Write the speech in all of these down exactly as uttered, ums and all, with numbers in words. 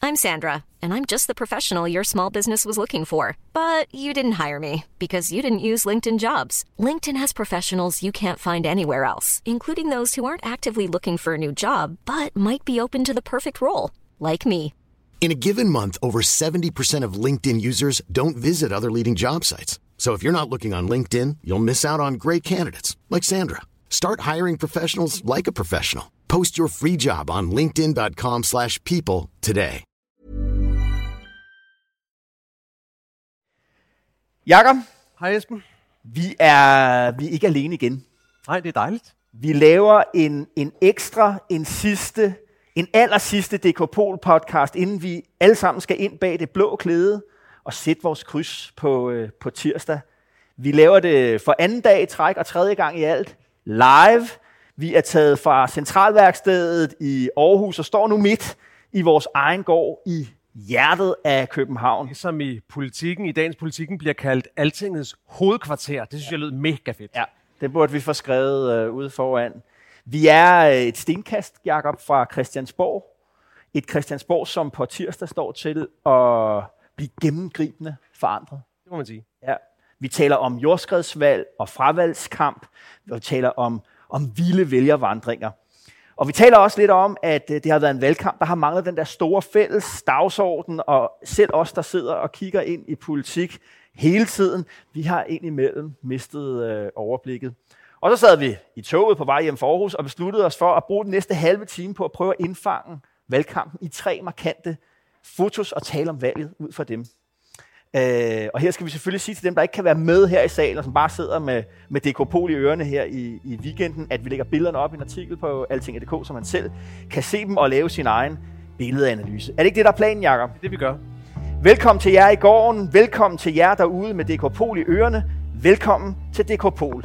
I'm Sandra, and I'm just the professional your small business was looking for. But you didn't hire me because you didn't use LinkedIn Jobs. LinkedIn has professionals you can't find anywhere else, including those who aren't actively looking for a new job, but might be open to the perfect role, like me. In a given month, over seventy percent of LinkedIn users don't visit other leading job sites. So if you're not looking on LinkedIn, you'll miss out on great candidates like Sandra. Start hiring professionals like a professional. Post your free job on linkedin dot com slash people today. Jakob, Hej Esben. vi er, vi er ikke alene igen. Nej, det er dejligt. Vi laver en, en ekstra, en sidste, en aller sidste D K Pol podcast, inden vi alle sammen skal ind bag det blå klæde og sætte vores kryds på, øh, på tirsdag. Vi laver det for anden dag i træk og tredje gang i alt live. Vi er taget fra Centralværkstedet i Aarhus og står nu midt i vores egen gård i hjertet af København. Som i politikken, i dagens politikken bliver kaldt Altingets hovedkvarter. Det synes jeg lød mega fedt. Ja, det burde vi få skrevet øh, ude foran. Vi er et stenkast, Jakob, fra Christiansborg. Et Christiansborg, som på tirsdag står til at blive gennemgribende forandret. Det må man sige. Ja. Vi taler om jordskredsvalg og fravalgskamp. Vi taler om, om vilde vælgervandringer. Og vi taler også lidt om, at det har været en valgkamp, der har manglet den der store fælles dagsorden, og selv os, der sidder og kigger ind i politik hele tiden, vi har indimellem mistet øh, overblikket. Og så sad vi i toget på vej hjem fra Aarhus og besluttede os for at bruge den næste halve time på at prøve at indfange valgkampen i tre markante fotos og tale om valget ud fra dem. Øh, og her skal vi selvfølgelig sige til dem, der ikke kan være med her i salen, og som bare sidder med, med D K Pol i ørerne her i, i weekenden, at vi lægger billederne op i en artikel på altinget punktum d k, så man selv kan se dem og lave sin egen billedanalyse. Er det ikke det, der er planen, Jakob? Det er det, vi gør. Velkommen til jer i gården. Velkommen til jer derude med D K Pol i ørerne. Velkommen til D K Pol.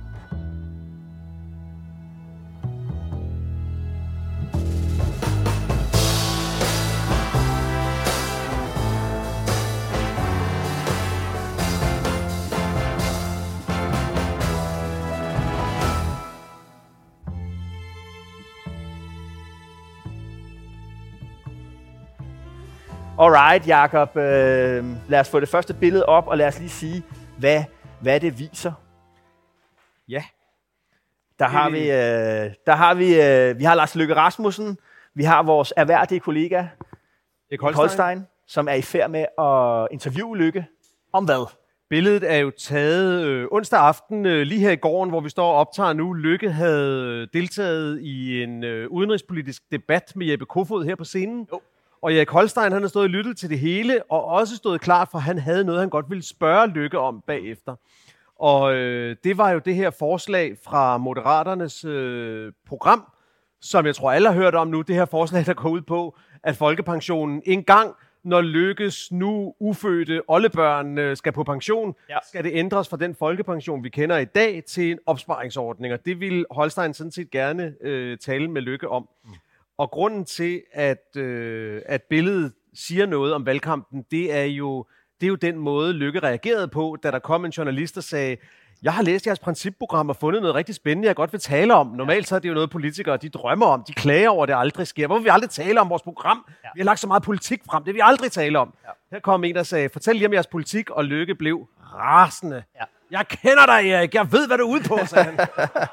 Alright, Jakob. Øh, lad os få det første billede op, og lad os lige sige, hvad, hvad det viser. Ja. Der har vi, øh, der har vi, øh, vi har Lars Løkke Rasmussen, vi har vores erhverdige kollega, Erik Holstein. Holstein, som er i færd med at interviewe Løkke om hvad? Billedet er jo taget øh, onsdag aften, øh, lige her i gården, hvor vi står og optager nu. Løkke havde deltaget i en øh, udenrigspolitisk debat med Jeppe Kofod her på scenen. Jo. Og Erik Holstein, han har stået og lyttet til det hele, og også stået klar, for han havde noget, han godt ville spørge Løkke om bagefter. Og øh, det var jo det her forslag fra Moderaternes øh, program, som jeg tror alle har hørt om nu. Det her forslag, der går ud på, at folkepensionen en gang, når Løkkes nu ufødte oldebørn øh, skal på pension, ja. skal det ændres fra den folkepension, vi kender i dag, til en opsparingsordning. Og det vil Holstein sådan set gerne øh, tale med Løkke om. Mm. Og grunden til, at, øh, at billedet siger noget om valgkampen, det er, jo, det er jo den måde, Løkke reagerede på, da der kom en journalist og sagde, jeg har læst jeres principprogram og fundet noget rigtig spændende, jeg godt vil tale om. Normalt så er det jo noget, politikere de drømmer om, de klager over, at det aldrig sker. Hvorfor vil vi aldrig tale om vores program? Ja. Vi har lagt så meget politik frem, det vil vi aldrig tale om. Ja. Her kom en, der sagde, fortæl lige om jeres politik, og Løkke blev rasende. Ja. Jeg kender dig, Erik, jeg ved, hvad du er ude på, sagde han.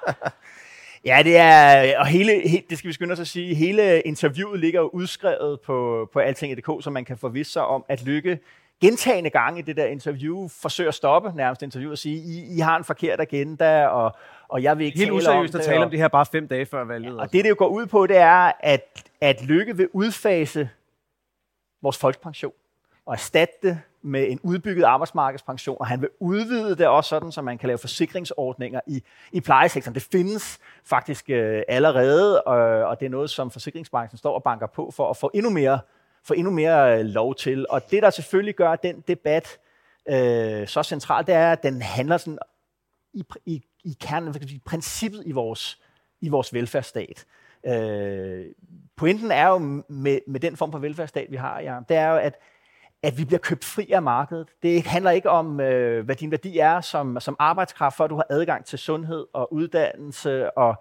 Ja, det er, og hele, he, det skal vi skynde os at sige, hele interviewet ligger jo udskrevet på, på altinget punktum d k, så man kan forvisse sig om, at Løkke gentagende gange i det der interview forsøger at stoppe nærmest interviewet og sige, I, I har en forkert agenda, og, og jeg vil ikke helt tale useriøst om det. at tale om det her bare fem dage før valget. Ja, og det, det jo går ud på, det er, at, at Løkke vil udfase vores folkepension og erstatte det med en udbygget arbejdsmarkedspension, og han vil udvide det også sådan, så man kan lave forsikringsordninger i, i plejesektoren. Det findes faktisk øh, allerede, og, og det er noget, som forsikringsbranchen står og banker på for at få endnu mere, få endnu mere øh, lov til. Og det, der selvfølgelig gør den debat øh, så centralt, det er, at den handler sådan i, i, i kernen, i princippet i vores, i vores velfærdsstat. Øh, pointen er jo med, med den form for velfærdsstat, vi har, ja, det er jo, at at vi bliver købt fri af markedet. Det handler ikke om, øh, hvad din værdi er som, som arbejdskraft, for at du har adgang til sundhed og uddannelse og,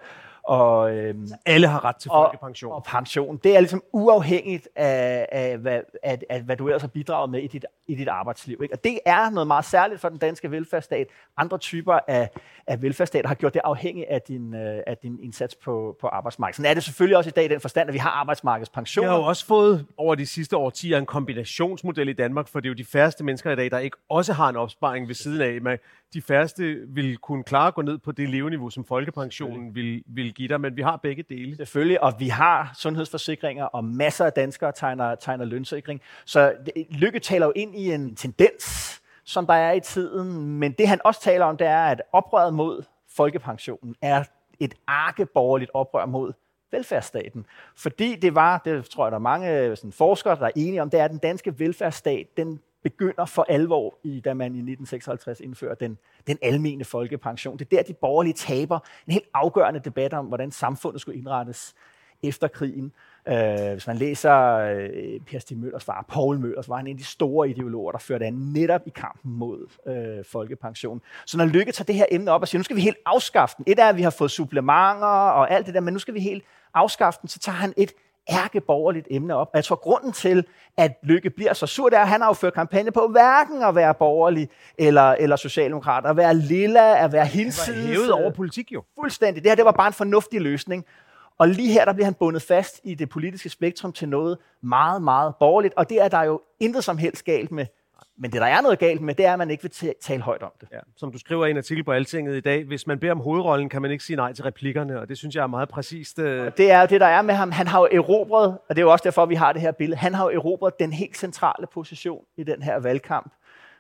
Og, øhm, alle har ret til folkepension. Og, og pension. Det er ligesom uafhængigt af, af, hvad, af, af, hvad du ellers har bidraget med i dit, i dit arbejdsliv. Ikke? Og det er noget meget særligt for den danske velfærdsstat. Andre typer af, af velfærdsstater har gjort det afhængigt af din, af din indsats på, på arbejdsmarkedet. Sådan er det selvfølgelig også i dag i den forstand, at vi har arbejdsmarkedspensioner. Vi har jo også fået over de sidste årtier en kombinationsmodel i Danmark, for det er jo de færreste mennesker i dag, der ikke også har en opsparing ved siden af. Men de færreste vil kunne klare at gå ned på det leveniveau, som folkepensionen vil, vil give dig, men vi har begge dele. Selvfølgelig, og vi har sundhedsforsikringer, og masser af danskere tegner, tegner lønsikring. Så Løkke taler jo ind i en tendens, som der er i tiden, men det han også taler om, det er, at oprøret mod folkepensionen er et arkeborgerligt oprør mod velfærdsstaten. Fordi det var, det tror jeg, der er mange sådan, forskere, der er enige om, det er, at den danske velfærdsstat, den begynder for alvor, i, da man i nitten seksoghalvtreds indfører den, den almene folkepension. Det er der, de borgerlige taber en helt afgørende debat om, hvordan samfundet skulle indrettes efter krigen. Uh, hvis man læser uh, Per Stig Møllers far, Poul Møller, så var han en af de store ideologer, der førte an netop i kampen mod uh, folkepension. Så når Løkke tager det her emne op og siger, nu skal vi helt afskaffe den. Et er, at vi har fået supplementer og alt det der, men nu skal vi helt afskaffe den, så tager han et ærkeborgerligt emne op. Og jeg tror, grunden til, at Løkke bliver så sur, det er, at han har jo ført kampagne på hverken at være borgerlig eller, eller socialdemokrat, at være lilla, at være hinsides. Det var hævet over politik jo. Fuldstændig. Det her, det var bare en fornuftig løsning. Og lige her, der bliver han bundet fast i det politiske spektrum til noget meget, meget borgerligt. Og det er der jo intet som helst galt med. Men det, der er noget galt med, det er, at man ikke vil tale højt om det. Ja, som du skriver i en artikel på Altinget i dag, hvis man beder om hovedrollen, kan man ikke sige nej til replikkerne, og det synes jeg er meget præcist. Øh... Og det er jo det, der er med ham. Han har jo erobret, og det er jo også derfor, vi har det her billede, han har jo erobret den helt centrale position i den her valgkamp.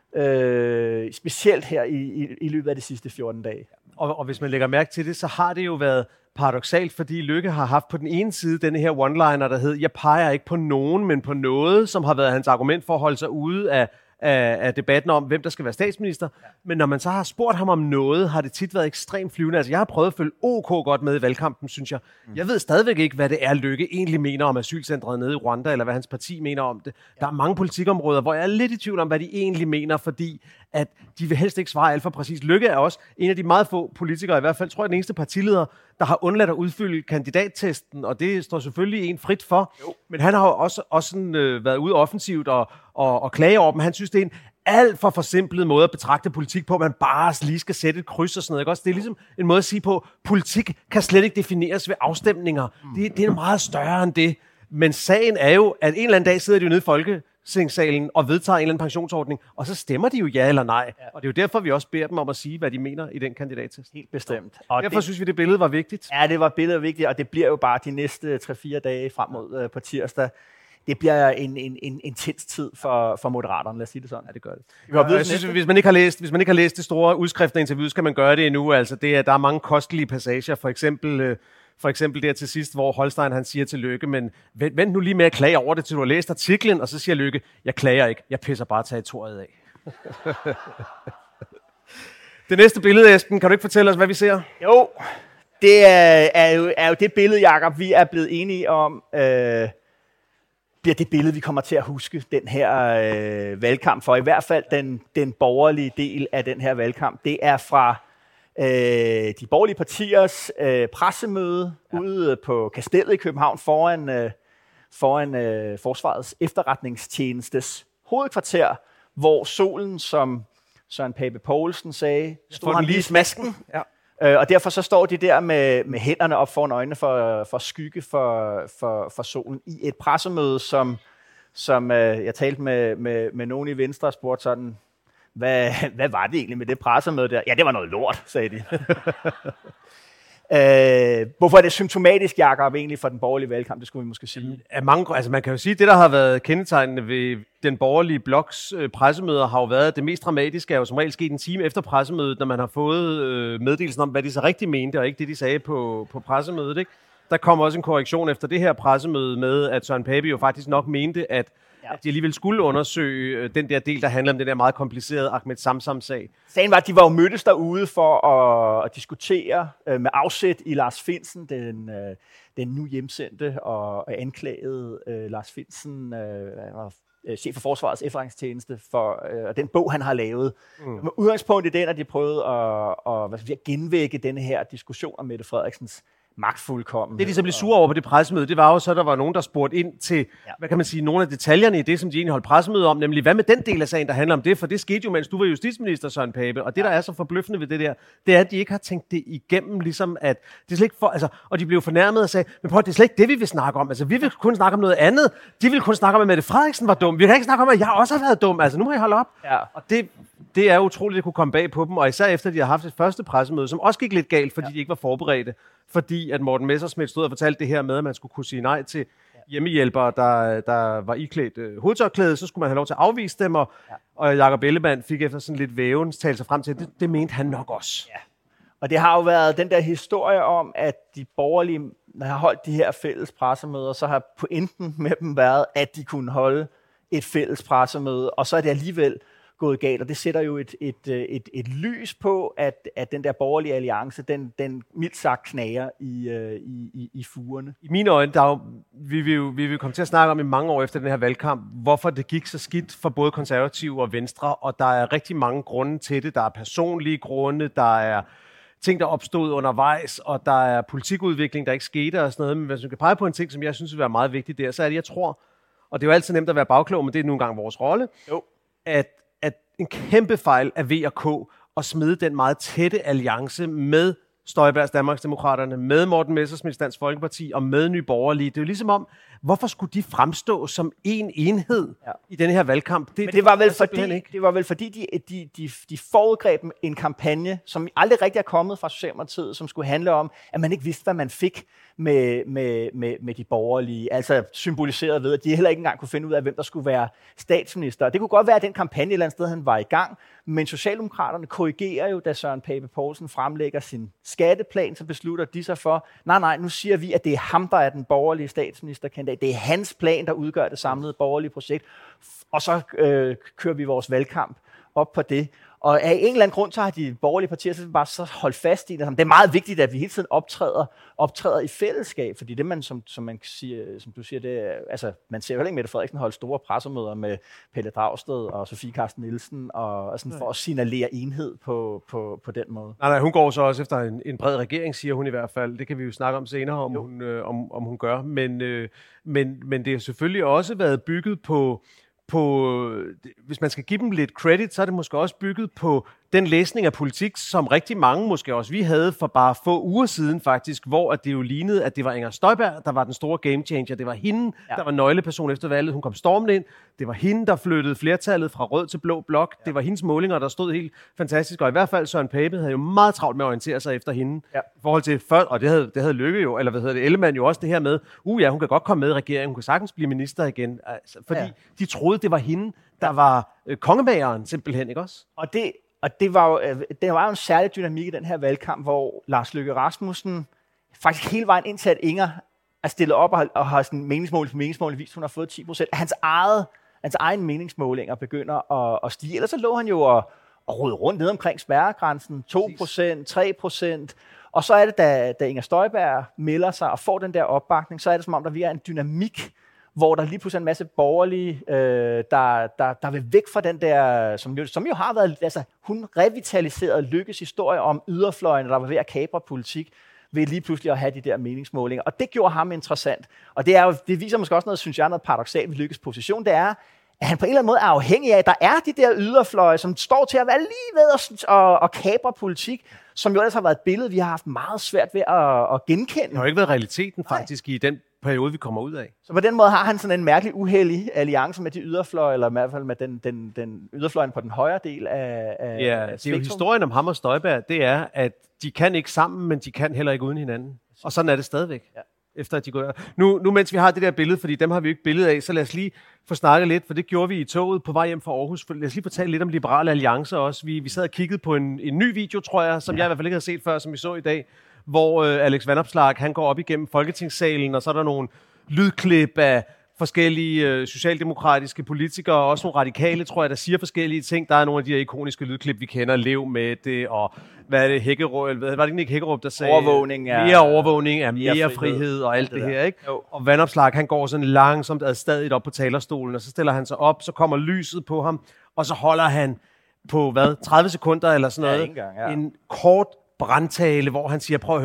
Øh, specielt her i, i, i løbet af de sidste fjorten dage. Og, og hvis man lægger mærke til det, så har det jo været paradoksalt, fordi Løkke har haft på den ene side denne her one-liner, der hed, jeg peger ikke på nogen, men på noget, som har været hans argument for at holde sig ude af Af, af debatten om, hvem der skal være statsminister. Ja. Men når man så har spurgt ham om noget, har det tit været ekstremt flyvende. Altså, jeg har prøvet at følge OK godt med i valgkampen, synes jeg. Mm. Jeg ved stadigvæk ikke, hvad det er, Løkke egentlig mener om asylcentret nede i Rwanda, eller hvad hans parti mener om det. Ja. Der er mange politikområder, hvor jeg er lidt i tvivl om, hvad de egentlig mener, fordi at de vil helst ikke svare alt for præcis. Løkke er også en af de meget få politikere, i hvert fald tror jeg den eneste partileder, der har undladt at udfylde kandidattesten, og det står selvfølgelig en frit for. Jo. Men han har jo også, også sådan, øh, været ude offensivt og, og, og klage over dem. Han synes, det er en alt for forsimplet måde at betragte politik på, at man bare lige skal sætte et kryds og sådan noget. Ikke? Også, det er ligesom en måde at sige på, politik kan slet ikke defineres ved afstemninger. Mm. Det, det er meget større end det. Men sagen er jo, at en eller anden dag sidder de jo nede i Folketingssalen og vedtager en eller anden pensionsordning, og så stemmer de jo ja eller nej. Ja. Og det er jo derfor, vi også beder dem om at sige, hvad de mener i den kandidattest. Helt bestemt. Og derfor det, synes vi, det billede var vigtigt. Ja, det var billedet vigtigt, og det bliver jo bare de næste tre fire dage frem mod uh, på tirsdag. Det bliver en, en, en intens tid for, for Moderaterne, lad os sige det sådan. Ja, det gør det. Ja, jeg synes, hvis man ikke har læst, hvis man ikke har læst det store udskrift af interviewet, skal man gøre det endnu. Altså, det er, der er mange kostelige passager, for eksempel... Øh, For eksempel der til sidst, hvor Holstein han siger til Løkke, men vent, vent nu lige med at klage over det, til du har læst artiklen, og så siger Løkke, jeg klager ikke, jeg pisser bare territoriet af. Det næste billede, Esben, kan du ikke fortælle os, hvad vi ser? Jo, det er, er, jo, er jo det billede, Jacob, vi er blevet enige om, øh, bliver det billede, vi kommer til at huske den her øh, valgkamp for. I hvert fald den, den borgerlige del af den her valgkamp. Det er fra Øh, de borgerlige partiers øh, pressemøde ja. ude på Kastellet i København foran, øh, foran øh, Forsvarets efterretningstjenestes hovedkvarter, hvor solen, som Søren Pape Poulsen sagde, stod han lige i smasken. Ja. Øh, og derfor så står de der med, med hænderne op foran øjnene for, for skygge for, for, for solen i et pressemøde, som, som øh, jeg talte med, med, med nogen i Venstre og spurgte sådan, Hvad, hvad var det egentlig med det pressemøde der? Ja, det var noget lort, sagde de. øh, hvorfor er det symptomatisk, Jacob, egentlig for den borgerlige valgkamp? Det skulle vi måske sige. Af mange, altså man kan jo sige, at det, der har været kendetegnende ved den borgerlige bloks øh, pressemøder, har jo været, at det mest dramatiske er jo som regel sket en time efter pressemødet, når man har fået øh, meddelelsen om, hvad de så rigtig mente, og ikke det, de sagde på, på pressemødet. Ikke? Der kom også en korrektion efter det her pressemøde med, at Søren Pape jo faktisk nok mente, at at de alligevel skulle undersøge den der del, der handler om den der meget komplicerede Ahmed Samsam-sag. Sagen var, at de var jo mødtes derude for at, at diskutere øh, med afsæt i Lars Findsen, den, øh, den nu hjemsendte og anklagede øh, Lars Findsen, øh, var chef for Forsvarets efterretningstjeneste, for øh, den bog, han har lavet. Mm. Med udgangspunkt i den, at de prøvede at, at, hvad skal vi sige, at genvække denne her diskussion om Mette Frederiksens magtfuldkommen. Det, de så blev sure over på det pressemøde, det var jo så, der var nogen, der spurgte ind til, ja. hvad kan man sige, nogle af detaljerne i det, som de egentlig holdt pressemøde om, nemlig hvad med den del af sagen, der handler om det, for det skete jo, mens du var justitsminister, Søren Pape, og det, der er så forbløffende ved det der, det er, at de ikke har tænkt det igennem, ligesom at, det er slet ikke for, altså, og de blev fornærmet og sagde, men prøv, det er slet ikke det, vi vil snakke om, altså, vi vil kun snakke om noget andet, de vil kun snakke om, at Mette Frederiksen var dum, vi kan ikke snakke om, at jeg også har været dum, altså, nu må I holde op. Ja. Og det, det er utroligt, at det kunne komme bag på dem, og især efter, de har haft et første pressemøde, som også gik lidt galt, fordi ja. de ikke var forberedte. Fordi at Morten Messerschmidt stod og fortalte det her med, at man skulle kunne sige nej til hjemmehjælpere, der, der var iklædt øh, hovedtørklæde, så skulle man have lov til at afvise dem, og, ja. og Jakob Ellemann fik efter sådan lidt væven talt sig frem til, det, det mente han nok også. Ja. Og det har jo været den der historie om, at de borgerlige, når de har holdt de her fælles pressemøder, så har pointen med dem været, at de kunne holde et fælles pressemøde, og så er det alligevel gået galt, og det sætter jo et, et, et, et lys på, at, at den der borgerlige alliance, den, den mildt sagt knager i, i, i, i fugerne. I mine øjne, der er jo, vi, vil jo, vi vil komme til at snakke om i mange år efter den her valgkamp, hvorfor det gik så skidt for både konservative og venstre, og der er rigtig mange grunde til det. Der er personlige grunde, der er ting, der opstod undervejs, og der er politikudvikling, der ikke skete og sådan noget. Men hvis man kan pege på en ting, som jeg synes vil være meget vigtigt der, så er det, jeg tror, og det er jo altid nemt at være bagklog, men det er nu engang vores rolle, jo. at en kæmpe fejl af V og K at smide den meget tætte alliance med Støjbergs Danmarksdemokraterne, med Morten Messerschmidts Dansk Folkeparti og med Nye Borgerlige. Det er jo ligesom om, hvorfor skulle de fremstå som en enhed ja. i denne her valgkamp? Det, Men det, det, var, vel fordi, det var vel fordi, de, de, de, de forudgreb en kampagne, som aldrig rigtig er kommet fra Socialdemokratiet, som skulle handle om, at man ikke vidste, hvad man fik med, med, med, med de borgerlige. Altså symboliseret ved, at de heller ikke engang kunne finde ud af, hvem der skulle være statsminister. Det kunne godt være, at den kampagne et eller andet sted, han var i gang, men Socialdemokraterne korrigerer jo, da Søren Pape Poulsen fremlægger sin skatteplan, så beslutter de sig for, nej, nej, nu siger vi, at det er ham, der er den borgerlige statsministerkandidat. Det er hans plan, der udgør det samlede borgerlige projekt. Og så øh, kører vi vores valgkamp op på det. Og af en eller anden grund, så har de borgerlige partier så bare så holdt fast i det. Det er meget vigtigt, at vi hele tiden optræder, optræder i fællesskab, fordi det, man, som, som, man siger, som du siger, det er, altså, man ser jo heller ikke Mette Frederiksen holde store pressemøder med Pelle Dragsted og Sofie Carsten Nielsen, og, og sådan for at signalere enhed på, på, på den måde. Nej, nej, hun går så også efter en, en bred regering, siger hun i hvert fald. Det kan vi jo snakke om senere, om, hun, øh, om, om hun gør. Men, øh, men, men det har selvfølgelig også været bygget på... På, hvis man skal give dem lidt credit, så er det måske også bygget på den læsning af politik, som rigtig mange, måske også vi havde for bare få uger siden faktisk, hvor at det jo lignede, at det var Inger Støjberg, der var den store game changer. Det var hende, ja. der var nøgleperson efter valget. Hun kom stormende ind. Det var hende, der flyttede flertallet fra rød til blå blok. Ja. Det var hendes målinger, der stod helt fantastisk. Og i hvert fald Søren Pape havde jo meget travlt med at orientere sig efter hende. Ja. I forhold til før, og det havde, det havde Lykke jo, eller hvad hedder det, Ellemann jo også det her med, uh ja, hun kan godt komme med i regeringen, hun kan sagtens blive minister igen. Altså, fordi ja. de troede, det var hende, der var øh, kongemageren simpelthen, ikke også? Og det Og det var, jo, det var jo en særlig dynamik i den her valgkamp, hvor Lars Løkke Rasmussen faktisk hele vejen indtil, at Inger er stillet op og har, og har sådan meningsmål for meningsmål vist, hun har fået ti procent. Hans, eget, hans egen meningsmålinger begynder at, at stige. Ellers så lå han jo og, og rode rundt ned omkring spærregrænsen. to procent, tre procent. Og så er det, da, da Inger Støjberg melder sig og får den der opbakning, så er det som om, der vi er en dynamik, hvor der lige pludselig er en masse borgerlige, øh, der, der, der vil væk fra den der, som jo, som jo har været, altså hun revitaliserede Lykkes historie om yderfløjene, der var ved at kapre politik, ved lige pludselig at have de der meningsmålinger. Og det gjorde ham interessant. Og det, er jo, det viser måske også noget, synes jeg, noget paradoksalt ved Lykkes position, det er, at han på en eller anden måde er afhængig af, at der er de der yderfløje, som står til at være lige ved at, at, at kapre politik, som jo ellers har været et billede, vi har haft meget svært ved at, at genkende. Det har jo ikke været realiteten faktisk Nej. i den periode, vi kommer ud af. Så på den måde har han sådan en mærkelig uheldig alliance med de yderfløje, eller i hvert fald med den, den, den yderfløjen på den højre del af, af Ja, det er jo historien om ham og Støjberg, det er, at de kan ikke sammen, men de kan heller ikke uden hinanden. Og sådan er det stadigvæk. Ja. Efter at de går. Nu, nu mens vi har det der billede, fordi dem har vi jo ikke billede af, så lad os lige få snakket lidt, for det gjorde vi i toget på vej hjem fra Aarhus. Lad os lige fortælle lidt om Liberale Alliance også. Vi, vi sad og kiggede på en, en ny video, tror jeg, som ja. jeg i hvert fald ikke havde set før, som vi så i dag, hvor øh, Alex Vanopslagh, han går op igennem Folketingssalen, og så er der nogle lydklip af forskellige øh, socialdemokratiske politikere, og også nogle radikale, tror jeg, der siger forskellige ting. Der er nogle af de her ikoniske lydklip, vi kender, Lev med det, og hvad er det, Hækkerup, var det ikke Hækkerup, der sagde? Overvågning er... Mere overvågning er mere, mere frihed, frihed og alt det, det her, ikke? Jo. Og Vanopslagh, han går sådan langsomt adstadigt op på talerstolen, og så stiller han sig op, så kommer lyset på ham, og så holder han på, hvad, tredive sekunder eller sådan noget, ja, engang, ja. en kort brandtale, hvor han siger, prøv at høre,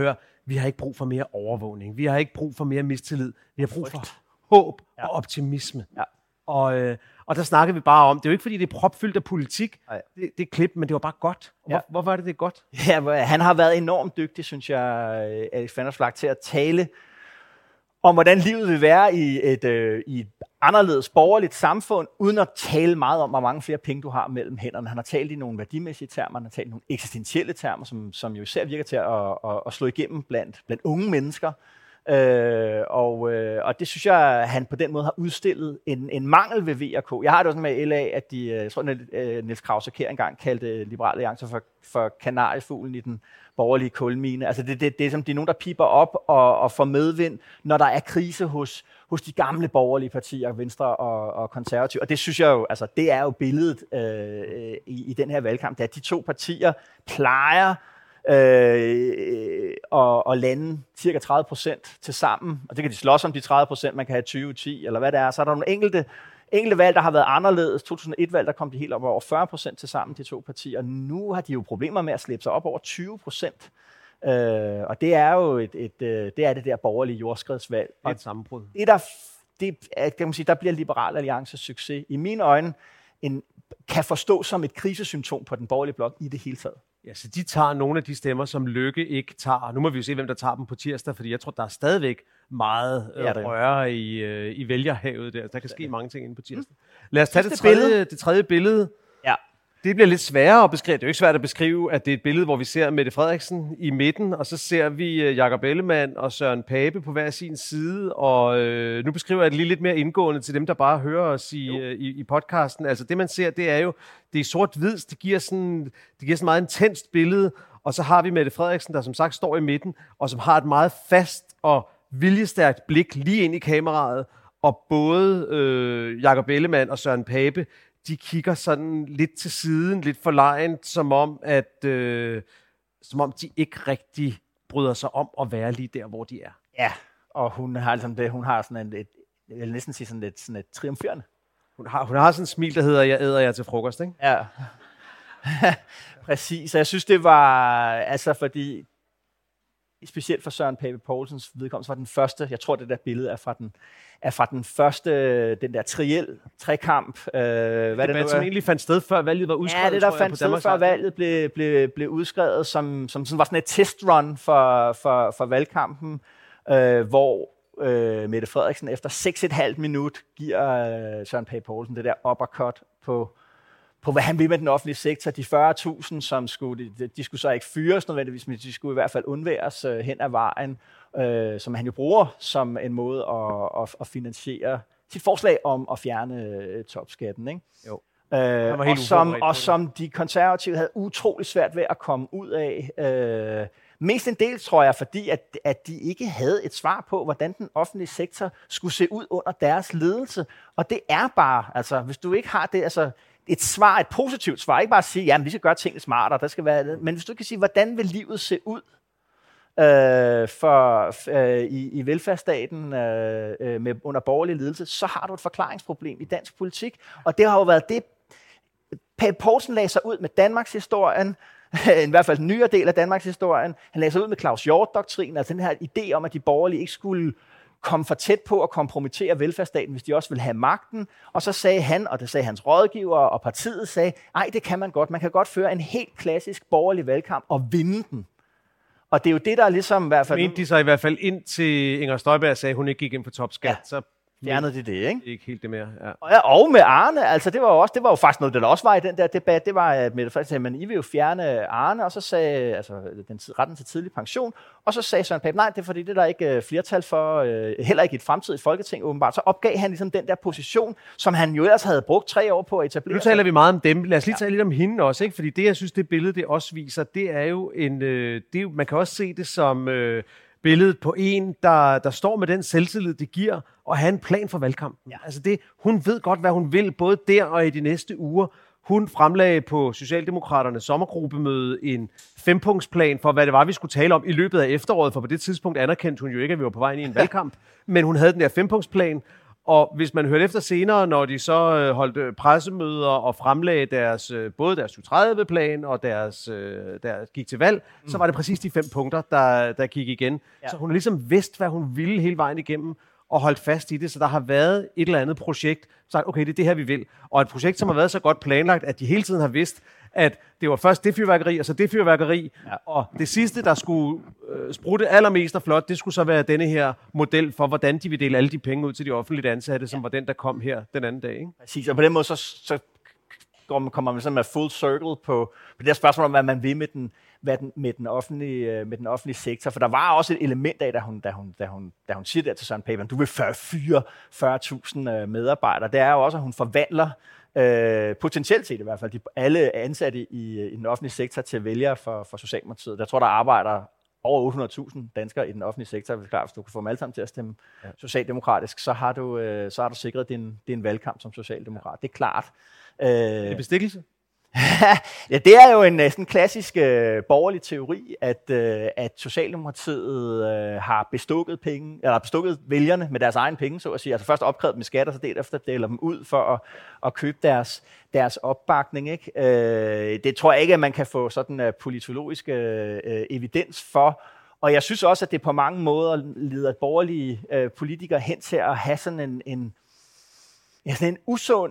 vi har ikke brug for mere overvågning, vi har ikke brug for mere mistillid, vi har brug for håb ja. og optimisme. Ja. Og, øh, og der snakkede vi bare om, det er jo ikke fordi, det er propfyldt af politik, det, det er klip, men det var bare godt. Hvor, ja. Hvorfor er det, det er godt? Ja, han har været enormt dygtig, synes jeg, Alex Vanopslagh, til at tale om, hvordan livet vil være i et, øh, i et anderledes borgerligt samfund, uden at tale meget om, hvor mange flere penge du har mellem hænderne. Han har talt i nogle værdimæssige termer, han har talt i nogle eksistentielle termer, som, som jo især virker til at, at, at slå igennem blandt, blandt unge mennesker. Øh, og, øh, og det synes jeg, han på den måde har udstillet en, en mangel ved V og K. Jeg har det også med L A, at de, jeg tror, at Niels Krause-Kjær engang kaldte Liberal Alliance for, for kanariefuglen i den borgerlige kulmine. Altså det, det, det er som de er nogen, der piper op og, og får medvind, når der er krise hos, hos de gamle borgerlige partier, Venstre og, og Konservative. Og det synes jeg jo, altså det er jo billedet øh, i, i den her valgkamp, at de to partier plejer Øh, og, og lande cirka tredive procent til sammen, og det kan de slås om de tredive procent, man kan have tyve ti, eller hvad det er. Så er der nogle enkelte, enkelte valg, der har været anderledes. to tusind og et valg, der kom de helt op over fyrre procent til sammen, de to partier, og nu har de jo problemer med at slæbe sig op over tyve procent. Øh, og det er jo et, et, et, det er det der borgerlige jordskredsvalg. Det er et sammenbrud. Det der, det, kan man sige, der bliver Liberal Alliances succes, i mine øjne, en, kan forstås som et krisesymptom på den borgerlige blok i det hele taget. Ja, så de tager nogle af de stemmer, som Løkke ikke tager. Nu må vi jo se, hvem der tager dem på tirsdag, fordi jeg tror, der er stadigvæk meget øh, røre i, øh, i vælgerhavet der. Der kan ske mange ting inde på tirsdag. Lad os tage det tredje, det tredje billede. Ja. Det bliver lidt sværere at beskrive. Det er jo ikke svært at beskrive, at det er et billede, hvor vi ser Mette Frederiksen i midten, og så ser vi øh, Jakob Ellemann og Søren Pape på hver sin side. Og øh, nu beskriver jeg det lige lidt mere indgående til dem, der bare hører os i, øh, i, i podcasten. Altså det, man ser, det er jo, det er sort-hvid. Det giver sådan, det giver sådan meget intenst billede. Og så har vi Mette Frederiksen, der som sagt står i midten, og som har et meget fast og viljestærkt blik lige ind i kameraet. Og både øh, Jakob Ellemann og Søren Pape, de kigger sådan lidt til siden, lidt forlegent, som om, at øh, som om de ikke rigtig bryder sig om at være lige der, hvor de er. Ja, og hun har ligesom det, hun har sådan et, et jeg vil næsten sige sådan lidt, sådan et triumferende. Hun har, hun har sådan en smil, der hedder, jeg æder jer til frokost, ikke? Ja, præcis. Og jeg synes, det var, altså fordi, specielt for Søren Pape Poulsens vedkommelse, var den første, jeg tror, det der billede er fra den, er fra den første, den der triel trekamp. Øh, hvad det, det nu, som egentlig fandt sted, før valget var udskrevet. Ja, det der fandt sted, før valget blev, blev, blev udskrevet, som, som sådan var sådan et testrun for, for, for valgkampen, øh, hvor øh, Mette Frederiksen efter seks komma fem minut giver øh, Søren Pape Poulsen det der uppercut på, på hvad han vil med den offentlige sektor. De fyrre tusind, som skulle, de, de skulle så ikke fyres nødvendigvis, men de skulle i hvert fald undværes øh, hen ad vejen, øh, som han jo bruger som en måde at, at, at finansiere sit forslag om at fjerne øh, topskatten. Ikke? Jo. Øh, og, som, og som de konservative havde utrolig svært ved at komme ud af. Øh, mest en del, tror jeg, fordi at, at de ikke havde et svar på, hvordan den offentlige sektor skulle se ud under deres ledelse. Og det er bare, altså, hvis du ikke har det, altså, et svar, et positivt svar, ikke bare at sige, jamen, vi skal gøre tingene smartere, der skal være, men hvis du kan sige, hvordan vil livet se ud øh, for, øh, i, i velfærdsstaten øh, med, under borgerlig ledelse, så har du et forklaringsproblem i dansk politik. Og det har jo været det, Pape Poulsen lagde sig ud med Danmarks historien, i hvert fald den nyere del af Danmarks historien. Han lagde sig ud med Claus Hjort-doktrinen, altså den her idé om, at de borgerlige ikke skulle komme for tæt på at kompromittere velfærdsstaten, hvis de også ville have magten. Og så sagde han, og det sagde hans rådgiver, og partiet sagde, nej, det kan man godt. Man kan godt føre en helt klassisk borgerlig valgkamp og vinde den. Og det er jo det, der ligesom i hvert fald... Mente de så i hvert fald indtil Inger Støjberg sagde, at hun ikke gik ind for topskat, ja. Så fjernede de det, ikke? Ikke helt det mere, ja. Og, ja, og med Arne, altså det var jo også, det var jo faktisk noget, der også var i den der debat, det var, at Mette Frederiksen sagde, men I vil jo fjerne Arne, og så sagde, altså den tid, retten til tidlig pension, og så sagde Søren Pape, nej, det er fordi, det er der ikke flertal for, øh, heller ikke i et fremtidigt folketing åbenbart, så opgav han ligesom den der position, som han jo ellers havde brugt tre år på at etablere. Nu taler vi meget om dem, lad os lige tale ja. lidt om hende også, ikke? Fordi det, jeg synes, det billede, det også viser, det er jo en, øh, det er jo, man kan også se det som... Øh, billedet på en, der, der står med den selvtillid, det giver, og have en plan for valgkampen. Ja. Altså det, hun ved godt, hvad hun vil, både der og i de næste uger. Hun fremlagde på Socialdemokraternes sommergruppemøde en fempunktsplan for, hvad det var, vi skulle tale om i løbet af efteråret, for på det tidspunkt anerkendte hun jo ikke, at vi var på vej ind i en valgkamp, men hun havde den der fempunktsplan, Og hvis man hørte efter senere, når de så øh, holdt pressemøder og fremlagde deres, øh, både deres tyve tredive-plan og deres, øh, deres gik til valg, mm. så var det præcis de fem punkter, der, der gik igen. Ja. Så hun har ligesom vidst, hvad hun ville hele vejen igennem, og holdt fast i det, så der har været et eller andet projekt, sagt, okay, det er det her, vi vil. Og et projekt, som har været så godt planlagt, at de hele tiden har vidst, at det var først det fyrværkeri, og så det fyrværkeri, ja. Og det sidste, der skulle øh, sprutte allermest og flot, det skulle så være denne her model for, hvordan de vil dele alle de penge ud til de offentlige ansatte, som ja. var den, der kom her den anden dag. Ikke? Præcis, og på den måde, så, så kommer man sådan med full circle på, på det her spørgsmål om, hvad man vil med den, hvad den, med, den offentlige, med den offentlige sektor. For der var også et element af, da hun, da hun, da hun, da hun siger der til Søren Pape, du vil fyre fyrre tusind medarbejdere. Det er jo også, at hun forvandler, øh, potentielt set i hvert fald, de, alle ansatte i, i den offentlige sektor til vælgere for, for Socialdemokratiet. Jeg tror, der arbejder over otte hundrede tusind danskere i den offentlige sektor. Hvis, klar, hvis du kan få dem alle sammen til at stemme ja. socialdemokratisk, så har du, øh, så har du sikret din, din valgkamp som socialdemokrat. Det er klart. Øh, er det bestikkelse? Ja, det er jo en sådan klassisk øh, borgerlig teori, at, øh, at Socialdemokratiet øh, har bestukket penge, eller bestukket vælgerne med deres egen penge, så at sige. Altså først opkrævet dem i skat, og så derefter deler dem ud for at, at købe deres, deres opbakning. Ikke? Øh, det tror jeg ikke, at man kan få sådan uh, politologisk uh, evidens for. Og jeg synes også, at det på mange måder leder borgerlige uh, politikere hen til at have sådan en, en, ja, sådan en usund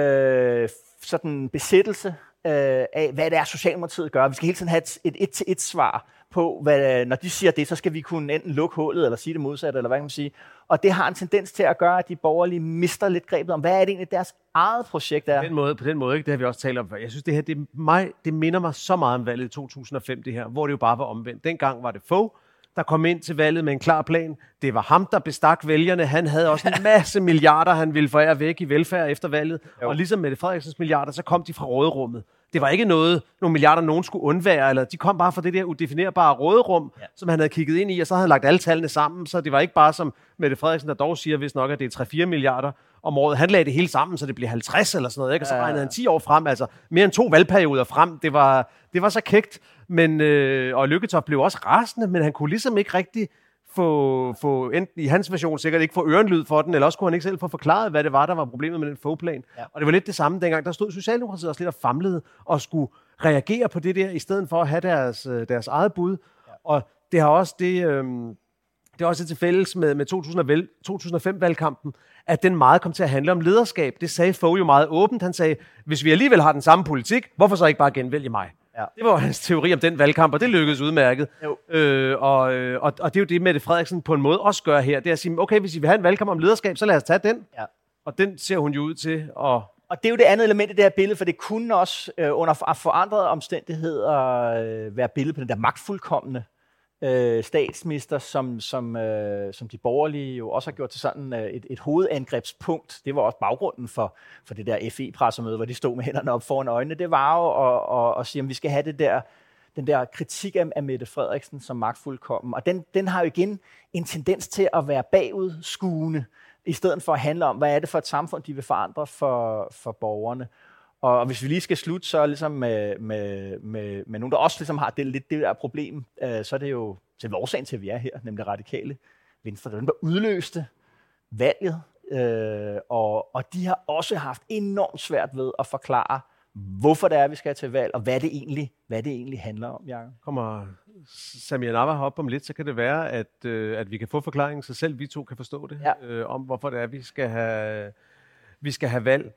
uh, sådan besættelse af, hvad det er, Socialdemokratiet gør. Vi skal hele tiden have et et-til-et svar på, hvad, når de siger det, så skal vi kunne enten lukke hullet, eller sige det modsatte, eller hvad kan man sige. Og det har en tendens til at gøre, at de borgerlige mister lidt grebet om, hvad er det egentlig, deres eget projekt er. På den måde, på den måde ikke? Det har vi også talt om. Jeg synes, det her, det, mig, det minder mig så meget om valget i to tusind og fem, det her, hvor det jo bare var omvendt. Dengang var det Fogh, der kom ind til valget med en klar plan. Det var ham, der bestak vælgerne. Han havde også en masse milliarder, han ville forære væk i velfærd efter valget. Jo. Og ligesom Mette Frederiksens milliarder, så kom de fra råderummet. Det var ikke noget, nogle milliarder, nogen skulle undvære, eller de kom bare fra det der udefinerbare råderum, ja. som han havde kigget ind i, og så havde han lagt alle tallene sammen, så det var ikke bare som Mette Frederiksen, der dog siger, hvis nok, at det er tre til fire milliarder om året. Han lagde det hele sammen, så det blev halvtreds eller sådan noget, ikke? Og så regnede han ti år frem, altså mere end to valgperioder frem. Det var, det var så kægt, men, øh, og Lykketoft blev også rasende, men han kunne ligesom ikke rigtig få, få enten i hans version sikkert ikke få ørenlyd for den, eller også kunne han ikke selv få forklaret, hvad det var, der var problemet med den Fogh-plan. Ja. Og det var lidt det samme dengang. Der stod Socialdemokratiet også lidt og famlede og skulle reagere på det der, i stedet for at have deres, deres eget bud. Ja. Og det har også det, øhm, det er også til fælles med, med to tusind og fem-valgkampen, at den meget kom til at handle om lederskab. Det sagde Fogh jo meget åbent. Han sagde, hvis vi alligevel har den samme politik, hvorfor så ikke bare genvælge mig? Ja. Det var hans teori om den valgkamp, og det lykkedes udmærket. Øh, og, og, og det er jo det, Mette Frederiksen på en måde også gør her. Det er at sige, okay, hvis I vil have en valgkamp om lederskab, så lad os tage den. Ja. Og den ser hun jo ud til at... Og det er jo det andet element i det her billede, for det kunne også øh, under forandrede omstændigheder øh, være billede på den der magtfuldkomne øh, statsminister, som, som, øh, som de borgerlige jo også har gjort til sådan øh, et, et hovedangrebspunkt. Det var også baggrunden for, for det der F E-pressemøde, hvor de stod med hænderne op foran øjnene. Det var jo at, at, at sige, at vi skal have det der, den der kritik af, af Mette Frederiksen som magtfuldkommen. Og den, den har jo igen en tendens til at være bagudskuende, i stedet for at handle om, hvad er det for et samfund, de vil forandre for, for borgerne. Og, og hvis vi lige skal slutte, så ligesom med, med, med, med nogen, der også ligesom har det, lidt det der problem, øh, så er det jo til årsagen til, at vi er her, nemlig Radikale Venstre. Det er den, der udløste valget, øh, og, og de har også haft enormt svært ved at forklare, hvorfor det er, vi skal til valg, og hvad det egentlig, hvad det egentlig handler om, Jacob. Kommer Samir Nawa op om lidt, så kan det være, at, øh, at vi kan få forklaringen, så selv vi to kan forstå det, ja. øh, om hvorfor det er, vi skal have, vi skal have valg.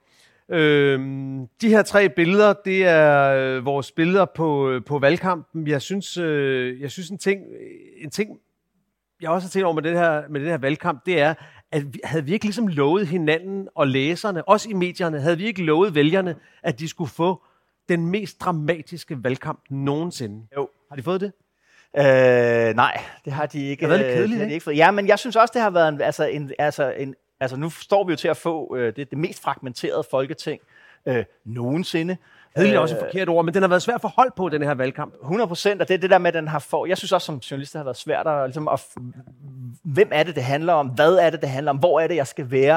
Øh, de her tre billeder, det er øh, vores billeder på, på valgkampen. Jeg synes, øh, jeg synes en ting, en ting, jeg også har tænkt over med, det her, med den her valgkamp, det er, at vi, havde vi ikke ligesom lovet hinanden og læserne, også i medierne, havde vi ikke lovet vælgerne, at de skulle få den mest dramatiske valgkamp nogensinde? Jo. Har de fået det? Øh, nej, det har de ikke. Det har været lidt kedeligt, det har de ikke fået. Ja, men jeg synes også, det har været en, altså en, altså en, altså nu står vi jo til at få øh, det, det mest fragmenterede folketing øh, nogensinde. Det er også et forkert ord, men den har været svær at få hold på, den her valgkamp. hundrede procent, og det er det der med, at den har for... Jeg synes også, som journalist, det har været svært at... Ligesom at hvem er det, det handler om? Hvad er det, det handler om? Hvor er det, jeg skal være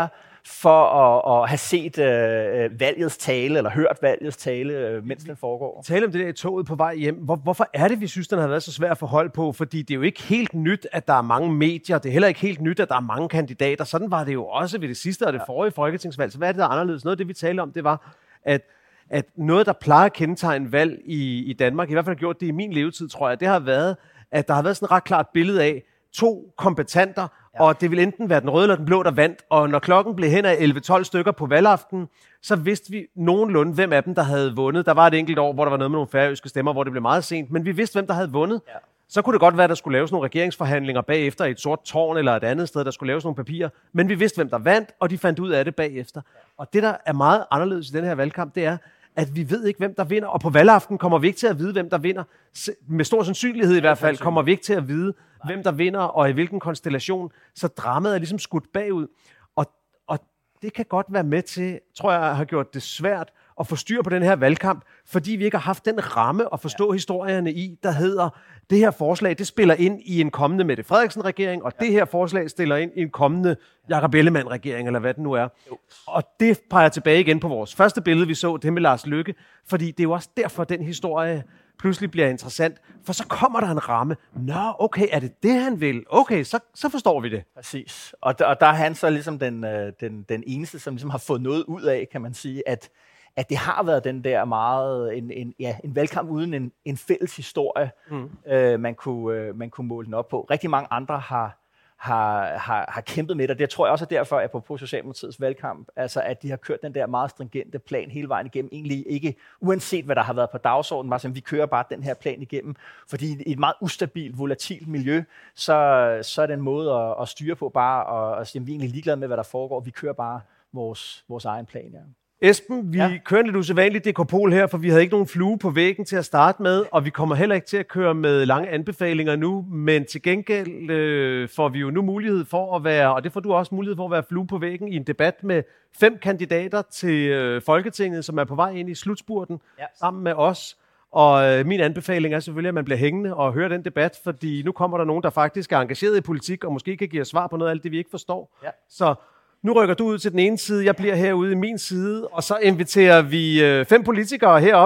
for at, at have set øh, valgets tale, eller hørt valgets tale, øh, mens den foregår. Tale om det der i toget på vej hjem. Hvor, hvorfor er det, vi synes, den har været så svær at få hold på? Fordi det er jo ikke helt nyt, at der er mange medier. Det er heller ikke helt nyt, at der er mange kandidater. Sådan var det jo også ved det sidste og det ja. forrige folketingsvalg. Så hvad er det, der er anderledes? Noget af det, vi talte om, det var, at, at noget, der plejer at kendetegne valg i, i Danmark, i hvert fald har gjort det i min levetid, tror jeg, det har været, at der har været sådan et ret klart billede af to kompetenter, ja. og det ville enten være den røde eller den blå, der vandt. Og når klokken blev hen af elleve tolv stykker på valgaften, så vidste vi nogenlunde, hvem af dem, der havde vundet. Der var et enkelt år, hvor der var noget med nogle færøske stemmer, hvor det blev meget sent, men vi vidste, hvem der havde vundet. Ja. Så kunne det godt være, at der skulle laves nogle regeringsforhandlinger bagefter i et sort tårn eller et andet sted, der skulle laves nogle papirer, men vi vidste, hvem der vandt, og de fandt ud af det bagefter. Ja. Og det, der er meget anderledes i den her valgkamp, det er, at vi ved ikke, hvem der vinder, og på valgaften kommer vi ikke til at vide, hvem der vinder. Med stor sandsynlighed i hvert fald kommer vi ikke til at vide, Nej. hvem der vinder, og i hvilken konstellation. Så dramaet er ligesom skudt bagud. Og, og det kan godt være med til, tror jeg, har gjort det svært at få styr på den her valgkamp, fordi vi ikke har haft den ramme at forstå ja. historierne i, der hedder, det her forslag, det spiller ind i en kommende Mette Frederiksen-regering, og ja. det her forslag stiller ind i en kommende Jakob Ellemann-regering, eller hvad det nu er. Jo. Og det peger tilbage igen på vores første billede, vi så, det med Lars Løkke, fordi det er jo også derfor, den historie pludselig bliver interessant, for så kommer der en ramme. Nå, okay, er det det, han vil? Okay, så, så forstår vi det. Præcis. Og der, og der er han så ligesom den, den, den eneste, som ligesom har fået noget ud af, kan man sige, at at det har været den der meget, en, en, ja, en valgkamp uden en, en fælles historie, mm. øh, man, kunne, øh, man kunne måle den op på. Rigtig mange andre har, har, har, har kæmpet med det, og det tror jeg også er derfor, at på Socialdemokratiets valgkamp, altså at de har kørt den der meget stringente plan hele vejen igennem, egentlig ikke, uanset hvad der har været på dagsordenen, bare sådan, vi kører bare den her plan igennem, fordi i et meget ustabilt, volatilt miljø, så, så er det en måde at, at styre på bare, at, at sige, vi er egentlig ligeglade med, hvad der foregår, vi kører bare vores, vores egen plan, ja. Esben, vi ja. kører en lidt usædvanligt D K-pol her, for vi havde ikke nogen flue på væggen til at starte med, og vi kommer heller ikke til at køre med lange anbefalinger nu, men til gengæld øh, får vi jo nu mulighed for at være, og det får du også mulighed for at være flue på væggen i en debat med fem kandidater til øh, Folketinget, som er på vej ind i slutspurten ja. sammen med os. Og øh, min anbefaling er selvfølgelig, at man bliver hængende og hører den debat, fordi nu kommer der nogen, der faktisk er engageret i politik, og måske kan give os svar på noget af alt det, vi ikke forstår. Ja. Så nu rykker du ud til den ene side, jeg bliver herude i min side, og så inviterer vi øh, fem politikere herop.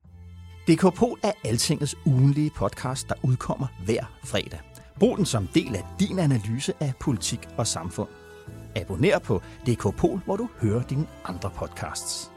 D K-pol er Altingets ugenlige podcast, der udkommer hver fredag. Brug den som del af din analyse af politik og samfund. Abonner på D K-pol, hvor du hører dine andre podcasts.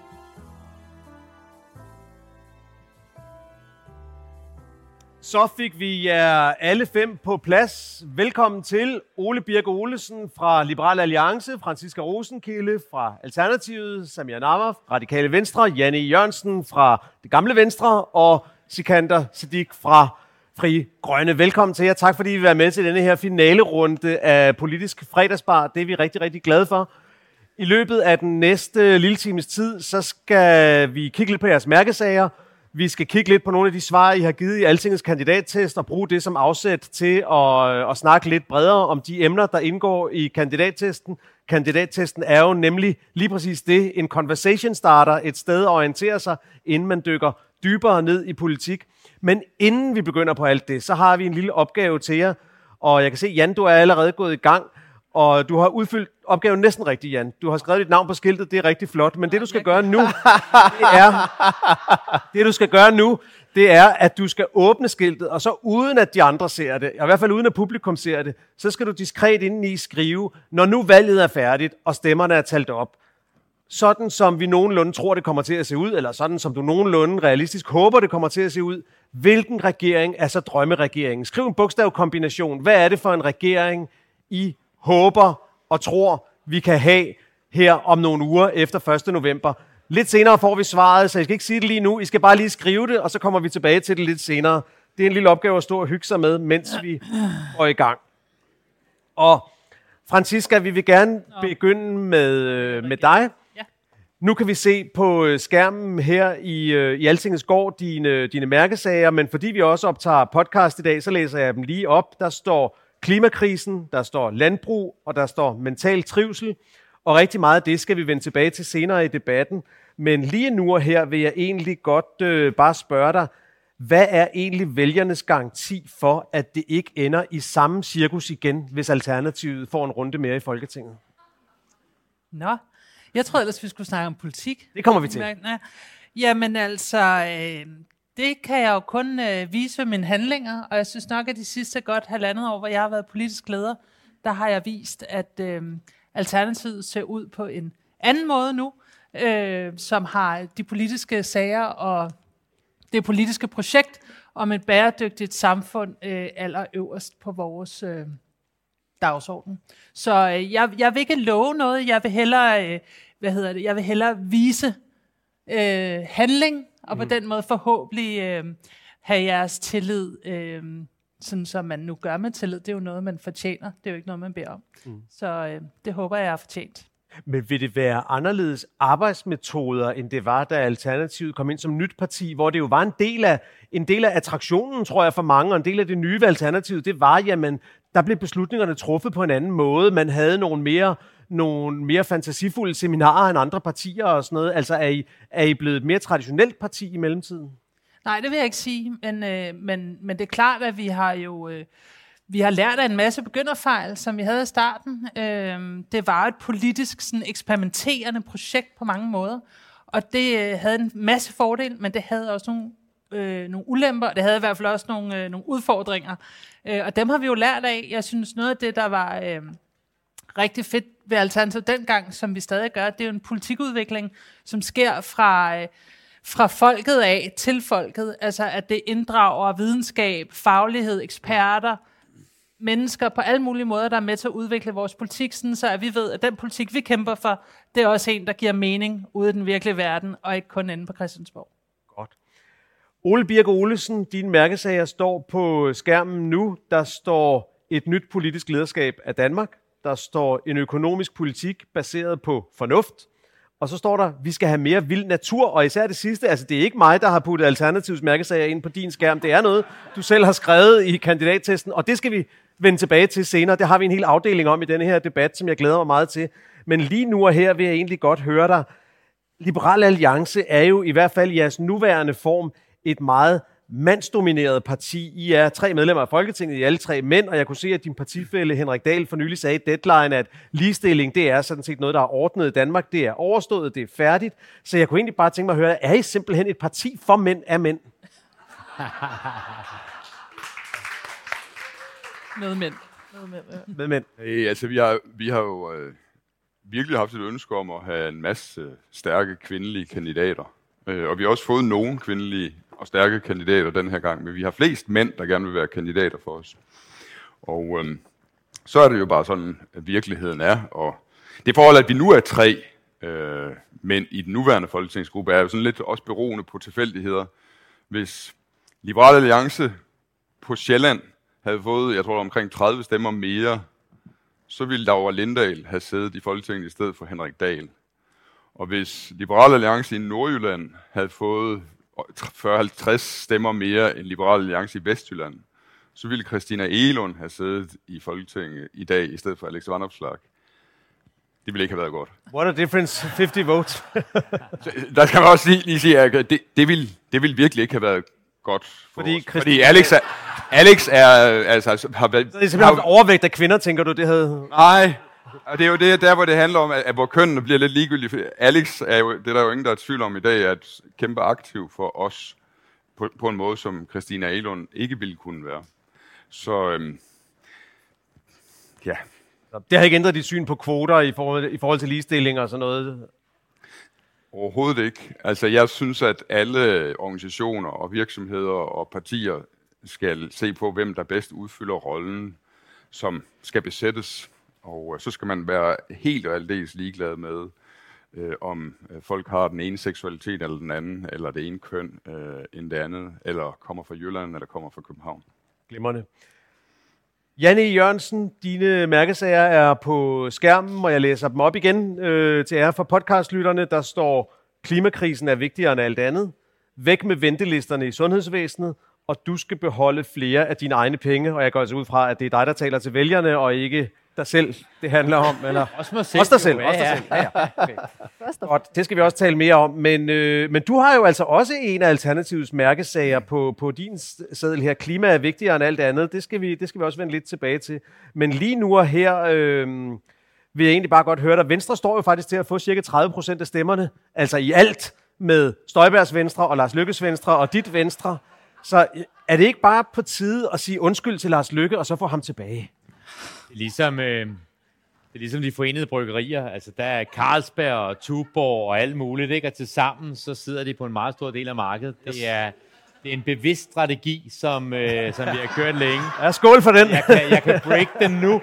Så fik vi jer alle fem på plads. Velkommen til Ole Birk Olesen fra Liberal Alliance, Franciska Rosenkilde fra Alternativet, Samir Nawa fra Radikale Venstre, Janne Jørgensen fra Det Gamle Venstre og Sikander Siddique fra Frie Grønne. Velkommen til jer. Tak fordi I vil være med til denne her finalerunde af Politisk Fredagsbar. Det er vi rigtig, rigtig glade for. I løbet af den næste lille times tid, så skal vi kigge lidt på jeres mærkesager. Vi skal kigge lidt på nogle af de svar, I har givet i Altingets kandidattest, og bruge det som afsæt til at, at snakke lidt bredere om de emner, der indgår i kandidattesten. Kandidattesten er jo nemlig lige præcis det, en conversation starter, et sted at orientere sig, inden man dykker dybere ned i politik. Men inden vi begynder på alt det, så har vi en lille opgave til jer, og jeg kan se, Jan, du er allerede gået i gang. Og du har udfyldt opgaven næsten rigtigt, Jan. Du har skrevet dit navn på skiltet, det er rigtig flot. Men det, du skal gøre nu, det er, det, du skal gøre nu, det er, at du skal åbne skiltet, og så uden at de andre ser det, og i hvert fald uden at publikum ser det, så skal du diskret indeni skrive, når nu valget er færdigt, og stemmerne er talt op. Sådan som vi nogenlunde tror, det kommer til at se ud, eller sådan som du nogenlunde realistisk håber, det kommer til at se ud. Hvilken regering er så drømmeregeringen? Skriv en bogstavkombination. Hvad er det for en regering, I håber og tror, vi kan have her om nogle uger efter første november. Lidt senere får vi svaret, så I skal ikke sige det lige nu. I skal bare lige skrive det, og så kommer vi tilbage til det lidt senere. Det er en lille opgave at stå og hygge sig med, mens vi går i gang. Og Franciska, vi vil gerne begynde med, med dig. Nu kan vi se på skærmen her i, i Altingets gård dine, dine mærkesager, men fordi vi også optager podcast i dag, så læser jeg dem lige op. Der står klimakrisen, der står landbrug, og der står mental trivsel. Og rigtig meget af det skal vi vende tilbage til senere i debatten. Men lige nu og her vil jeg egentlig godt øh, bare spørge dig, hvad er egentlig vælgernes garanti for, at det ikke ender i samme cirkus igen, hvis Alternativet får en runde mere i Folketinget? Nå, jeg troede ellers, vi skulle snakke om politik. Det kommer vi til. Ja. Jamen altså, øh, det kan jeg jo kun øh, vise mine handlinger, og jeg synes nok, at de sidste godt halvandet år, hvor jeg har været politisk leder, der har jeg vist, at øh, Alternativet ser ud på en anden måde nu, øh, som har de politiske sager og det politiske projekt om et bæredygtigt samfund øh, allerøverst på vores øh, dagsorden. Så øh, jeg, jeg vil ikke love noget, jeg vil hellere, øh, hvad hedder det, jeg vil hellere vise øh, handling, og på mm. den måde forhåbentlig øh, have jeres tillid, øh, sådan som man nu gør med tillid. Det er jo noget, man fortjener. Det er jo ikke noget, man beder om. Mm. Så øh, det håber jeg er fortjent. Men vil det være anderledes arbejdsmetoder, end det var, da Alternativet kom ind som nyt parti, hvor det jo var en del af, en del af attraktionen, tror jeg, for mange, og en del af det nye ved Alternativet, det var, jamen, der blev beslutningerne truffet på en anden måde. Man havde nogle mere, nogle mere fantasifulde seminarer end andre partier og sådan noget. Altså, er I, er I blevet et mere traditionelt parti i mellemtiden? Nej, det vil jeg ikke sige, men, øh, men, men det er klart, at vi har jo... Øh, Vi har lært af en masse begynderfejl, som vi havde i starten. Øh, det var et politisk sådan, eksperimenterende projekt på mange måder, og det øh, havde en masse fordele, men det havde også nogle, øh, nogle ulemper, og det havde i hvert fald også nogle, øh, nogle udfordringer. Øh, og dem har vi jo lært af. Jeg synes, noget af det, der var øh, rigtig fedt ved Alternativet dengang, som vi stadig gør, det er jo en politikudvikling, som sker fra... Øh, fra folket af til folket, altså at det inddrager videnskab, faglighed, eksperter, mennesker på alle mulige måder, der er med til at udvikle vores politik, sådan så at vi ved, at den politik, vi kæmper for, det er også en, der giver mening ude i den virkelige verden, og ikke kun inde på Christiansborg. Godt. Ole Birk Olesen, dine mærkesager står på skærmen nu. Der står et nyt politisk lederskab af Danmark. Der står en økonomisk politik baseret på fornuft. Og så står der, vi skal have mere vild natur, og især det sidste, altså det er ikke mig, der har puttet Alternativets mærkesager ind på din skærm. Det er noget, du selv har skrevet i kandidattesten, og det skal vi vende tilbage til senere. Det har vi en hel afdeling om i denne her debat, som jeg glæder mig meget til. Men lige nu og her vil jeg egentlig godt høre dig. Liberal Alliance er jo i hvert fald i jeres nuværende form et meget mandsdomineret parti. I er tre medlemmer af Folketinget, I er alle tre mænd, og jeg kunne se, at din partifælle Henrik Dahl for nylig sagde i Deadline, at ligestilling, det er sådan set noget, der er ordnet i Danmark. Det er overstået, det er færdigt. Så jeg kunne egentlig bare tænke mig at høre, er I simpelthen et parti for mænd af mænd? Med mænd. Med mænd. Med mænd. Hey, altså, vi har, vi har jo øh, virkelig haft et ønske om at have en masse stærke kvindelige kandidater. Øh, og vi har også fået nogle kvindelige og stærke kandidater den her gang, men vi har flest mænd, der gerne vil være kandidater for os. Og øhm, så er det jo bare sådan, at virkeligheden er, og det forhold, at vi nu er tre øh, mænd i den nuværende folketingsgruppe, er jo sådan lidt også beroende på tilfældigheder. Hvis Liberal Alliance på Sjælland havde fået, jeg tror omkring tredive stemmer mere, så ville Laura Lindahl have siddet i Folketinget i stedet for Henrik Dahl. Og hvis Liberal Alliance i Nordjylland havde fået fyrre til halvtreds stemmer mere end Liberal Alliance i Vestjylland, så ville Christina Egelund have siddet i Folketinget i dag, i stedet for Alex Vanopslagh. Det ville ikke have været godt. What a difference, halvtreds votes. Der skal man også lige, lige sige, at det, det, ville, det ville virkelig ikke have været godt for Fordi, os. Fordi Alex er, Alex er, altså, har været... Så det er simpelthen har, overvægt af kvinder, tænker du, det havde... Nej, og det er jo det, der, hvor det handler om, at, at hvor kønnene bliver lidt ligegyldige. Alex er jo, det er der jo ingen, der er tvivl om i dag, er et kæmpe aktiv for os, på, på en måde, som Christina Egelund ikke ville kunne være. Så, øhm, ja... Det har ikke ændret dit syn på kvoter i forhold, i forhold til ligestilling og sådan noget? Overhovedet ikke. Altså, jeg synes, at alle organisationer og virksomheder og partier skal se på, hvem der bedst udfylder rollen, som skal besættes. Og så skal man være helt og aldeles ligeglad med, øh, om folk har den ene seksualitet eller den anden, eller det ene køn øh, end det andet, eller kommer fra Jylland eller kommer fra København. Glimrende. Janne Jørgensen, dine mærkesager er på skærmen, og jeg læser dem op igen øh, til jer for podcastlytterne. Der står, klimakrisen er vigtigere end alt andet. Væk med ventelisterne i sundhedsvæsenet, og du skal beholde flere af dine egne penge. Og jeg går altså ud fra, at det er dig, der taler til vælgerne, og ikke dig selv, det handler om. Eller også mig selv. Også dig selv. Ja, også dig selv. Ja, ja. Okay. Godt, det skal vi også tale mere om. Men, øh, men du har jo altså også en af Alternativets mærkesager på, på din seddel her. Klima er vigtigere end alt andet. Det skal vi, det skal vi også vende lidt tilbage til. Men lige nu og her, øh, vil jeg egentlig bare godt høre dig. Venstre står jo faktisk til at få cirka tredive procent af stemmerne, altså i alt med Støjbergs Venstre og Lars Løkkes Venstre og dit Venstre. Så er det ikke bare på tide at sige undskyld til Lars Løkke og så få ham tilbage? Det er ligesom, øh, det er ligesom de forenede bryggerier. Altså, der er Carlsberg og Tuborg og alt muligt, ikke? Og til sammen så sidder de på en meget stor del af markedet. Det er, det er en bevidst strategi, som, øh, som vi har kørt længe. Ja, skål for den. Jeg kan, jeg kan break den nu.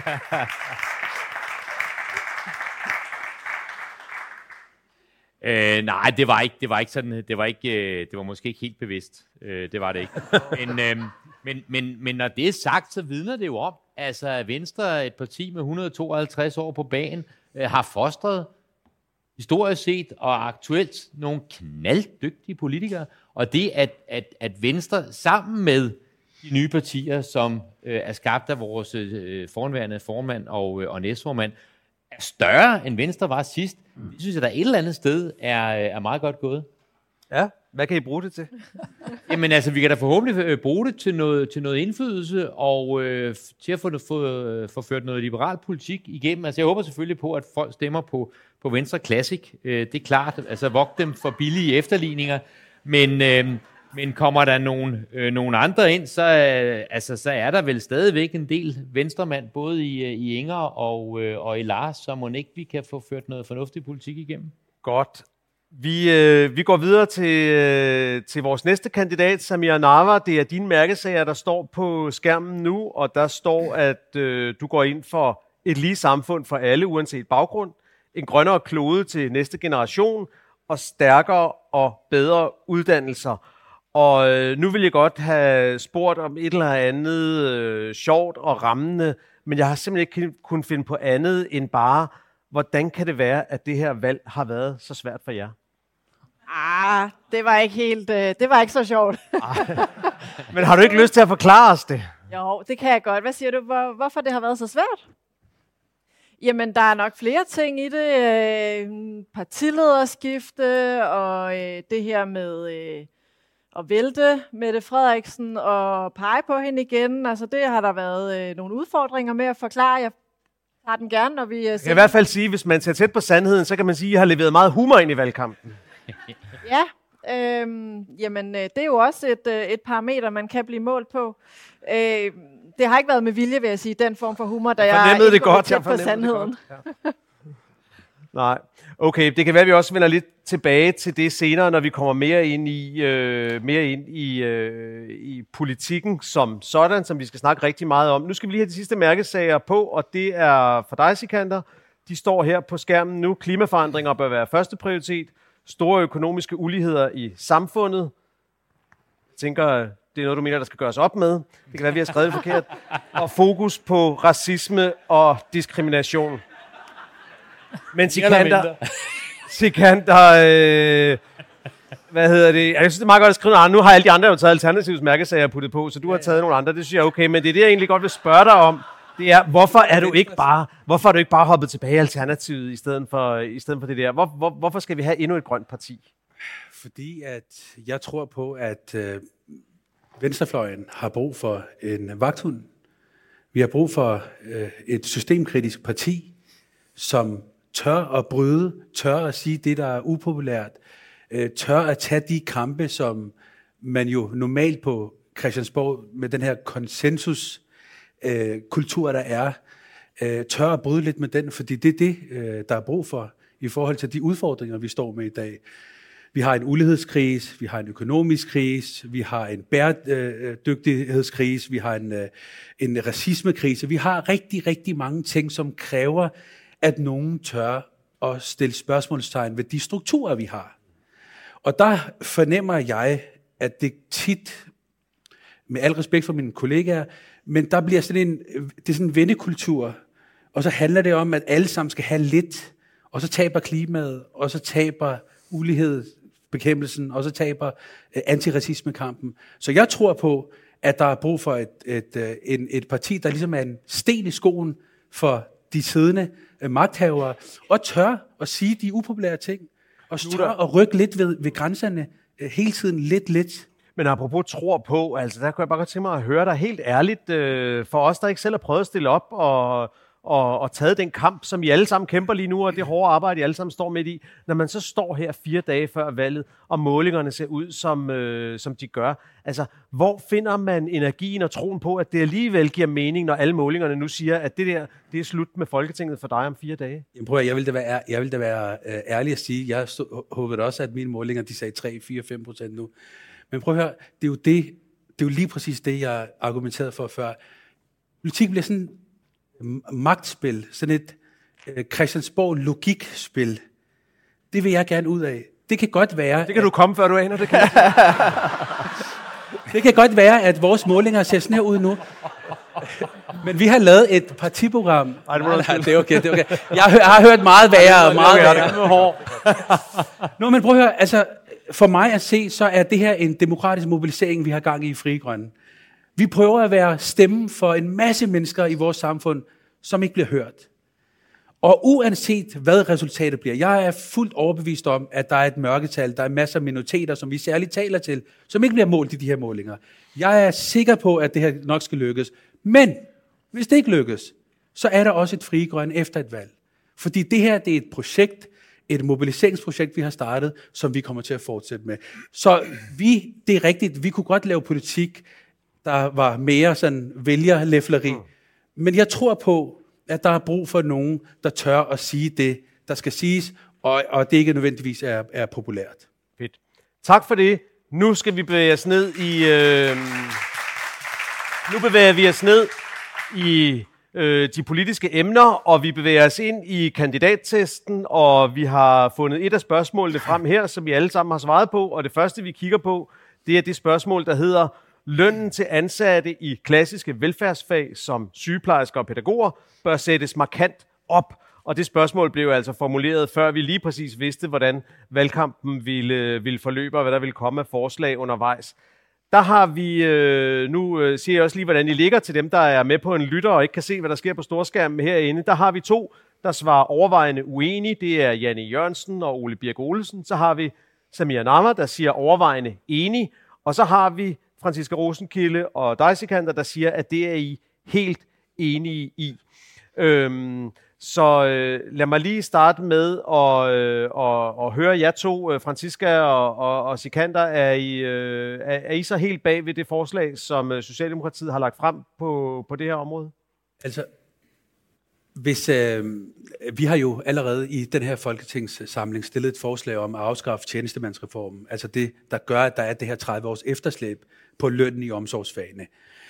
Øh, nej, det var ikke, det var ikke sådan, det var ikke, øh, det var måske ikke helt bevidst. Øh, det var det ikke. Men, øh, men, men, men når det er sagt, så vidner det jo om, altså at Venstre, et parti med et hundrede og tooghalvtreds år på bagen, øh, har fostret historisk set og aktuelt nogle knalddygtige politikere. Og det, at, at, at Venstre sammen med de nye partier, som øh, er skabt af vores øh, forhenværende formand og, øh, og næstformand, er større end Venstre var sidst. Det synes jeg, der et eller andet sted er, er meget godt gået. Ja, hvad kan I bruge det til? Jamen altså, vi kan da forhåbentlig bruge det til noget, til noget indflydelse og øh, til at få, få, få ført noget liberal politik igennem. Altså jeg håber selvfølgelig på, at folk stemmer på, på Venstre Classic. Øh, det er klart, altså vogt dem for billige efterligninger. Men, øh, men kommer der nogen, øh, nogen andre ind, så, øh, altså, så er der vel stadigvæk en del venstremand, både i, i Inger og, øh, og i Lars, så må ikke vi kan få ført noget fornuftig politik igennem. Godt. Vi, øh, vi går videre til, øh, til vores næste kandidat, Samira Nawa. Det er dine mærkesager, der står på skærmen nu, og der står, at øh, du går ind for et lige samfund for alle, uanset baggrund, en grønnere klode til næste generation, og stærkere og bedre uddannelser. Og øh, nu vil jeg godt have spurgt om et eller andet øh, sjovt og rammende, men jeg har simpelthen ikke kunnet finde på andet end bare, hvordan kan det være, at det her valg har været så svært for jer? Ah, det var ikke helt, øh, det var ikke så sjovt. Men har du ikke lyst til at forklare os det? Jo, det kan jeg godt. Hvad siger du? Hvor, hvorfor det har været så svært? Jamen, der er nok flere ting i det. Øh, partilederskifte og øh, det her med øh, at vælte Mette Frederiksen og pege på hende igen. Altså, det har der været øh, nogle udfordringer med at forklare. Jeg har den gerne, når vi... Øh, jeg kan i hvert fald sige, hvis man ser tæt på sandheden, så kan man sige, at I har leveret meget humor ind i valgkampen. Ja, øhm, jamen det er jo også et, et parameter, man kan blive målt på. Øh, det har ikke været med vilje, vil jeg sige, den form for humor, der jeg, jeg det godt, tæt på sandheden. Ja. Nej, okay, det kan være, at vi også vender lidt tilbage til det senere, når vi kommer mere ind i, øh, mere ind i, øh, i politikken som sådan, som vi skal snakke rigtig meget om. Nu skal vi lige have de sidste mærkesager på, og det er for dig, Sikander. De står her på skærmen nu. Klimaforandringer bør være første prioritet. Store økonomiske uligheder i samfundet. Jeg tænker, det er noget, du mener, der skal gøres op med. Det kan være, vi har skrevet det forkert. Og fokus på racisme og diskrimination. Men Sikander... Sikander... Øh, hvad hedder det? Jeg synes, det er meget godt at skrive noget andet. Nu har alle de andre jo taget Alternativets mærkesager puttet på, så du har taget nogle andre. Det synes jeg er okay. Men det er det, jeg egentlig godt vil spørge dig om. Det er, hvorfor er du ikke bare, hvorfor er du ikke bare hoppet tilbage i Alternativet i stedet for, i stedet for det der? Hvor, hvor, hvorfor skal vi have endnu et grønt parti? Fordi at jeg tror på, at øh, venstrefløjen har brug for en vagthund. Vi har brug for øh, et systemkritisk parti, som tør at bryde, tør at sige det, der er upopulært, øh, tør at tage de kampe, som man jo normalt på Christiansborg med den her konsensus Øh, kultur, der er, øh, tør at bryde lidt med den, fordi det er det, øh, der er brug for i forhold til de udfordringer, vi står med i dag. Vi har en ulighedskrise, vi har en økonomisk krise, vi har en bæredygtighedskrise, vi har en, øh, en racismekrise. Vi har rigtig, rigtig mange ting, som kræver, at nogen tør at stille spørgsmålstegn ved de strukturer, vi har. Og der fornemmer jeg, at det tit, med al respekt for mine kollegaer, men der bliver sådan en, det er sådan en vennekultur, og så handler det om, at alle sammen skal have lidt, og så taber klimaet, og så taber ulighedsbekæmpelsen, og så taber uh, antiracismekampen. Så jeg tror på, at der er brug for et, et, et, et, et parti, der ligesom er en sten i skoen for de siddende uh, magthavere, og tør at sige de upopulære ting, og tør at rykke lidt ved, ved grænserne, uh, hele tiden lidt, lidt. Men apropos tror på, altså der kunne jeg bare godt tænke mig at høre dig helt ærligt, øh, for os, der ikke selv har prøvet at stille op og, og, og taget den kamp, som I alle sammen kæmper lige nu, og det hårde arbejde, I alle sammen står midt i. Når man så står her fire dage før valget, og målingerne ser ud, som, øh, som de gør. Altså, hvor finder man energien og troen på, at det alligevel giver mening, når alle målingerne nu siger, at det der, det er slut med Folketinget for dig om fire dage? Jamen, prøv at, jeg vil da være, jeg vil da være øh, ærlig at sige, jeg stod, håbede også, at mine målinger, de sagde tre, fire, fem procent nu. Men prøv at høre, det er jo det, det er jo lige præcis det, jeg argumenterede for før. Politik bliver sådan magtspil, sådan et øh, Christiansborg-logikspil. Det vil jeg gerne ud af. Det kan godt være... Det kan du komme, før du aner det, kan. Det kan godt være, at vores målinger ser sådan her ud nu. Men vi har lavet et partiprogram. Ej, det, nej, nej, det er okay, det er okay. Jeg har, har hørt meget værre, meget værre. Nå, men prøv at høre, altså, for mig at se, så er det her en demokratisk mobilisering, vi har gang i i Frie Grønne. Vi prøver at være stemmen for en masse mennesker i vores samfund, som ikke bliver hørt. Og uanset hvad resultatet bliver, jeg er fuldt overbevist om, at der er et mørketal, der er masser af minoriteter, som vi særligt taler til, som ikke bliver målt i de her målinger. Jeg er sikker på, at det her nok skal lykkes. Men hvis det ikke lykkes, så er der også et Frie Grønne efter et valg. Fordi det her, det er et projekt, et mobiliseringsprojekt, vi har startet, som vi kommer til at fortsætte med. Så vi, det er rigtigt, vi kunne godt lave politik, der var mere sådan vælgerlæfleri. Mm. Men jeg tror på, at der er brug for nogen, der tør at sige det, der skal siges, og, og det ikke nødvendigvis er, er populært. Fedt. Tak for det. Nu skal vi bevæge os ned i... Øh, nu bevæger vi os ned i øh, de politiske emner, og vi bevæger os ind i kandidattesten, og vi har fundet et af spørgsmålene frem her, som vi alle sammen har svaret på, og det første, vi kigger på, det er det spørgsmål, der hedder: lønnen til ansatte i klassiske velfærdsfag som sygeplejersker og pædagoger bør sættes markant op. Og det spørgsmål blev altså formuleret, før vi lige præcis vidste, hvordan valgkampen ville, ville forløbe, og hvad der ville komme af forslag undervejs. Der har vi, øh, nu øh, siger jeg også lige, hvordan I ligger til dem, der er med på en lytter og ikke kan se, hvad der sker på storskærmen herinde. Der har vi to, der svarer overvejende uenige. Det er Janne Jørgensen og Ole Birk Olesen. Så har vi Samira Nawa, der siger overvejende enig. Og så har vi Franciska Rosenkilde og dig, Sikander, der siger, at det er I helt enige i. Øhm, så øh, lad mig lige starte med at, øh, og, og høre jer to, Franciska og, og, og Sikander. Er I, øh, er, er I så helt bag ved det forslag, som øh, Socialdemokratiet har lagt frem på, på det her område? Altså, hvis, øh, vi har jo allerede i den her folketingssamling stillet et forslag om at afskaffe tjenestemandsreformen. Altså det, der gør, at der er det her tredive års efterslæb på lønnen i omsorgsfagene.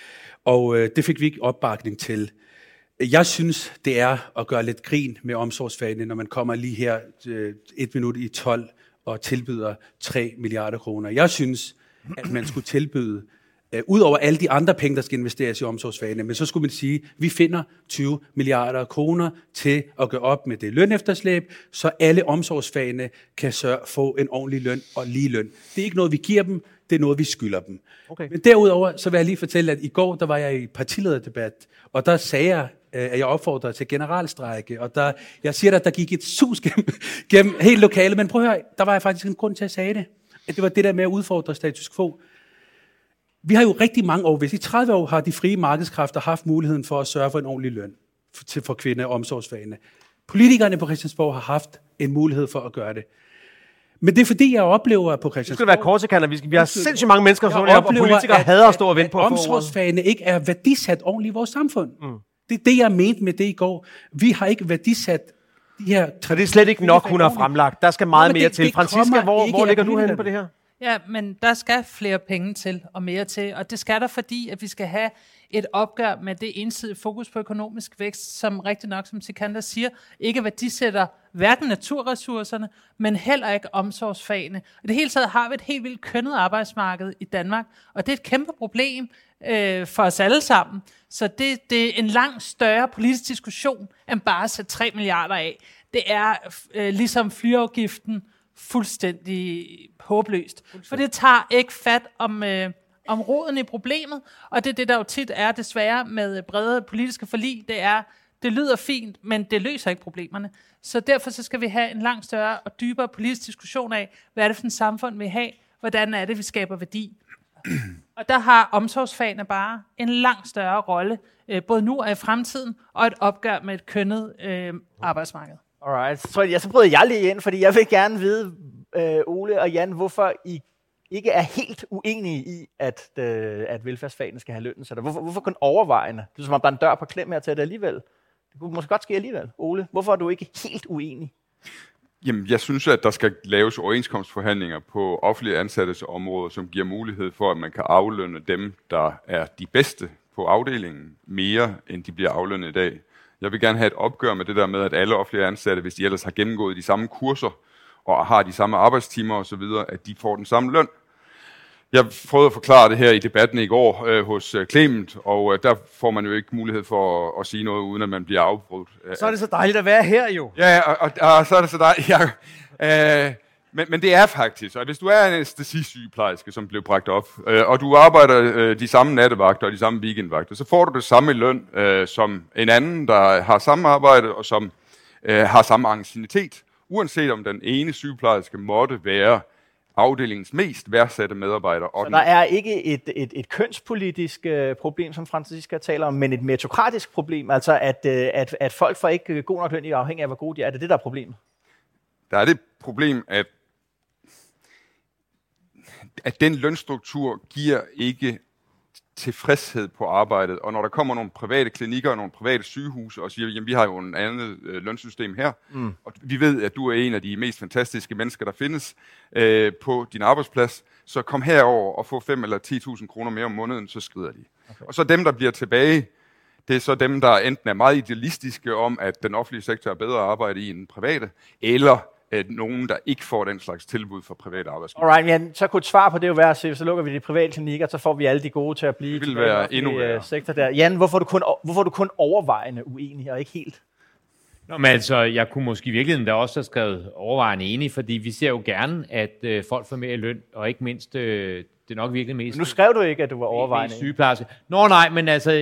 Og øh, det fik vi ikke opbakning til. Jeg synes, det er at gøre lidt grin med omsorgsfagene, når man kommer lige her øh, et minut i tolv og tilbyder tre milliarder kroner. Jeg synes, at man skulle tilbyde, øh, ud over alle de andre penge, der skal investeres i omsorgsfagene, men så skulle man sige, at vi finder tyve milliarder kroner til at gøre op med det lønefterslæb, så alle omsorgsfagene kan sørge, få en ordentlig løn og lige løn. Det er ikke noget, vi giver dem, det er noget, vi skylder dem. Okay. Men derudover, så vil jeg lige fortælle, at i går, der var jeg i partilederdebat, og der sagde jeg, at jeg opfordrede til generalstrejke, og der, jeg siger, at der gik et sus gennem, gennem helt lokale, men prøv at høre, der var jeg faktisk en grund til at sige det, at det var det der med at udfordre status quo. Vi har jo rigtig mange år, hvis i tredive år har de frie markedskræfter haft muligheden for at sørge for en ordentlig løn for, for kvinder- og omsorgsfagene. Politikerne på Christiansborg har haft en mulighed for at gøre det. Men det er fordi, jeg oplever på Christiansborg... Det skal være kortekander. Vi, vi har sindssygt mange mennesker, som er, og politikere at, hader at stå og vente på at få ordet. Omsorgsfagene ikke er værdisat ordentligt i vores samfund. Mm. Det er det, jeg mente med det i går. Vi har ikke værdisat de her... Så det er slet ikke nok, hun har fremlagt. Der skal meget mere til. Franciska, hvor, hvor ligger du henne på det her? Ja, men der skal flere penge til og mere til, og det skal der, fordi at vi skal have et opgør med det ensidige fokus på økonomisk vækst, som rigtig nok, som Sikander siger, ikke værdisætter hverken naturressourcerne, men heller ikke omsorgsfagene. Og det hele taget har vi et helt vildt kønnet arbejdsmarked i Danmark, og det er et kæmpe problem øh, for os alle sammen. Så det, det er en langt større politisk diskussion, end bare at sætte tre milliarder af. Det er øh, ligesom flyafgiften, fuldstændig håbløst. For det tager ikke fat om, øh, om roden i problemet, og det er det, der jo tit er desværre med brede politiske forlig, det er, det lyder fint, men det løser ikke problemerne. Så derfor så skal vi have en langt større og dybere politisk diskussion af, hvad er det for en samfund vi har, hvordan er det, vi skaber værdi. Og der har omsorgsfagene bare en langt større rolle, øh, både nu og i fremtiden, og et opgør med et kønnet øh, arbejdsmarked. Alright, så jeg så bryder jeg lige ind, fordi jeg vil gerne vide, øh, Ole og Jan, hvorfor I ikke er helt uenige i, at, øh, at velfærdsfagene skal have lønnen. Så der. Hvorfor, hvorfor kun overvejende? Det er som om der er en dør på klem her til det alligevel. Det kunne måske godt ske alligevel. Ole, hvorfor er du ikke helt uenig? Jamen, jeg synes, at der skal laves overenskomstforhandlinger på offentlige ansattes områder, som giver mulighed for, at man kan aflønne dem, der er de bedste på afdelingen, mere end de bliver aflønnet i dag. Jeg vil gerne have et opgør med det der med, at alle offentlige ansatte, hvis de ellers har gennemgået de samme kurser, og har de samme arbejdstimer osv., at de får den samme løn. Jeg prøvede at forklare det her i debatten i går øh, hos øh, Clement, og øh, der får man jo ikke mulighed for at, at sige noget, uden at man bliver afbrudt. Så er det så dejligt at være her jo. Ja, og, og, og så er det så dejligt. Ja, øh, men, men det er faktisk, og hvis du er en anæstesisygeplejerske, som blev bragt op, øh, og du arbejder øh, de samme nattevagter og de samme weekendvagter, så får du det samme løn øh, som en anden, der har samme arbejde og som øh, har samme anciennitet, uanset om den ene sygeplejerske måtte være afdelingens mest værdsatte medarbejdere. Så der er ikke et, et, et kønspolitisk øh, problem, som Franciska taler om, men et meritokratisk problem, altså at, øh, at, at folk får ikke god nok løn i afhængig af, hvor gode de er. Er det det, der er problemet? Der er det problem, at, at den lønstruktur giver ikke tilfredshed på arbejdet, og når der kommer nogle private klinikker og nogle private sygehuse og siger, jamen vi har jo en andet øh, lønsystem her, mm. og vi ved, at du er en af de mest fantastiske mennesker, der findes øh, på din arbejdsplads, så kom herover og få fem eller ti tusind kroner mere om måneden, så skrider de. Okay. Og så dem, der bliver tilbage, det er så dem, der enten er meget idealistiske om, at den offentlige sektor er bedre at arbejde i end den private, eller at nogen, der ikke får den slags tilbud fra private arbejdsgivere. Alright, Jan, så kunne et svar på det jo være, at så lukker vi de private klinikker, så får vi alle de gode til at blive det vil være endnu i sektor der. Jan, hvorfor er, du kun, hvorfor er du kun overvejende uenig og ikke helt? Nå, men altså, jeg kunne måske i virkeligheden da også have skrevet overvejende enig, fordi vi ser jo gerne, at øh, folk får mere i løn, og ikke mindst, øh, det er nok virkelig mest... Men nu skrev du ikke, at du var overvejende sygeplejerske. Nå nej, men altså,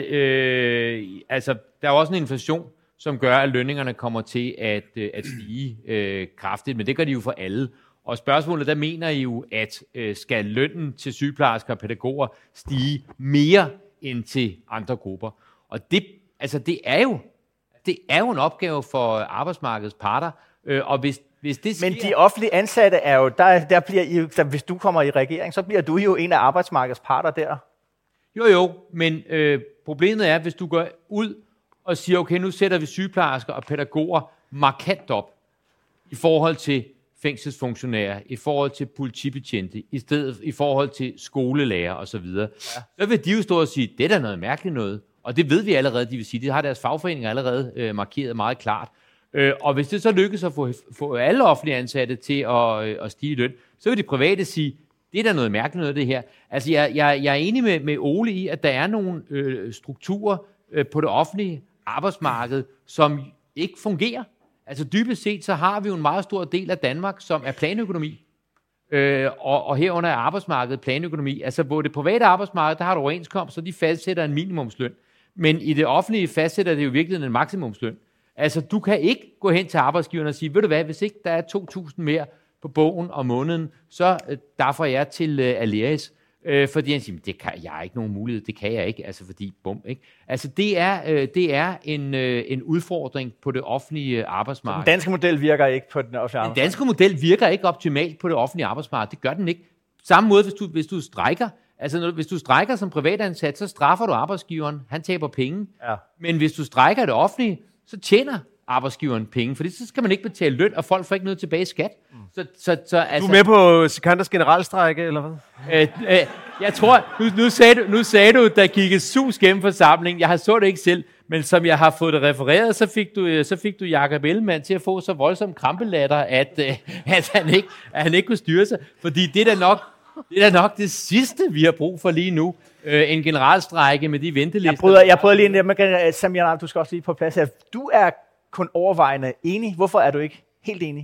øh, altså, der er også en inflation, som gør, at lønningerne kommer til at, øh, at stige øh, kraftigt, men det gør de jo for alle. Og spørgsmålet, der mener I jo, at øh, skal lønnen til sygeplejersker og pædagoger stige mere end til andre grupper? Og det, altså, det er jo det er jo en opgave for arbejdsmarkedets parter, øh, og hvis Hvis det sker... Men de offentlige ansatte er jo, der, der bliver I, der, hvis du kommer i regering, så bliver du jo en af arbejdsmarkedets parter der. Jo jo, men øh, problemet er, hvis du går ud og siger, okay, nu sætter vi sygeplejersker og pædagoger markant op i forhold til fængselsfunktionærer, i forhold til politibetjente, i stedet i forhold til skolelærer osv., ja. Så vil de jo stå og sige, det er da noget mærkeligt noget. Og det ved vi allerede, de vil sige. Det har deres fagforeninger allerede øh, markeret meget klart. Øh, og hvis det så lykkes at få, få alle offentlige ansatte til at, øh, at stige i løn, så vil de private sige, det er da noget mærkeligt noget, det her. Altså, jeg, jeg, jeg er enig med, med Ole i, at der er nogle øh, strukturer øh, på det offentlige arbejdsmarked, som ikke fungerer. Altså, dybest set, så har vi jo en meget stor del af Danmark, som er planøkonomi. Øh, og, og herunder er arbejdsmarkedet planøkonomi. Altså, på det private arbejdsmarked, der har du overenskomst, så de fastsætter en minimumsløn. Men i det offentlige fastsætter det jo virkelig en maksimumsløn. Altså, du kan ikke gå hen til arbejdsgiveren og sige, ved du hvad, hvis ikke der er to tusind mere på bogen om måneden, så øh, derfor jeg til øh, Aleris. Øh, fordi han siger, det kan jeg ikke nogen mulighed, det kan jeg ikke, altså fordi bum, ikke? Altså, det er, øh, det er en, øh, en udfordring på det offentlige arbejdsmarked. Den danske model virker ikke på den offentlige arbejdsmarked. Den danske model virker ikke optimalt på det offentlige arbejdsmarked, det gør den ikke. Samme måde, hvis du, hvis du strækker, altså når, hvis du strækker som privatansat, så straffer du arbejdsgiveren, han taber penge. Ja. Men hvis du strækker det offentlige, så tjener arbejdsgiveren penge, for så skal man ikke betale løn, og folk får ikke noget tilbage i skat. Mm. Så, så, så, altså, du er med på Sikanders generalstrække, eller hvad? Øh, øh, jeg tror, nu, nu, sagde du, nu sagde du, der gik et sus gennem forsamlingen. Jeg har så det ikke selv, men som jeg har fået det refereret, så fik du, så fik du Jakob Ellemann til at få så voldsom krampelatter, at, øh, at, han ikke, at han ikke kunne styre sig. Fordi det er da nok det, er da nok det sidste, vi har brug for lige nu. Øh, en generalstrække med de ventelister. Jeg bryder, jeg bryder lige ind. Samir, du skal også lige på plads her. Du er kun overvejende enig. Hvorfor er du ikke helt enig?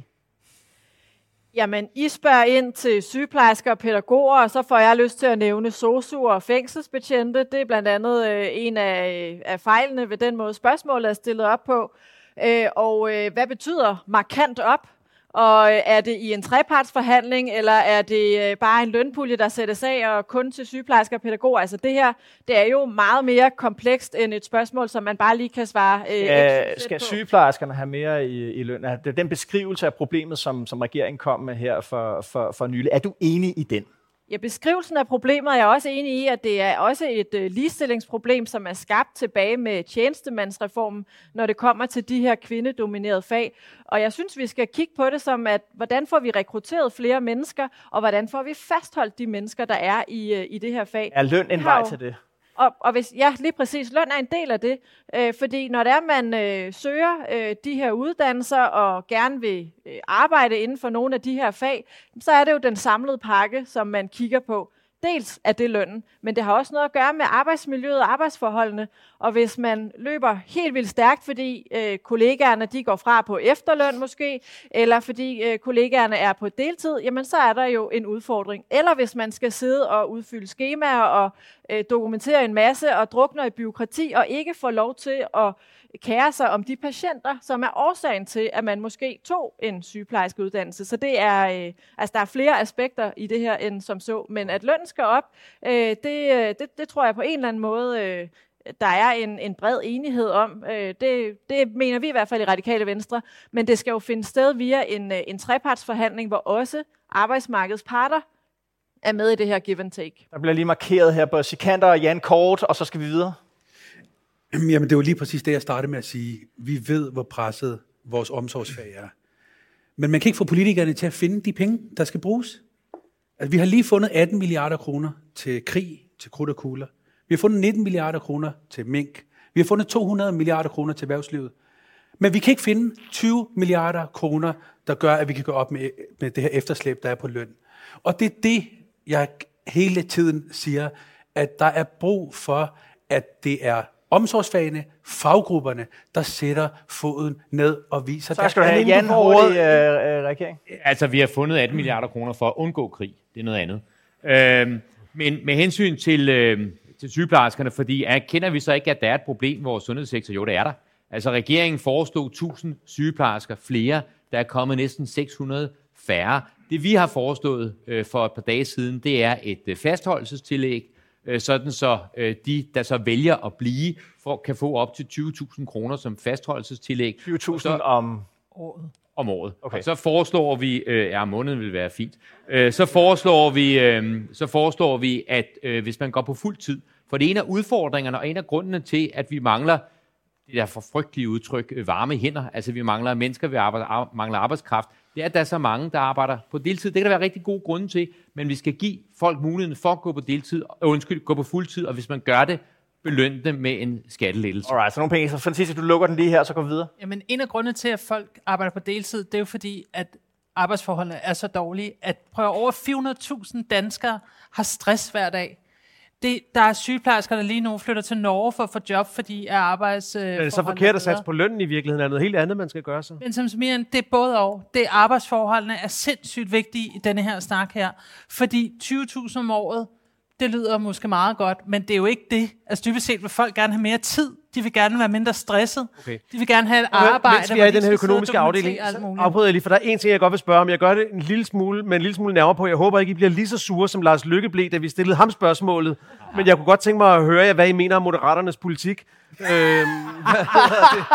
Jamen, I spørger ind til sygeplejersker og pædagoger, og så får jeg lyst til at nævne sosuer og fængselsbetjente. Det er blandt andet øh, en af, af fejlene ved den måde, spørgsmålet er stillet op på. Øh, og øh, hvad betyder markant op? Og øh, er det i en trepartsforhandling, eller er det øh, bare en lønpulje, der sættes af, og kun til sygeplejersker og pædagoger? Altså det her, det er jo meget mere komplekst end et spørgsmål, som man bare lige kan svare øh, Skal, skal sygeplejerskerne have mere i, i løn? Det er den beskrivelse af problemet, som, som regeringen kom med her for, for, for nylig. Er du enig i den? Ja, beskrivelsen af problemet er jeg også enig i, at det er også et øh, ligestillingsproblem, som er skabt tilbage med tjenestemandsreformen, når det kommer til de her kvindedominerede fag. Og jeg synes, vi skal kigge på det som, at hvordan får vi rekrutteret flere mennesker, og hvordan får vi fastholdt de mennesker, der er i, øh, i det her fag. Er løn en vej til det? Og, og hvis, ja, lige præcis. Løn er en del af det, øh, fordi når det er, man øh, søger øh, de her uddannelser og gerne vil øh, arbejde inden for nogle af de her fag, så er det jo den samlede pakke, som man kigger på. Dels er det lønnen, men det har også noget at gøre med arbejdsmiljøet og arbejdsforholdene. Og hvis man løber helt vildt stærkt, fordi øh, kollegaerne de går fra på efterløn måske, eller fordi øh, kollegaerne er på deltid, jamen så er der jo en udfordring. Eller hvis man skal sidde og udfylde skemaer og øh, dokumentere en masse og drukner i bureaukrati og ikke får lov til at kære sig om de patienter, som er årsagen til, at man måske tog en sygeplejerskeuddannelse. Så det er, øh, altså der er flere aspekter i det her end som så, men at lønnen skal op, øh, det, det, det tror jeg på en eller anden måde, øh, der er en, en bred enighed om. Øh, det, det mener vi i hvert fald i Radikale Venstre, men det skal jo finde sted via en, en trepartsforhandling, hvor også arbejdsmarkedets parter er med i det her give and take. Der bliver lige markeret her på Sikander og Jan kort, og så skal vi videre. Jamen, det var lige præcis det, jeg startede med at sige. Vi ved, hvor presset vores omsorgsfag er. Men man kan ikke få politikerne til at finde de penge, der skal bruges. Altså, vi har lige fundet atten milliarder kroner til krig, til krudt og kugler. Vi har fundet nitten milliarder kroner til mink. Vi har fundet to hundrede milliarder kroner til erhvervslivet. Men vi kan ikke finde tyve milliarder kroner, der gør, at vi kan gå op med, med det her efterslæb, der er på løn. Og det er det, jeg hele tiden siger, at der er brug for, at det er omsorgsfagene, faggrupperne, der sætter foden ned og viser... Så skal du have Jan hurtigt, øh, regering. Altså, vi har fundet atten milliarder kroner for at undgå krig. Det er noget andet. Øhm, men med hensyn til, øh, til sygeplejerskerne, fordi erkender vi så ikke, at der er et problem i vores sundhedssektor? Jo, det er der. Altså, regeringen foreslog tusind sygeplejersker flere. Der er kommet næsten seks hundrede færre. Det, vi har foreslået øh, for et par dage siden, det er et øh, fastholdelsestillæg, sådan så øh, de, der så vælger at blive, for, kan få op til tyve tusind kroner som fastholdelsestillæg. tyve tusind om året. Om året. Okay. Så foreslår vi, øh, ja, måneden vil være fint, øh, så, foreslår vi, øh, så foreslår vi, at øh, hvis man går på fuld tid, for det ene af udfordringerne og en af grundene til, at vi mangler det der for frygtelige udtryk, øh, varme hænder, altså vi mangler mennesker, vi arbejder, ar- mangler arbejdskraft, det er, at der er så mange, der arbejder på deltid. Det kan der være rigtig gode grunde til, men vi skal give folk muligheden for at gå på deltid, øh, undskyld, gå på fuldtid, og hvis man gør det, belønne dem med en skattelettelse. Alright, så nogle penge. Så Franciska, du lukker den lige her, så går vi videre. Jamen, en af grundene til, at folk arbejder på deltid, det er jo fordi, at arbejdsforholdene er så dårlige, at prøv over fire hundrede tusind danskere har stress hver dag. Det, der er sygeplejersker, der lige nu flytter til Norge for at få job, fordi er arbejds... Øh, er det så forkert at satse på lønnen i virkeligheden? Er noget helt andet, man skal gøre så? Men som Smiren, det er både og. Det er arbejdsforholdene er sindssygt vigtige i denne her snak her. Fordi tyve tusind om året, det lyder måske meget godt, men det er jo ikke det. Altså dybest set vil folk gerne have mere tid. De vil gerne være mindre stresset. Okay. De vil gerne have et arbejde, mens vi er i den her økonomiske afdeling, afbryder jeg lige, for der er en ting, jeg godt vil spørge om. Jeg gør det en lille smule, men en lille smule nærmere på. Jeg håber ikke, I bliver lige så sure, som Lars Løkke blev, da vi stillede ham spørgsmålet. Men jeg kunne godt tænke mig at høre jer, hvad I mener om Moderaternes politik. øhm, hvad hedder det?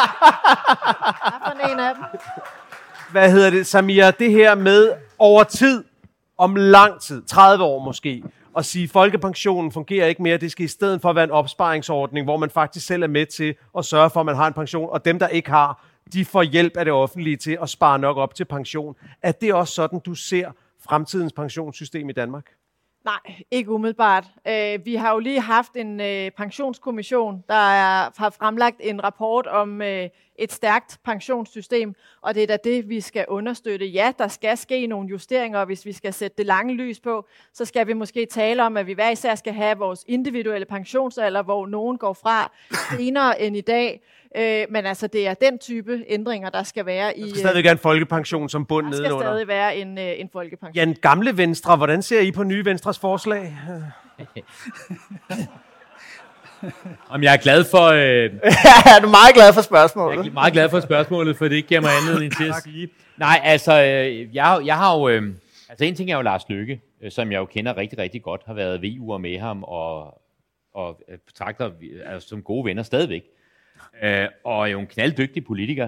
en af dem. Hvad hedder det, Samira? Det her med over tid, om lang tid, tredive år måske, og sige, at folkepensionen fungerer ikke mere. Det skal i stedet for være en opsparingsordning, hvor man faktisk selv er med til at sørge for, at man har en pension, og dem, der ikke har, de får hjælp af det offentlige til at spare nok op til pension. Er det også sådan, du ser fremtidens pensionssystem i Danmark? Nej, ikke umiddelbart. Uh, vi har jo lige haft en uh, pensionskommission, der er, har fremlagt en rapport om uh, et stærkt pensionssystem, og det er da det, vi skal understøtte. Ja, der skal ske nogle justeringer, og hvis vi skal sætte det lange lys på, så skal vi måske tale om, at vi hver især skal have vores individuelle pensionsalder, hvor nogen går fra senere end i dag. Øh, men altså, det er den type ændringer, der skal være i... Der skal stadig være en folkepension som bund nedenunder. Der skal stadig være en, øh, en folkepension. Jan, gamle Venstre, hvordan ser I på nye Venstres forslag? Om jeg er glad for... Øh, ja, du er meget glad for spørgsmålet. Jeg er meget glad for spørgsmålet, for det ikke giver mig anledning til at sige. Nej, altså, øh, jeg, jeg har jo... Øh, altså, en ting er jo Lars Løkke, øh, som jeg jo kender rigtig, rigtig godt, har været V U'er med ham, og, og betragter altså, som gode venner stadigvæk. Øh, og er jo en knalddygtig politiker.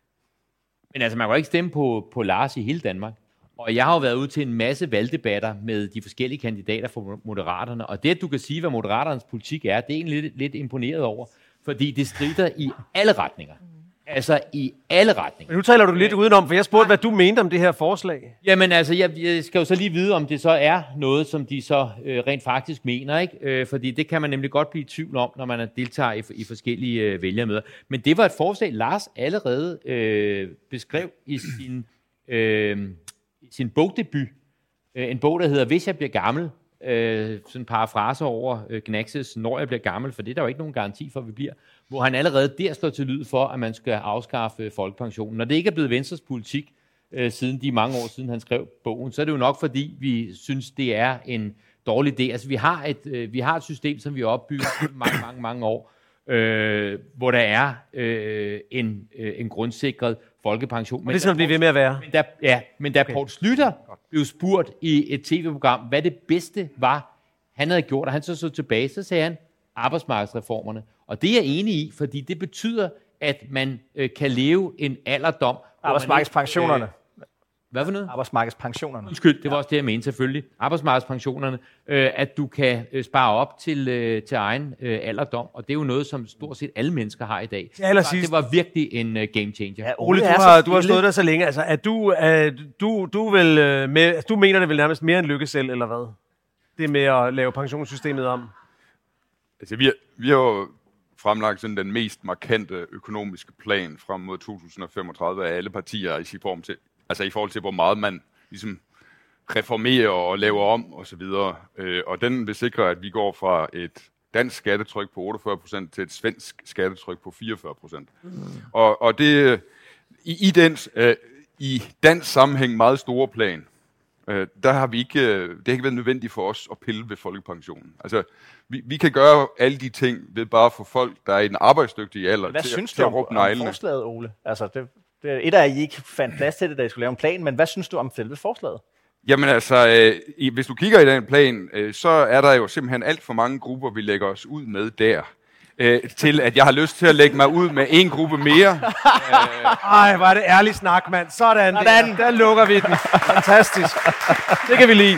Men altså, man kan jo ikke stemme på, på Lars i hele Danmark. Og jeg har jo været ude til en masse valgdebatter med de forskellige kandidater for Moderaterne, og det, at du kan sige, hvad Moderaternes politik er, det er egentlig lidt, lidt imponeret over, fordi det strider i alle retninger. Altså i alle retninger. Men nu taler du lidt udenom, for jeg spurgte, hvad du mente om det her forslag. Jamen altså, jeg, jeg skal jo så lige vide, om det så er noget, som de så øh, rent faktisk mener, ikke? Øh, fordi det kan man nemlig godt blive i tvivl om, når man deltager i, i forskellige øh, vælgermøder. Men det var et forslag, Lars allerede øh, beskrev i sin... Øh, sin bogdebut, øh, en bog, der hedder Hvis jeg bliver gammel, øh, sådan en parafrase over øh, Gnaxes Når jeg bliver gammel, for det er der jo ikke nogen garanti for, at vi bliver, hvor han allerede der slår til lyd for, at man skal afskaffe øh, folkepensionen. Når det ikke er blevet Venstres politik, øh, siden de mange år siden han skrev bogen, så er det jo nok, fordi vi synes, det er en dårlig idé. Altså, vi har et, øh, vi har et system, som vi har opbygget mange, mange, mange år, øh, hvor der er øh, en, øh, en grundsikret folkepension. Og det skal man blive ved med at være. Men da, ja, men da okay. Poul Schlüter blev spurgt i et tv-program, hvad det bedste var, han havde gjort, og han så så tilbage, så sagde han arbejdsmarkedsreformerne. Og det er jeg enig i, fordi det betyder, at man øh, kan leve en alderdom. Arbejdsmarkedspensionerne. Øh, Hvad for noget? Arbejdsmarkedspensionerne. Undskyld, det var også det, jeg mente selvfølgelig. Arbejdsmarkedspensionerne, øh, at du kan øh, spare op til, øh, til egen øh, alderdom, og det er jo noget, som stort set alle mennesker har i dag. Så det var virkelig en uh, game changer. Ja, Ole, du har, du har stået der så længe. Altså, er du, er, du, du, vil, øh, med, du mener det vel nærmest mere end Lykke selv, eller hvad? Det med at lave pensionssystemet om? Altså, vi har, vi har jo fremlagt sådan den mest markante økonomiske plan frem mod to tusind og femogtredive af alle partier i form til, altså i forhold til, hvor meget man ligesom reformerer og laver om og så videre. Øh, og den vil sikre, at vi går fra et dansk skattetryk på otteogfyrre procent til et svensk skattetryk på fireogfyrre procent. Mm. Og, og det i, i den øh, i dansk sammenhæng meget store plan, øh, der har vi ikke, det har ikke været nødvendigt for os at pille ved folkepensionen. Altså, vi, vi kan gøre alle de ting ved bare at få folk, der er i den arbejdsdygtige alder, hvad til, synes til du at råbe om, neglene. om forslaget, Ole? Altså, det, det er et af, at I ikke fandt plads til det, da I skulle lave en plan, men hvad synes du om selve forslaget? Jamen altså, øh, i, hvis du kigger i den plan, øh, så er der jo simpelthen alt for mange grupper, vi lægger os ud med der. Øh, til at jeg har lyst til at lægge mig ud med en gruppe mere. Ej, hvor er det ærlig snak, mand. Sådan, Sådan. Der, der lukker vi den. Fantastisk. Det kan vi lide.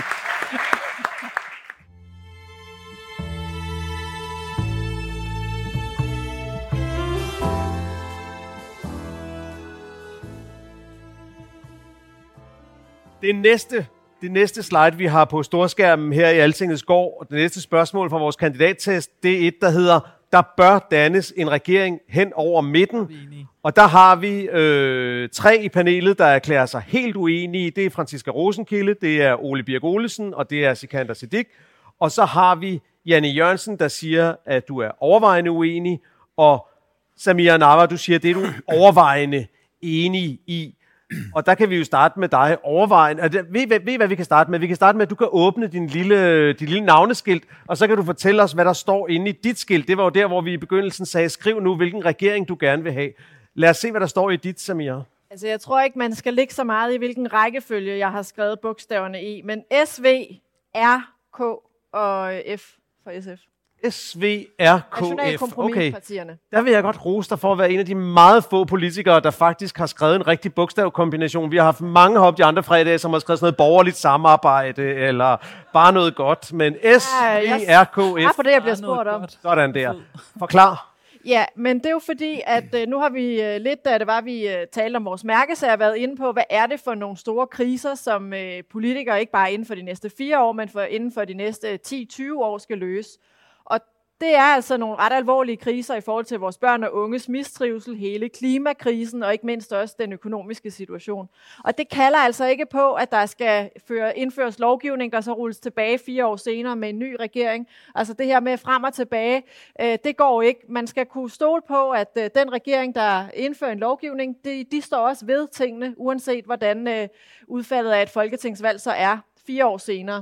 Det næste, det næste slide, vi har på storskærmen her i Altingets gård, og det næste spørgsmål fra vores kandidattest, det er et, der hedder, der bør dannes en regering hen over midten. Og der har vi øh, tre i panelet, der erklærer sig helt uenige. Det er Franciska Rosenkilde, det er Ole Birk Olesen, og det er Sikander Siddique. Og så har vi Janne Jørgensen, der siger, at du er overvejende uenig. Og Samira Nawa, du siger, det er du overvejende enig i. Og der kan vi jo starte med dig overvejende. Altså, ved, ved, ved hvad vi kan starte med? Vi kan starte med, at du kan åbne din lille, din lille navneskilt, og så kan du fortælle os, hvad der står inde i dit skilt. Det var jo der, hvor vi i begyndelsen sagde, skriv nu, hvilken regering du gerne vil have. Lad os se, hvad der står i dit, Samira. Altså, jeg tror ikke, man skal ligge så meget i, hvilken rækkefølge jeg har skrevet bogstaverne i, men S V, R, K og F for S F. S V, R, K, F. Okay. Der vil jeg godt rose dig for at være en af de meget få politikere, der faktisk har skrevet en rigtig bogstavkombination. Vi har haft mange heroppe de andre fredage, som har skrevet sådan noget borgerligt samarbejde, eller bare noget godt. Men S V, R, K, F. Ja, for det, jeg bliver spurgt om. Sådan der. Forklar. Ja, men det er jo fordi, at øh, nu har vi øh, lidt, da det var, vi øh, talte om vores mærkesager, været inde på, hvad er det for nogle store kriser, som øh, politikere ikke bare inden for de næste fire år, men for, inden for de næste ti til tyve år skal løse. Og det er altså nogle ret alvorlige kriser i forhold til vores børn og unges mistrivsel, hele klimakrisen og ikke mindst også den økonomiske situation. Og det kalder altså ikke på, at der skal føre, indføres lovgivning, der så rulles tilbage fire år senere med en ny regering. Altså det her med frem og tilbage, øh, det går ikke. Man skal kunne stole på, at øh, den regering, der indfører en lovgivning, de, de står også ved tingene, uanset hvordan øh, udfaldet af et folketingsvalg så er fire år senere.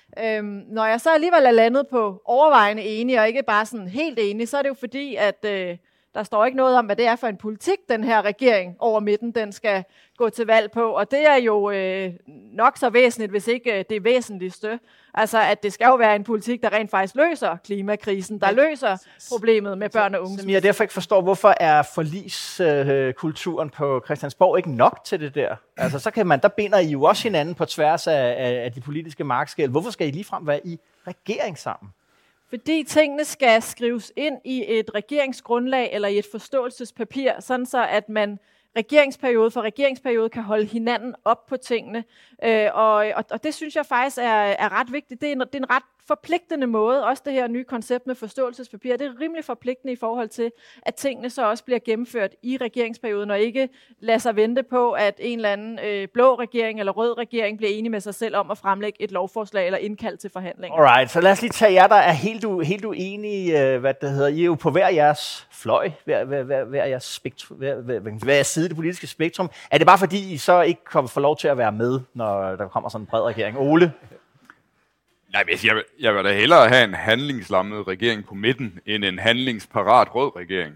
Øhm, når jeg så alligevel er landet på overvejende enig, og ikke bare sådan helt enig, så er det jo fordi, at øh, der står ikke noget om, hvad det er for en politik, den her regering over midten, den skal gå til valg på. Og det er jo øh, nok så væsentligt, hvis ikke øh, det væsentligste. Altså, at det skal jo være en politik, der rent faktisk løser klimakrisen, der løser problemet med børn og unge. Som jeg derfor ikke forstår, hvorfor er forligskulturen på Christiansborg ikke nok til det der? Altså, så kan man, der binder I jo også hinanden på tværs af, af de politiske markskel. Hvorfor skal I ligefrem være i regering sammen? Fordi tingene skal skrives ind i et regeringsgrundlag eller i et forståelsespapir, sådan så at man regeringsperiode for regeringsperiode kan holde hinanden op på tingene. Øh, og, og, og det synes jeg faktisk er, er ret vigtigt. Det er, en, det er en ret forpligtende måde, også det her nye koncept med forståelsespapir. Det er rimelig forpligtende i forhold til, at tingene så også bliver gennemført i regeringsperioden, og ikke lader sig vente på, at en eller anden øh, blå regering eller rød regering bliver enige med sig selv om at fremlægge et lovforslag eller indkalde til forhandlinger. Alright, så lad os lige tage jer, der er helt, u, helt uenige, hvad det hedder. I er jo på hver jeres fløj, hver, hver, hver, hver, jeres spektrum, hver, hver, hver jeres side i det politiske spektrum. Er det bare fordi, I så ikke kommer få lov til at være med, når der kommer sådan en bred regering? Ole? Nej, men jeg vil, jeg vil da hellere have en handlingslammet regering på midten, end en handlingsparat rød regering.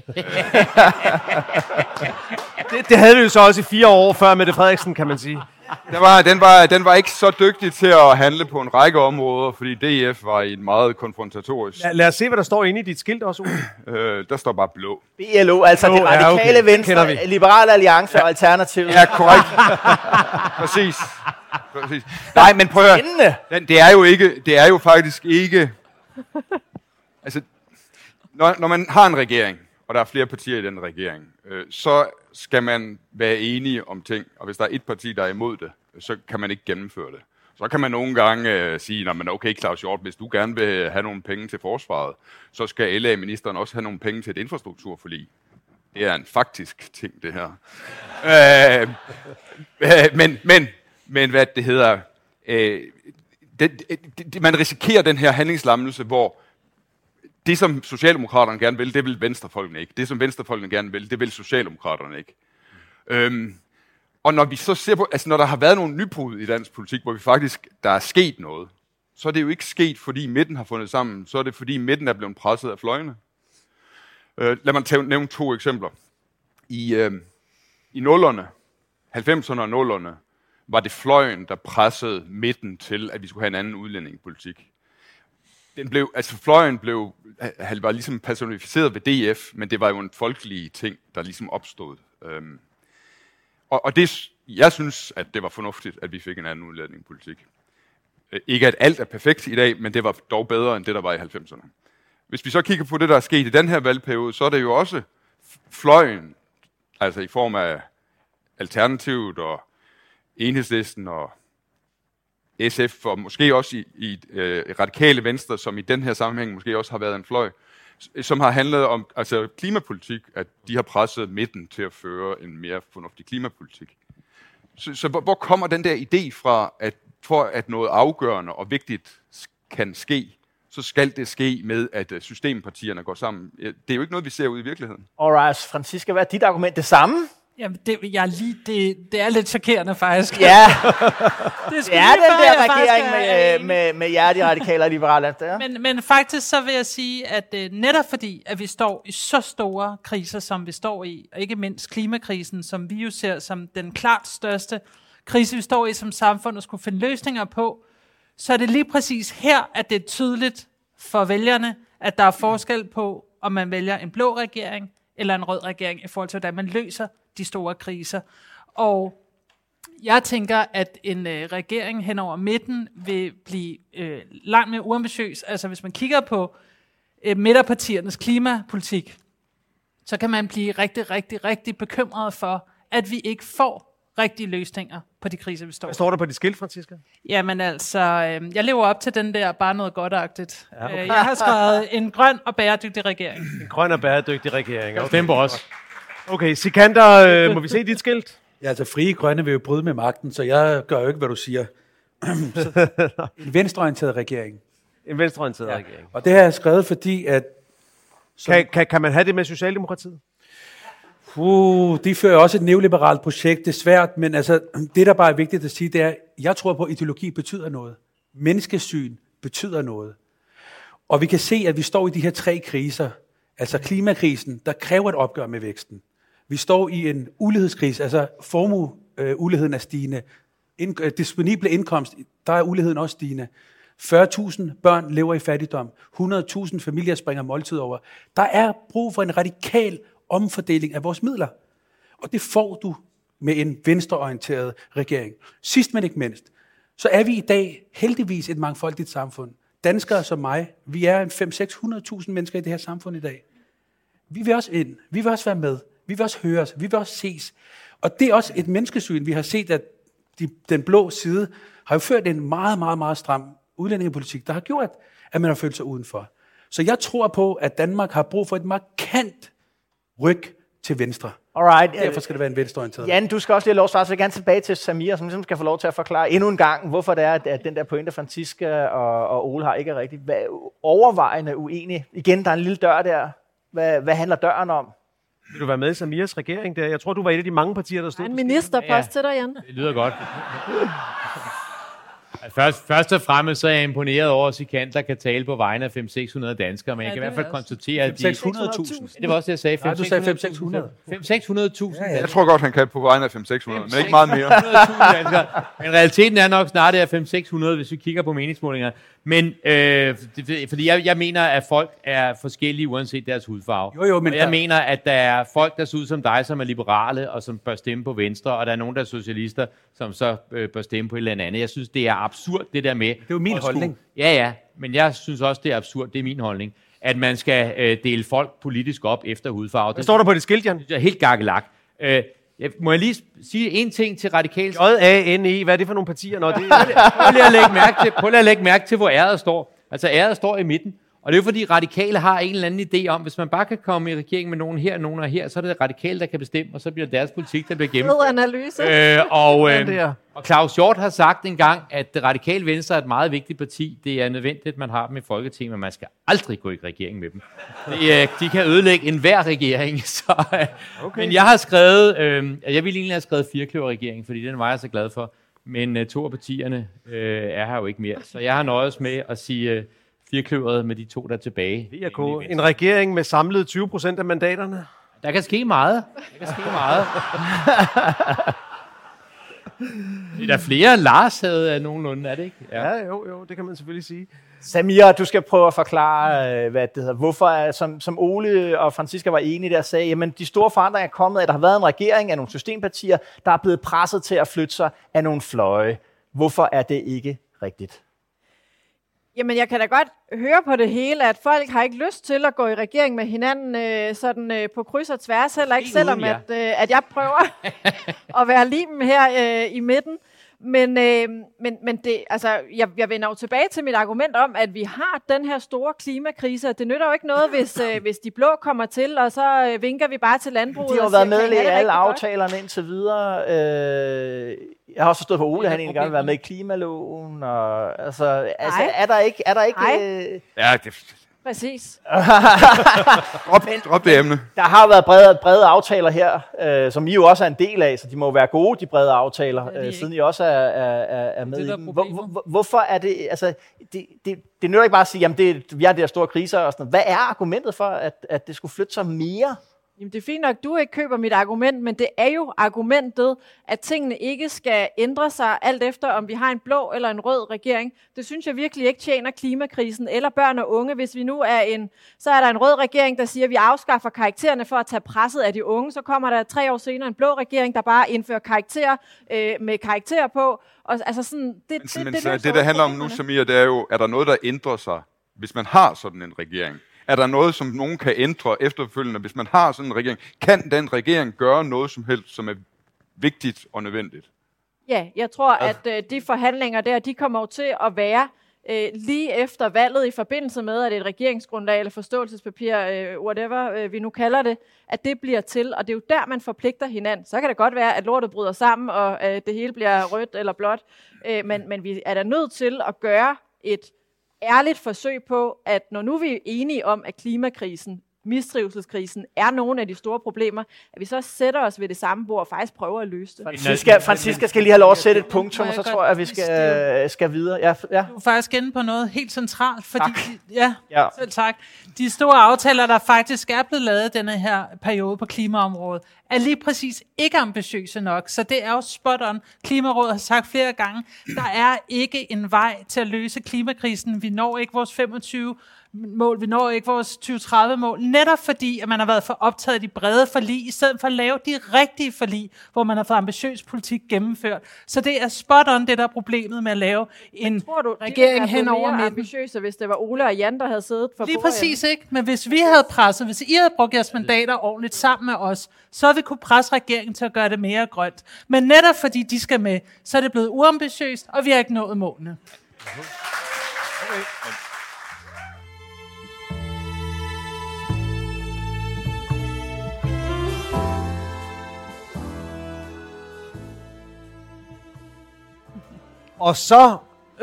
det, det havde vi jo så også i fire år før Mette Frederiksen, kan man sige. Den var, den, var, den var ikke så dygtig til at handle på en række områder, fordi D F var i en meget konfrontatorisk... Lad, lad os se, hvad der står inde i dit skilt også, Ole. øh, der står bare blå. B L O, altså blå, det radikale ja, okay. Venstre, Liberale Alliance ja. Og Alternativet. Ja, korrekt. Præcis. Præcis. Nej, men prøv at høre. Den, det er jo ikke, det er jo faktisk ikke... Altså, når, når man har en regering, og der er flere partier i den regering, øh, så skal man være enige om ting, og hvis der er et parti, der er imod det, så kan man ikke gennemføre det. Så kan man nogle gange øh, sige, at okay, Claus Hjort, hvis du gerne vil have nogle penge til forsvaret, så skal L A-ministeren også have nogle penge til et infrastrukturforlig. Det er en faktisk ting, det her. øh, øh, men, men, men hvad det hedder, øh, det, det, man risikerer den her handlingslammelse, hvor det, som Socialdemokraterne gerne vil, det vil Venstrefolkene ikke. Det, som Venstrefolkene gerne vil, det vil Socialdemokraterne ikke. Øhm, og når vi så ser på, altså når der har været nogle nybrud i dansk politik, hvor vi faktisk, der er sket noget, så er det jo ikke sket, fordi midten har fundet sammen, så er det fordi midten er blevet presset af fløjene. Øh, lad mig tage, nævne to eksempler. I, øh, i nullerne, halvfemserne og nullerne, var det fløjen, der pressede midten til, at vi skulle have en anden udlændingepolitik. Den blev, altså fløjen blev, var ligesom personificeret ved D F, men det var jo en folkelig ting, der ligesom opstod. Øhm, og, og det, jeg synes, at det var fornuftigt, at vi fik en anden udlændingepolitik. Ikke at alt er perfekt i dag, men det var dog bedre end det, der var i halvfemserne. Hvis vi så kigger på det, der er sket i den her valgperiode, så er det jo også fløjen, altså i form af Alternativet og Enhedslisten og S F, og måske også i, i øh, radikale venstre, som i den her sammenhæng måske også har været en fløj, som har handlet om altså klimapolitik, at de har presset midten til at føre en mere fornuftig klimapolitik. Så, så hvor kommer den der idé fra, at for at noget afgørende og vigtigt kan ske, så skal det ske med, at systempartierne går sammen? Det er jo ikke noget, vi ser ud i virkeligheden. Alright, Franziska, hvad er dit argument? Det samme? Jamen, det, jeg lige, det, det er lidt chokerende, faktisk. Ja, det, det er den der regering med, med, med jer, de radikale og liberale. Ja. Men, men faktisk så vil jeg sige, at uh, netop fordi, at vi står i så store kriser, som vi står i, og ikke mindst klimakrisen, som vi jo ser som den klart største krise, vi står i som samfund, og skulle finde løsninger på, så er det lige præcis her, at det er tydeligt for vælgerne, at der er forskel på, om man vælger en blå regering eller en rød regering, i forhold til, hvordan man løser de store kriser. Og jeg tænker, at en øh, regering hen over midten vil blive øh, langt mere uambitiøs. Altså hvis man kigger på øh, midterpartiernes klimapolitik, så kan man blive rigtig, rigtig, rigtig bekymret for, at vi ikke får rigtige løsninger på de kriser, vi står i. Hvad står der på dit skilt, Franziska? Jamen altså, øh, jeg lever op til den der bare noget godtagtigt. Ja, okay. øh, jeg har skrevet en grøn og bæredygtig regering. En grøn og bæredygtig regering. Okay. Stemmer også. Okay, Sikander, øh, må vi se dit skilt? Ja, altså Frie Grønne vil jo bryde med magten, så jeg gør jo ikke, hvad du siger. En venstreorienteret regering. En venstreorienteret ja. regering. Og det har jeg skrevet, fordi at... Som, kan, kan, kan man have det med Socialdemokratiet? Uh, de fører også et neoliberalt projekt, det er svært, men altså, det, der bare er vigtigt at sige, det er, jeg tror på, at ideologi betyder noget. menneskesyn betyder noget. Og vi kan se, at vi står i de her tre kriser, altså klimakrisen, der kræver et opgør med væksten. Vi står i en ulighedskrise, altså formueuligheden er stigende. Ind, disponible indkomst, der er uligheden også stigende. fyrre tusind børn lever i fattigdom. hundrede tusind familier springer måltid over. Der er brug for en radikal omfordeling af vores midler. Og det får du med en venstreorienteret regering. Sidst men ikke mindst, så er vi i dag heldigvis et mangfoldigt samfund. Danskere som mig, vi er en fem til seks hundrede tusind mennesker i det her samfund i dag. Vi vil også ind, vi vil også være med, vi vil også høres, vi vil også ses. Og det er også et menneskesyn, vi har set, at de, den blå side har jo ført en meget, meget, meget stram udlændingepolitik, der har gjort, at man har følt sig udenfor. Så jeg tror på, at Danmark har brug for et markant ryg til venstre. Alright. Derfor skal det være en venstreorienteret. Jan, du skal også lige have lov at svare, så jeg gerne tilbage til Samir, som ligesom skal få lov til at forklare endnu en gang, hvorfor det er, at den der pointe, Franziska og, og Ole har, ikke er rigtig hvad, overvejende uenige. Igen, der er en lille dør der. Hvad, hvad handler døren om? Vil du være med i Samirs regering der? Jeg tror, du var et af de mange partier, der stod. En ministerpost ja, til dig, Jan. Det lyder godt. Først, først og fremmest så er jeg imponeret over, at Sikander kan tale på vegne af fem til seks hundrede danskere, men ja, jeg kan i hvert fald konstatere, at de... seks hundrede tusind. Det var også det, jeg sagde. Nej, du sagde fem til seks hundrede. fem til seks hundrede tusind. Ja, ja. Jeg tror godt, han kan på vegne af fem til seks hundrede, men ikke meget mere. Men realiteten er nok snart det er fem til seks hundrede, hvis vi kigger på meningsmålingerne. Men øh, fordi jeg, jeg mener, at folk er forskellige uanset deres hudfarve. Jo, jo, men og jeg der... mener, at der er folk, der ser ud som dig, som er liberale og som bør stemme på venstre, og der er nogen, der er socialister, som så øh, bør stemme på et eller andet. Jeg synes, det er absurd, det der med... Det er jo min holdning. Skulle, ja, ja, men jeg synes også, det er absurd, det er min holdning, at man skal øh, dele folk politisk op efter hudfarve. Hvad står der på det skilt, Jan? Det er helt gakkelak. Øh, Jeg, må jeg lige sige en ting til radikale... J A N E, hvad er det for nogle partier? Nå, det... Prøv lige at lægge mærke til, prøv lige at lægge mærke til, hvor æret står. Altså æret står i midten. Og det er jo fordi radikale har en eller anden idé om, hvis man bare kan komme i regering med nogen her og nogen her, så er det radikale, der kan bestemme, og så bliver deres politik, der bliver gennemført. analyse. Øh, og, øh, og Claus Hjort har sagt engang, at det radikale venstre er et meget vigtigt parti. Det er nødvendigt, at man har dem i Folketinget, men man skal aldrig gå i regering med dem. Det, øh, de kan ødelægge enhver regering. Så, øh, okay. Men jeg har skrevet, øh, jeg ville egentlig have skrevet firekløverregering, fordi den var jeg så glad for. Men øh, to af partierne øh, er her jo ikke mere. Så jeg har nøjes med at sige... Øh, firkløveret med de to, der er tilbage. V og K. En regering med samlet tyve procent af mandaterne. Der kan ske meget. Der kan ske meget. Det er der flere end Lars havde af nogenlunde, er det ikke? Ja, ja jo, jo, det kan man selvfølgelig sige. Samir, du skal prøve at forklare, hvad det hedder. Hvorfor, som, som Ole og Franziska var enige der, sagde, jamen de store forandringer er kommet, at der har været en regering af nogle systempartier, der er blevet presset til at flytte sig af nogle fløje. Hvorfor er det ikke rigtigt? Jamen, jeg kan da godt høre på det hele, at folk har ikke lyst til at gå i regering med hinanden øh, sådan øh, på kryds og tværs, heller ikke, selvom uden, ja. at, øh, at jeg prøver at være limen her øh, i midten. Men, øh, men, men det, altså, jeg, jeg vender jo tilbage til mit argument om, at vi har den her store klimakrise, og det nytter jo ikke noget, hvis, øh, hvis de blå kommer til, og så øh, vinker vi bare til landbruget. De har jo været med i alle aftalerne indtil videre. Øh, jeg har også stået på Ole, han egentlig gerne vil være med i klimaloven. Og, altså, altså, er der ikke... Er der ikke øh... Ja, det... Præcis. drop, drop det emne. Der har jo været brede, brede aftaler her, øh, som I jo også er en del af, så de må jo være gode, de brede aftaler, øh, siden I også er, er, er med det, i dem. Hvor, hvor, hvorfor er det, altså, det, det, det nytter ikke bare at sige, jamen det, vi har de her store kriser og sådan noget. Hvad er argumentet for, at, at det skulle flytte sig mere? Jamen, det er fint nok, du ikke køber mit argument, men det er jo argumentet, at tingene ikke skal ændre sig alt efter, om vi har en blå eller en rød regering. Det synes jeg virkelig ikke tjener klimakrisen eller børn og unge. Hvis vi nu er en, så er der en rød regering, der siger, at vi afskaffer karaktererne for at tage presset af de unge. Så kommer der tre år senere en blå regering, der bare indfører karakterer øh, med karakterer på. Og, altså sådan, det, men, det, men, det, det, det, der handler om nu, Samir, det er jo, er der noget, der ændrer sig, hvis man har sådan en regering? Er der noget, som nogen kan ændre efterfølgende, hvis man har sådan en regering? Kan den regering gøre noget som helst, som er vigtigt og nødvendigt? Ja, jeg tror, at øh, de forhandlinger der, de kommer jo til at være øh, lige efter valget i forbindelse med, at et regeringsgrundlag eller forståelsespapir, øh, whatever øh, vi nu kalder det, at det bliver til, og det er jo der, man forpligter hinanden. Så kan det godt være, at lortet bryder sammen, og øh, det hele bliver rødt eller blåt, øh, men, men vi er da nødt til at gøre et ærligt forsøg på, at når nu vi er enige om, at klimakrisen mistrivselskrisen er nogle af de store problemer, at vi så sætter os ved det samme bord og faktisk prøver at løse det. Francisca, Francisca skal lige have lov at sætte et punktum, og så tror jeg, at vi skal, skal videre. Ja, ja. Du er faktisk inde på noget helt centralt, fordi Tak. de, ja, Ja. selv tak. De store aftaler, der faktisk er blevet lavet denne her periode på klimaområdet, er lige præcis ikke ambitiøse nok, så det er jo spot on. Klimarådet har sagt flere gange, der er ikke en vej til at løse klimakrisen. Vi når ikke vores femogtyve mål, vi når ikke vores tyve tredive mål, netop fordi, at man har været for optaget af de brede forlig, i stedet for at lave de rigtige forlig, hvor man har fået ambitiøs politik gennemført. Så det er spot on, det der er problemet med at lave en Tror du, regering hen over mere midten. ambitiøse, hvis det var Ole og Jan, der havde siddet for Lige bordenden? præcis ikke, men hvis vi havde presset, hvis I havde brugt jeres mandater ordentligt sammen med os, så havde vi kunne presse regeringen til at gøre det mere grønt. Men netop fordi de skal med, så er det blevet uambitiøst, og vi har ikke nået målene. Okay. Og så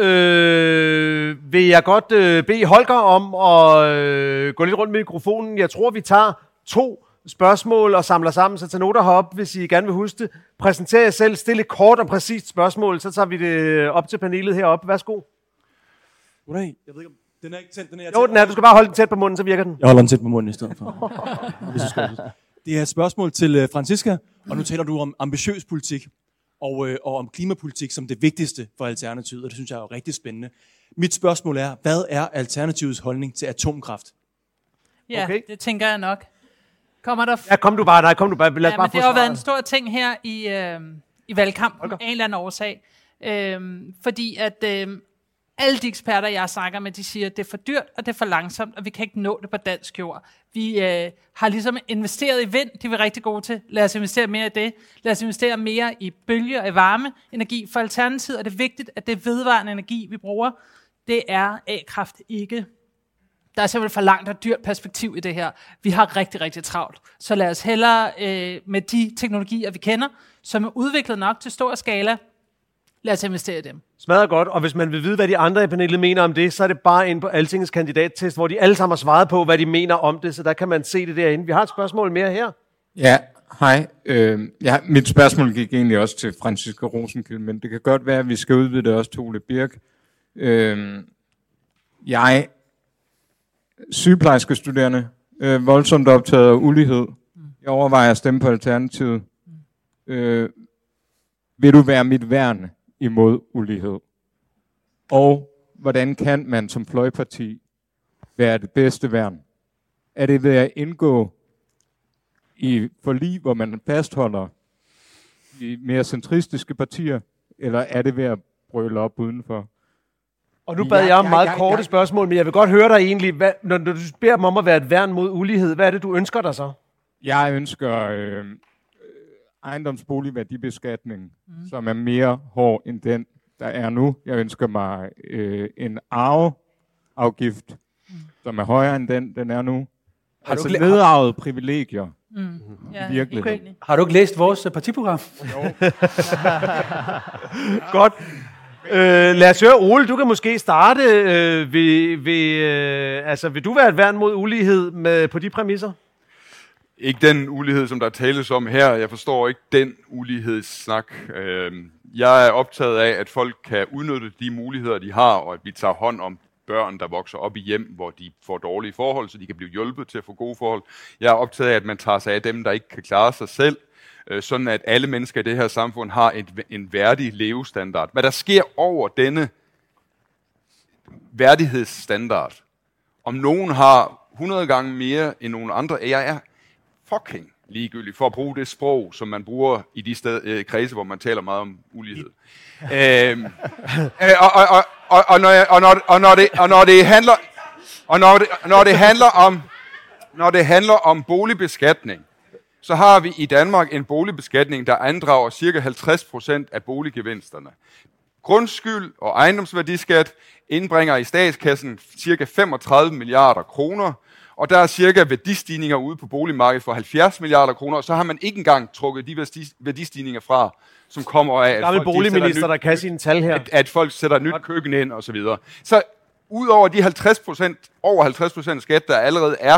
øh, vil jeg godt øh, bede Holger om at øh, gå lidt rundt med mikrofonen. Jeg tror, vi tager to spørgsmål og samler sammen, så tag noter heroppe, hvis I gerne vil huske det. Præsenter jer selv, stille et kort og præcist spørgsmål, så tager vi det op til panelet heroppe. Værsgo. Goddag. Jeg ved ikke, om den er ikke tændt, den er Jo, den er. Du skal bare holde den tæt på munden, så virker den. Jeg holder den tæt på munden i stedet for. Det er et spørgsmål til Francisca, og nu taler du om ambitiøs politik og, øh, og om klimapolitik som det vigtigste for Alternativet, og det synes jeg er jo rigtig spændende. Mit spørgsmål er, hvad er Alternativets holdning til atomkraft? Ja, Okay. det tænker jeg nok. Kommer der... Ja, kom du bare. Nej, kom du bare. Lad os Ja, bare men få det har jo været en svaret. stor ting her i, øh, i valgkampen af en eller anden årsag. Øh, fordi at øh, alle de eksperter, jeg snakker med, de siger, at det er for dyrt, og det er for langsomt, og vi kan ikke nå det på dansk jord. Vi øh, har ligesom investeret i vind, det er vi rigtig gode til. Lad os investere mere i det. Lad os investere mere i bølge- og i varmeenergi. For alternativet er det vigtigt, at det er vedvarende energi, vi bruger. Det er A-kraft ikke. Der er simpelthen for langt og dyrt perspektiv i det her. Vi har rigtig, rigtig travlt. Så lad os hellere øh, med de teknologier, vi kender, som er udviklet nok til stor skala, lad os investere i dem. Smadret godt, og hvis man vil vide, hvad de andre i panelet mener om det, så er det bare inde på Altingets kandidattest, hvor de alle sammen har svaret på, hvad de mener om det, så der kan man se det derinde. Vi har et spørgsmål mere her. Ja, hej. Øh, ja, mit spørgsmål gik egentlig også til Francisca Rosenkilde, men det kan godt være, at vi skal udvide det også til Ole Birk. Øh, jeg sygeplejerskestuderende, øh, voldsomt optaget af ulighed. Jeg overvejer at stemme på Alternativet. Øh, vil du være mit værn imod ulighed? Og hvordan kan man som fløjparti være det bedste værn? Er det ved at indgå i forlig, hvor man fastholder de mere centristiske partier, eller er det ved at brøle op udenfor? Og nu bad jeg om meget korte spørgsmål, men jeg vil godt høre dig egentlig, hvad, når du beder dem om at være et værn mod ulighed, hvad er det, du ønsker dig så? Jeg ønsker øh, ejendomsboligværdibeskatning, mm. som er mere hård end den, der er nu. Jeg ønsker mig øh, en arveafgift, mm. som er højere end den, den er nu. Har altså du glæ- nedarvede privilegier. Mm. Ja, virkelig. okay. Har du ikke læst vores uh, partiprogram? Godt. Øh, lad os høre, Ole, du kan måske starte øh, ved, ved, øh, altså vil du være et værn mod ulighed med, på de præmisser? Ikke den ulighed, som der tales om her. Jeg forstår ikke den ulighedssnak. Jeg er optaget af, at folk kan udnytte de muligheder, de har, og at vi tager hånd om børn, der vokser op i hjem, hvor de får dårlige forhold, så de kan blive hjulpet til at få gode forhold. Jeg er optaget af, at man tager sig af dem, der ikke kan klare sig selv, sådan at alle mennesker i det her samfund har et, en værdig levestandard. Hvad der sker over denne værdighedsstandard, om nogen har hundrede gange mere end nogen andre, jeg er fucking ligegyldig for at bruge det sprog, som man bruger i de sted, øh, kredse, hvor man taler meget om ulighed. øhm, øh, og, og, og, og, og, når, og, når, og, når det, og når det handler og når det, når det handler om når det handler om boligbeskatning, så har vi i Danmark en boligbeskatning, der andrager cirka halvtreds procent af boliggevinsterne. Grundskyld og ejendomsværdiskat indbringer i statskassen cirka femogtredive milliarder kroner, og der er cirka værdistigninger ude på boligmarkedet for halvfjerds milliarder kroner, og så har man ikke engang trukket de værdistigninger fra, som kommer af, at Gammel folk, boligminister, nyt, der kan sine tal her. At, at folk sætter et nyt køkken ind og så videre. Så ud over de halvtreds procent, over halvtreds procent skat, der allerede er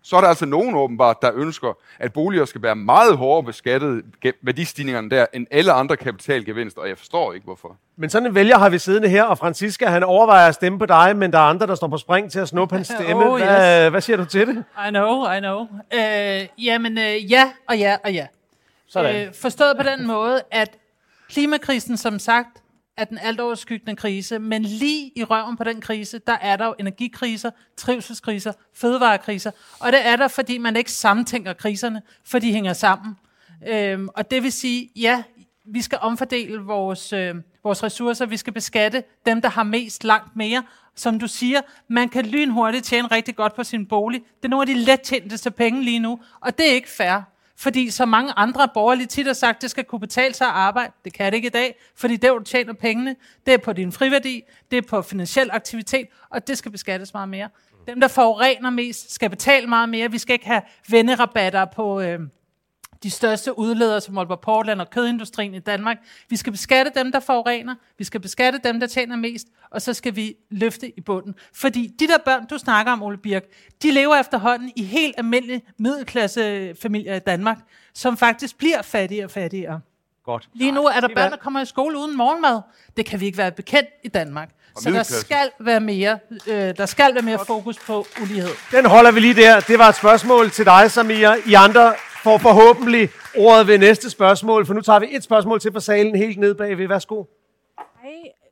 så er der altså nogen åbenbart, der ønsker, at boliger skal være meget hårdere beskattet værdistigningerne der, end alle andre kapitalgevinster, og jeg forstår ikke, hvorfor. Men sådan en vælger har vi siddende her, og Franziska, han overvejer at stemme på dig, men der er andre, der står på spring til at snuppe hans stemme. Oh, yes. hvad, hvad siger du til det? I know, I know. Øh, jamen, øh, ja og ja og ja. Sådan. Øh, forstået på den måde, at klimakrisen, som sagt, er den alt overskyggende krise, men lige i røven på den krise, der er der jo energikriser, trivselskriser, fødevarekriser, og det er der, fordi man ikke samtænker kriserne, for de hænger sammen. Øhm, og det vil sige, ja, vi skal omfordele vores, øh, vores ressourcer, vi skal beskatte dem, der har mest langt mere. Som du siger, man kan lynhurtigt tjene rigtig godt på sin bolig. Det er nogle af de lettjenteste penge lige nu, og det er ikke fair. Fordi så mange andre borgerlige tit har sagt, at det skal kunne betale sig at arbejde. Det kan det ikke i dag, fordi det, du tjener pengene, det er på din friværdi, det er på finansiel aktivitet, og det skal beskattes meget mere. Dem, der forurener mest, skal betale meget mere. Vi skal ikke have vennerabatter på øh, de største udledere, som Aalborg Portland og kødindustrien i Danmark. Vi skal beskatte dem, der forurener. Vi skal beskatte dem, der tjener mest. Og så skal vi løfte i bunden. Fordi de der børn, du snakker om, Ole Birk, de lever efterhånden i helt almindelige middelklassefamilier i Danmark, som faktisk bliver fattigere og fattigere. Godt. Lige nu er der børn, der kommer i skole uden morgenmad. Det kan vi ikke være bekendt i Danmark. Så der skal være mere, øh, der skal være mere fokus på ulighed. Den holder vi lige der. Det var et spørgsmål til dig, Samir. I andre får forhåbentlig ordet ved næste spørgsmål, for nu tager vi et spørgsmål til fra salen helt ned bagved. Værsgo. Hej.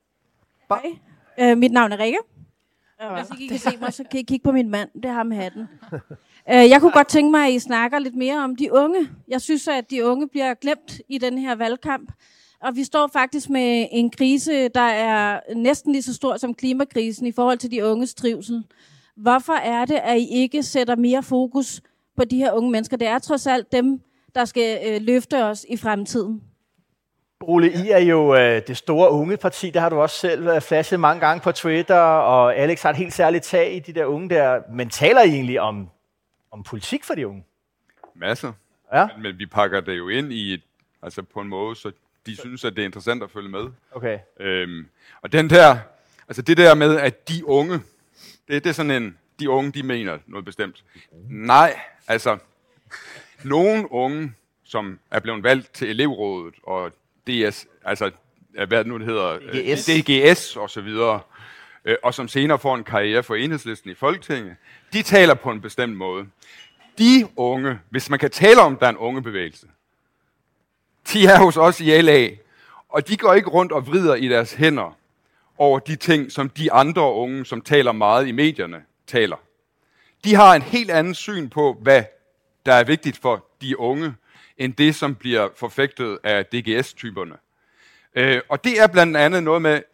Hej. Øh, mit navn er Rikke. Og hvis I kan se mig, så kan I kigge på min mand. Det er ham med hatten. øh, jeg kunne godt tænke mig, at I snakker lidt mere om de unge. Jeg synes, at de unge bliver glemt i den her valgkamp. Og vi står faktisk med en krise, der er næsten lige så stor som klimakrisen i forhold til de unges trivsel. Hvorfor er det, at I ikke sætter mere fokus på de her unge mennesker? Det er trods alt dem, der skal øh, løfte os i fremtiden. Ole, I er jo øh, det store unge parti, det har du også selv øh, flashet mange gange på Twitter, og Alex har et helt særligt tag i de der unge der. Men taler I egentlig om, om politik for de unge? Masser. Ja. Men, men vi pakker det jo ind i et, altså på en måde, så de synes, at det er interessant at følge med. Okay. Øhm, og den der, altså det der med, at de unge, det, det er sådan en, de unge, de mener noget bestemt. Nej, altså, nogle unge, som er blevet valgt til elevrådet og D S, altså hvad nu det hedder, D G S, D G S og så videre, øh, og som senere får en karriere for Enhedslisten i Folketinget, de taler på en bestemt måde. De unge, hvis man kan tale om, der er en ungebevægelse, de er hos os i L A, og de går ikke rundt og vrider i deres hænder over de ting, som de andre unge, som taler meget i medierne, taler. De har en helt anden syn på, hvad der er vigtigt for de unge, end det, som bliver forfægtet af D G S-typerne. Øh, og det er blandt andet noget med,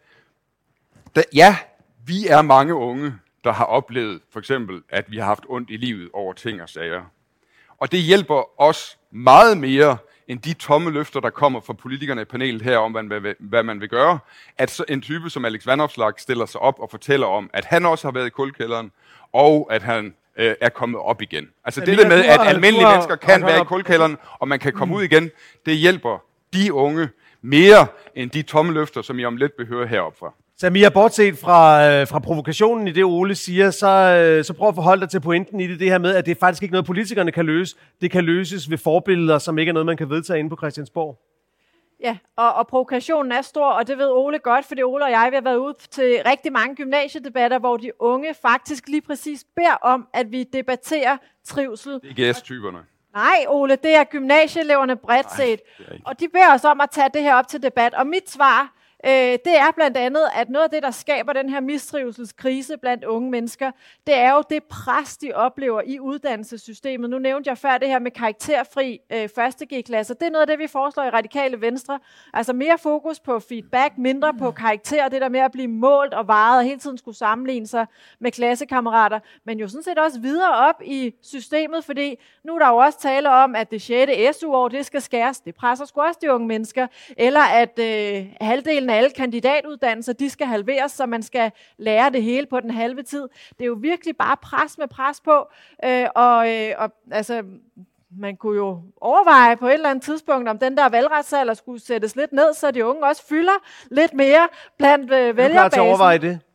da, ja, vi er mange unge, der har oplevet for eksempel, at vi har haft ondt i livet over ting og sager. Og det hjælper os meget mere, end de tomme løfter, der kommer fra politikerne i panelet her om, hvad, hvad man vil gøre, at så en type som Alex Vanopslagh stiller sig op og fortæller om, at han også har været i kulkælderen, og at han øh, er kommet op igen. Altså det der med, at almindelige har, mennesker kan være i kulkælderen, og man kan komme mm. ud igen, det hjælper de unge mere, end de tomme løfter, som I om lidt behøver heroppe fra. Samir, bortset fra, øh, fra provokationen i det, Ole siger, så, øh, så prøv at forholde dig til pointen i det, det her med, at det er faktisk ikke noget, politikerne kan løse. Det kan løses ved forbilleder, som ikke er noget, man kan vedtage inde på Christiansborg. Ja, og, og provokationen er stor, og det ved Ole godt, fordi Ole og jeg vi har været ude til rigtig mange gymnasiedebatter, hvor de unge faktisk lige præcis beder om, at vi debatterer trivsel. D G S-typerne. Nej, Ole, det er gymnasieeleverne bredt set. Og de beder os om at tage det her op til debat. Og mit svar, øh, det er blandt andet, at noget af det, der skaber den her mistrivselskrise blandt unge mennesker, det er jo det pres, de oplever i uddannelsessystemet. Nu nævnte jeg før det her med karakterfri øh, første G-klasser. Det er noget af det, vi foreslår i Radikale Venstre. Altså mere fokus på feedback, mindre på karakter, det der med at blive målt og vejet og hele tiden skulle sammenligne sig med klassekammerater. Men jo sådan set også videre op i systemet, fordi nu er der jo også tale om, at det sjette S U-år, det skal skæres. Det presser sgu også de unge mennesker. Eller at øh, halvdelen af alle kandidatuddannelser, de skal halveres, så man skal lære det hele på den halve tid. Det er jo virkelig bare pres med pres på. Øh, og, øh, og altså, man kunne jo overveje på et eller andet tidspunkt, om den der valgretsalder skulle sættes lidt ned, så de unge også fylder lidt mere blandt øh, vælgerbasen. Er du klar til at overveje det?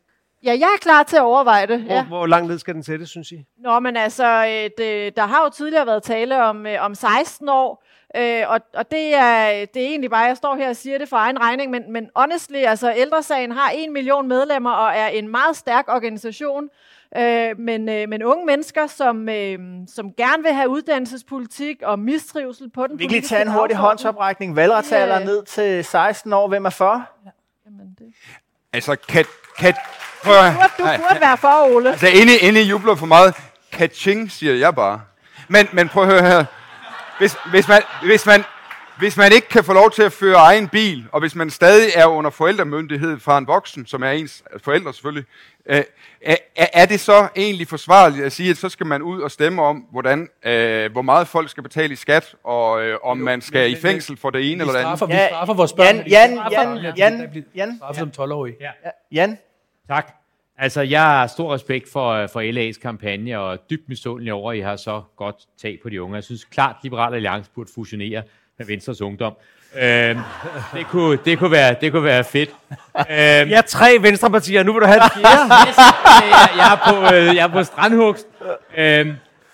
Ja, jeg er klar til at overveje det. Hvor, Ja. hvor langt ned skal den sættes, synes I? Nå, men altså, det, der har jo tidligere været tale om, om seksten år, øh, og, og det, er, det er egentlig bare, jeg står her og siger det for egen regning, men, men honestly, altså Ældre Sagen har en million medlemmer og er en meget stærk organisation, øh, men, øh, men unge mennesker, som, øh, som gerne vil have uddannelsespolitik og mistrivsel på den Vi kan lige politiske tage en hurtig dagsorden. håndsoprækning. Valgretsalder Ja. ned til seksten år. Hvem er for? Jamen, det. Altså, kan... kan prøv at, Du, du burde være for, Ole. altså, inde, inde I jubler for meget. Kaching, siger jeg bare. Men, men prøv at høre her. Hvis, hvis, man, hvis, man, hvis man ikke kan få lov til at føre egen bil, og hvis man stadig er under forældremyndighed fra en voksen, som er ens forældre selvfølgelig, øh, er, er det så egentlig forsvarligt at sige, at så skal man ud og stemme om, hvordan, øh, hvor meget folk skal betale i skat, og øh, om man skal i fængsel for det ene eller det andet? Vi straffer vores børn. Jan, Jan, Jan, Jan, Jan. Jan, Straffer som tolv-årige. Ja. Jan. Tak. Altså, jeg har stor respekt for, for L A's kampagne, og er dybt misundelig over, at I har så godt tag på de unge. Jeg synes klart, at Liberal Alliance burde fusionere med Venstres Ungdom. Øhm, det, kunne, det, kunne være, det kunne være fedt. Øhm, Vi er tre venstrepartier, nu vil du have det fjerde. yes, jeg, jeg, er på, øh, jeg er på strandhugst. Øhm,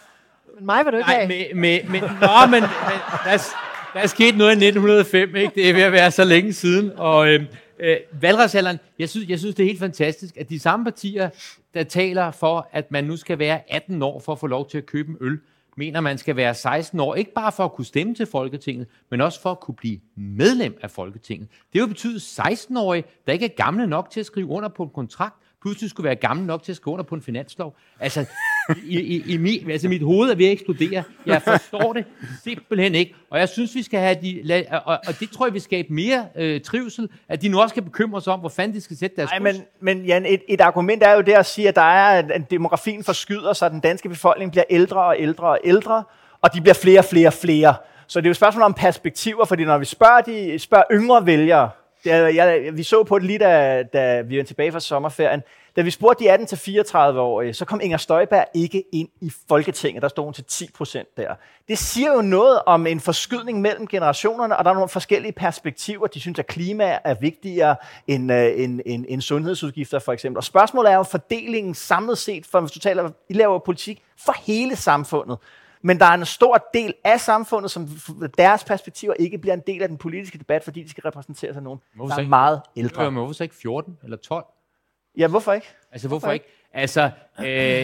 Men mig vil du ikke nej, have. med, med, med, nå, men, men der, er, der er sket noget i nitten hundrede og fem, ikke? Det er ved at være så længe siden, og... Øhm, Øh, valgretsalderen, jeg synes, jeg synes, det er helt fantastisk, at de samme partier, der taler for, at man nu skal være atten år for at få lov til at købe en øl, mener, man skal være seksten år, ikke bare for at kunne stemme til Folketinget, men også for at kunne blive medlem af Folketinget. Det vil betyde seksten-årige, der ikke er gamle nok til at skrive under på en kontrakt, pludselig skulle være gamle nok til at skrive under på en finanslov. Altså, i, i, i mi, altså mit hoved er ved at eksplodere. Jeg forstår det simpelthen ikke. Og jeg synes, vi skal have de... Og, og det tror jeg, vi skaber mere øh, trivsel, at de nu også skal bekymre sig om, hvor fanden de skal sætte deres Nej, kryds. men, men Jan, et, et argument er jo det at sige, at der er en demografien forskyder sig, den danske befolkning bliver ældre og ældre og ældre, og de bliver flere og flere og flere. Så det er jo et spørgsmål om perspektiver, fordi når vi spørger, de, spørger yngre vælgere, det er, jeg, vi så på det lige, da, da vi var tilbage fra sommerferien, da vi spurgte de atten til fireogtredive-årige, så kom Inger Støjberg ikke ind i Folketinget. Der stod hun til ti procent der. Det siger jo noget om en forskydning mellem generationerne, og der er nogle forskellige perspektiver. De synes, at klima er vigtigere end, øh, end, end, end sundhedsudgifter, for eksempel. Og spørgsmålet er jo fordelingen samlet set, for hvis du taler, I laver politik for hele samfundet. Men der er en stor del af samfundet, som deres perspektiver ikke bliver en del af den politiske debat, fordi de skal repræsentere sig nogen, der er meget ældre. Men hvorfor så ikke fjorten eller tolv? Ja, hvorfor ikke? Altså, hvorfor, hvorfor ikke? Altså, øh,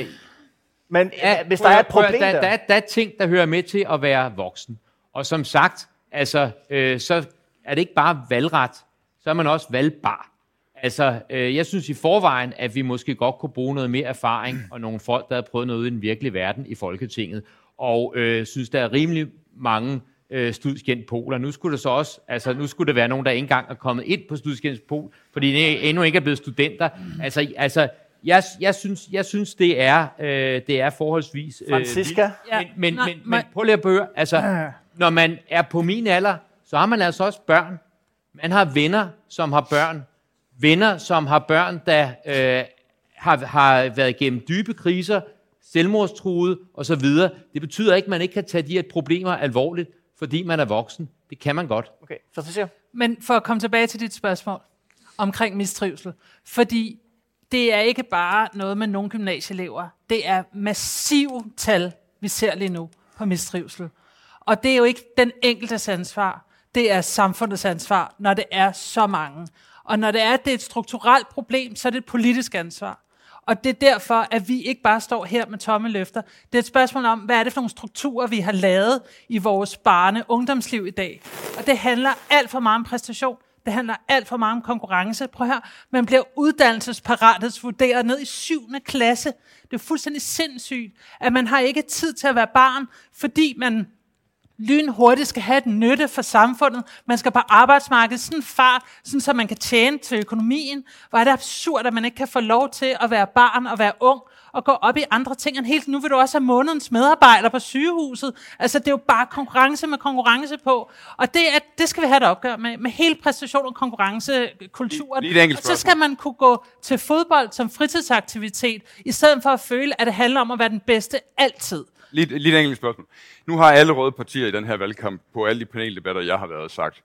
men ja, hvis der er et problem der, der... Der, er, der er ting, der hører med til at være voksen. Og som sagt, altså, øh, så er det ikke bare valgret, så er man også valgbar. Altså, øh, jeg synes i forvejen, at vi måske godt kunne bruge noget mere erfaring, og nogle folk, der har prøvet noget i den virkelige verden i Folketinget, og øh, synes, der er rimelig mange øh, studiekendt poler. Nu skulle det så også, altså nu skulle det være nogen, der ikke engang er kommet ind på studiekendt pol, fordi de endnu ikke er blevet studenter. Altså, altså jeg, jeg, synes, jeg synes, det er, øh, det er forholdsvis... Øh, Francisca? Men, men, men, men, men prøv lige at høre, altså, når man er på min alder, så har man altså også børn. Man har venner, som har børn. Venner, som har børn, der øh, har, har været igennem dybe kriser, selvmordstruede osv. Det betyder ikke, at man ikke kan tage de her problemer alvorligt, fordi man er voksen. Det kan man godt. Okay, så for se. Men for at komme tilbage til dit spørgsmål omkring mistrivsel, fordi det er ikke bare noget med nogle gymnasieelever. Det er massive tal, vi ser lige nu på mistrivsel. Og det er jo ikke den enkeltes ansvar. Det er samfundets ansvar, når det er så mange. Og når det er, at det er et strukturelt problem, så er det et politisk ansvar. Og det er derfor, at vi ikke bare står her med tomme løfter. Det er et spørgsmål om, hvad er det for nogle strukturer, vi har lavet i vores barne- og ungdomsliv i dag. Og det handler alt for meget om præstation. Det handler alt for meget om konkurrence. Prøv her, man bliver uddannelsesparathedsvurderet ned i syvende klasse. Det er fuldstændig sindssygt, at man har ikke tid til at være barn, fordi man lynhurtigt skal have et nytte for samfundet. Man skal på arbejdsmarkedet sådan fart, sådan så man kan tjene til økonomien. Hvor er det absurd, at man ikke kan få lov til at være barn og være ung og gå op i andre ting end helt. Nu vil du også have månedens medarbejder på sygehuset. Altså, det er jo bare konkurrence med konkurrence på. Og det, er, det skal vi have et opgør med, med hele præstation og konkurrencekulturen. Og så skal man kunne gå til fodbold som fritidsaktivitet, i stedet for at føle, at det handler om at være den bedste altid. Lige, lige et enkelt spørgsmål. Nu har alle røde partier i den her valgkamp på alle de paneldebatter, jeg har været sagt,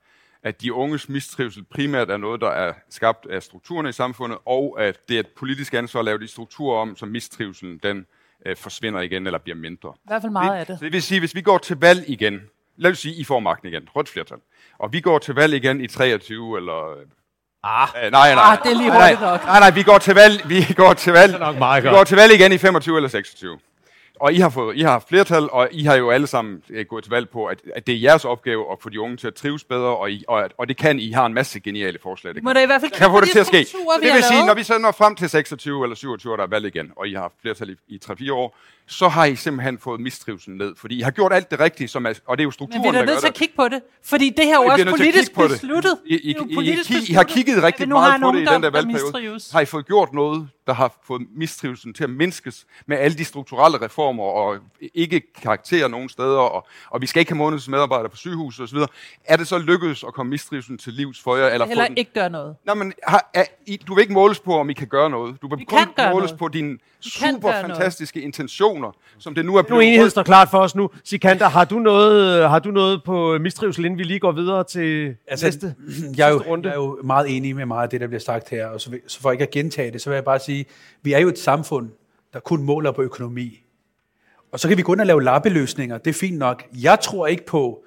at de unges mistrivsel primært er noget, der er skabt af strukturerne i samfundet, og at det er et politisk ansvar at lave de strukturer om, så mistrivselen den øh, forsvinder igen eller bliver mindre. I hvert fald meget af det. Så det vil sige, hvis vi går til valg igen, lad os sige, I får magten igen, rødt flertal, og vi går til valg igen i treogtyve eller... Ah, øh, nej, nej, ah, det er lige hurtigt nok. Nej, nej, vi går til valg, vi går til valg, nok meget vi godt. går til valg igen i femogtyve eller seksogtyve. Og I har fået, I har haft flertal, og I har jo alle sammen gået til valg på, at, at det er jeres opgave at få de unge til at trives bedre, og, I, og, og det kan I. har en masse geniale forslag. Det Må det i hvert fald kan få det til at ske. strukturer, Det vil sige, når vi så når frem til seksogtyve eller syvogtyve, der er valg igen, og I har haft flertal i, i tre fire år, så har I simpelthen fået mistrivselen ned, fordi I har gjort alt det rigtige, som er, og det er jo strukturen, Men vi er der gør nødt til at det. kigge på det, fordi det her er jo også politisk besluttet. I, I, Det er jo I, politisk I, I, I besluttet, har kigget rigtig at vi nu meget har en på det i ungdom, den der der valgperiode. mistrives. Har I fået gjort noget, der har fået mistrivselen til at mindskes med alle de strukturelle reformer, og ikke karakterer nogen steder, og, og vi skal ikke have månedsmedarbejdere på sygehus og så videre. Er det så lykkedes at komme mistrivselen til livs for jer? Eller Heller få den? ikke gøre noget. Nå, men har, er, I, du vil ikke måles på, om I kan gøre noget. Du vil Vi kun kan gøre måles noget. på dine kan super gøre noget. fantastiske intentioner, som det nu er Nu blevet. enighed står klart for os nu. Sikander, har du noget, har du noget på mistrivsel, inden vi lige går videre til Altså, næste, jeg, er jo, sidste runde? jeg er jo meget enig med meget af det, der bliver sagt her, og så, vil, så for ikke at gentage det, så vil jeg bare sige, vi er jo et samfund, der kun måler på økonomi. Og så kan vi gå ind og lave lappeløsninger, det er fint nok. Jeg tror ikke på,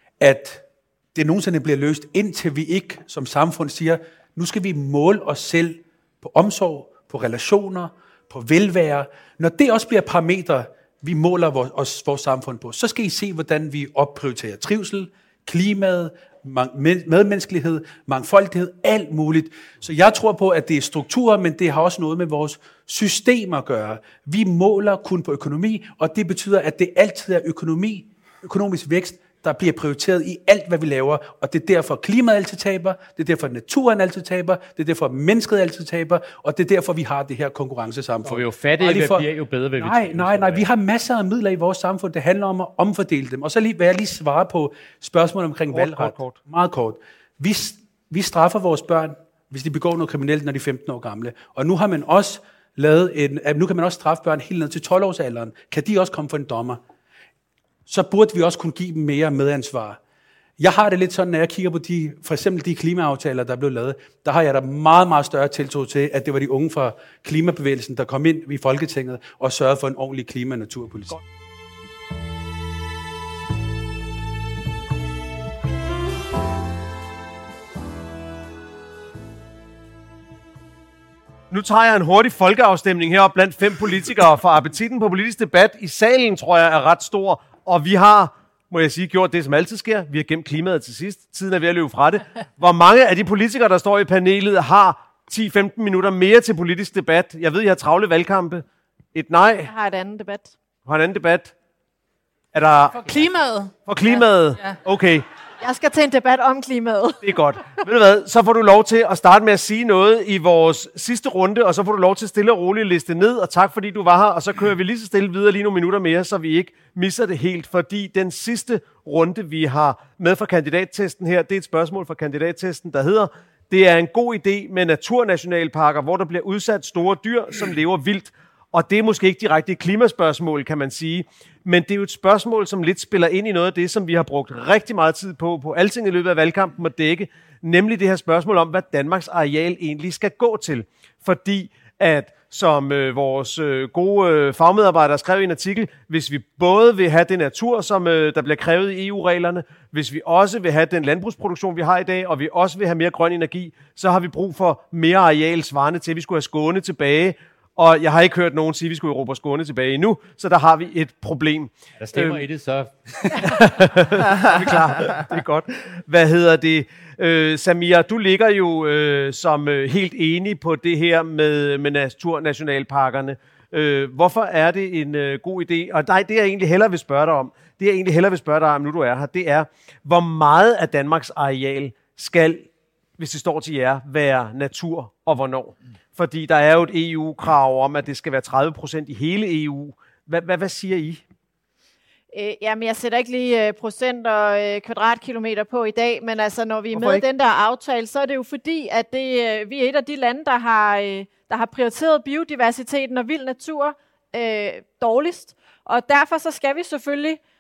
at det nogensinde bliver løst, indtil vi ikke som samfund siger, nu skal vi måle os selv på omsorg, på relationer, på velvære. Når det også bliver parametre, vi måler vores, os, vores samfund på, så skal I se, hvordan vi opprioriterer trivsel, klimaet, medmenneskelighed, mangfoldighed, alt muligt. Så jeg tror på, at det er strukturer, men det har også noget med vores systemer at gøre. Vi måler kun på økonomi, og det betyder, at det altid er økonomi, økonomisk vækst, der bliver prioriteret i alt, hvad vi laver. Og det er derfor, klimaet altid taber, det er derfor, naturen altid taber, det er derfor, mennesket altid taber, og det er derfor, vi har det her konkurrencesamfund. For jo fattige vi for... bliver, jo bedre vil vi Nej, trives. nej, nej, vi har masser af midler i vores samfund, det handler om at omfordele dem. Og så lige, vil jeg lige svare på spørgsmålet omkring Kort, valgret. kort, kort. Meget kort. Vi, vi straffer vores børn, hvis de begår noget kriminelt, når de er femten år gamle. Og nu har man også lavet en, nu kan man også straffe børn helt ned til tolv års alderen. Kan de også komme for en dommer? Så burde vi også kunne give dem mere medansvar. Jeg har det lidt sådan, når jeg kigger på de, for eksempel de klimaaftaler, der er blevet lavet, der har jeg da meget, meget større tiltro til, at det var de unge fra klimabevægelsen, der kom ind i Folketinget og sørgede for en ordentlig klima- og naturpolitik. Nu tager jeg en hurtig folkeafstemning heroppe blandt fem politikere, for appetitten på politisk debat i salen, tror jeg, er ret stor. Og vi har, må jeg sige, gjort det, som altid sker. Vi har gemt klimaet til sidst. Tiden er ved at løbe fra det. Hvor mange af de politikere, der står i panelet, har ti til femten minutter mere til politisk debat? Jeg ved, jeg har travle valgkampe. Et nej. Jeg har et andet debat. Har en anden debat? Er der... For klimaet. For klimaet? Ja. Okay. Jeg skal til en debat om klimaet. Det er godt. Ved du hvad, så får du lov til at starte med at sige noget i vores sidste runde, og så får du lov til stille og roligt liste ned, og tak fordi du var her, og så kører vi lige så stille videre lige nogle minutter mere, så vi ikke misser det helt, fordi den sidste runde, vi har med fra kandidattesten her, det er et spørgsmål fra kandidattesten, der hedder, det er en god idé med naturnationalparker, hvor der bliver udsat store dyr, som lever vildt. Og det er måske ikke direkte et klimaspørgsmål, kan man sige. Men det er jo et spørgsmål, som lidt spiller ind i noget af det, som vi har brugt rigtig meget tid på, på alting i løbet af valgkampen at dække. Nemlig det her spørgsmål om, hvad Danmarks areal egentlig skal gå til. Fordi at, som øh, vores øh, gode øh, fagmedarbejdere skrev i en artikel, hvis vi både vil have den natur, som øh, der bliver krævet i E U-reglerne, hvis vi også vil have den landbrugsproduktion, vi har i dag, og vi også vil have mere grøn energi, så har vi brug for mere areal svarende til, at vi skulle have Skåne tilbage. Og jeg har ikke hørt nogen sige, at vi skulle Europa Skåne tilbage endnu, så der har vi et problem. Der stemmer øhm. i det, så... er vi klar? Det er godt. Hvad hedder det? Øh, Samir, du ligger jo øh, som øh, helt enig på det her med, med naturnationalparkerne. Øh, hvorfor er det en øh, god idé? Og nej, det jeg egentlig hellere vil spørge dig om, det jeg egentlig hellere vil spørge dig om, nu du er her, det er, hvor meget af Danmarks areal skal, hvis det står til jer, være natur, og hvornår? Fordi der er jo et E U-krav om, at det skal være tredive procent i hele E U. Hvad, hvad, hvad siger I? Øh, jamen, jeg sætter ikke lige øh, procent og øh, kvadratkilometer på i dag, men altså, når vi er Hvorfor med ikke? den der aftale, så er det jo fordi, at det, øh, vi er et af de lande, der har, øh, der har prioriteret biodiversiteten og vild natur øh, dårligst. Og derfor så skal vi selvfølgelig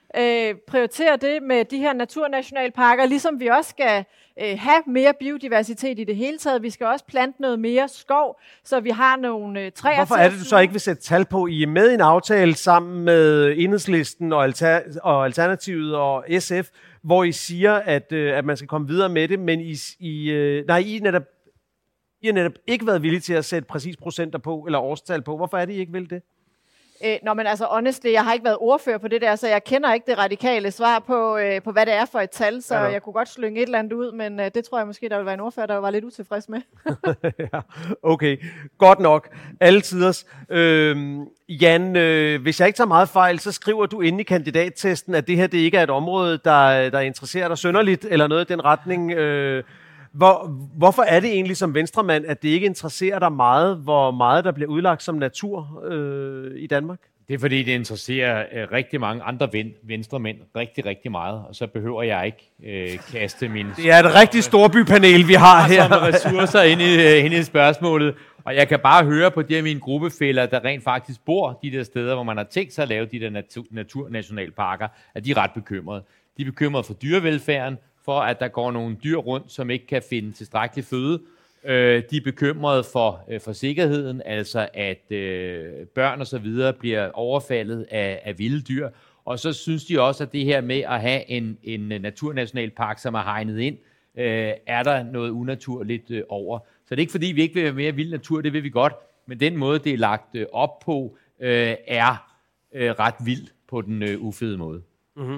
øh, prioritere det med de her naturnationalparker, ligesom vi også skal øh, have mere biodiversitet i det hele taget. Vi skal også plante noget mere skov, så vi har nogle øh, træer. Hvorfor er det, du så ikke vil sætte tal på? I er med i en aftale sammen med Enhedslisten og, Alter- og Alternativet og S F, hvor I siger, at, øh, at man skal komme videre med det, men I, I, øh, nej, I, netop, I har netop ikke været villige til at sætte præcis procenter på, eller årstal på. Hvorfor er det, I ikke vil det? Øh, nå, men altså, honestly, jeg har ikke været ordfører på det der, så jeg kender ikke det radikale svar på, øh, på hvad det er for et tal, så ja, jeg kunne godt slynge et eller andet ud, men øh, det tror jeg måske, der vil være en ordfører, der var lidt utilfreds med. Ja, okay, godt nok. Alle tiders. Øh, Jan, øh, hvis jeg ikke tager meget fejl, så skriver du inde i kandidattesten, at det her det ikke er et område, der, der interesserer dig synderligt, eller noget i den retning. Øh, hvor, hvorfor er det egentlig som venstremand, at det ikke interesserer dig meget, hvor meget der bliver udlagt som natur øh, i Danmark? Det er fordi, det interesserer øh, rigtig mange andre ven, venstremænd rigtig, rigtig meget, og så behøver jeg ikke øh, kaste mine... Det er et rigtig storbypanel, vi har her. ressourcer ind i, ind i spørgsmålet. Og jeg kan bare høre på de af mine gruppefæller, der rent faktisk bor de der steder, hvor man har tænkt sig at lave de der natur, naturnationalparker, at de er ret bekymrede. De er bekymrede for dyrevelfærden, for at der går nogle dyr rundt, som ikke kan finde tilstrækkelig føde. Øh, de er bekymrede for, øh, for sikkerheden, altså at øh, børn og så videre bliver overfaldet af, af vilde dyr. Og så synes de også, at det her med at have en, en naturnationalpark, som er hegnet ind, øh, er der noget unaturligt øh, over. Så det er ikke fordi, vi ikke vil have mere vild natur, det vil vi godt, men den måde, det er lagt øh, op på, øh, er øh, ret vild på den øh, ufede måde. Mm-hmm.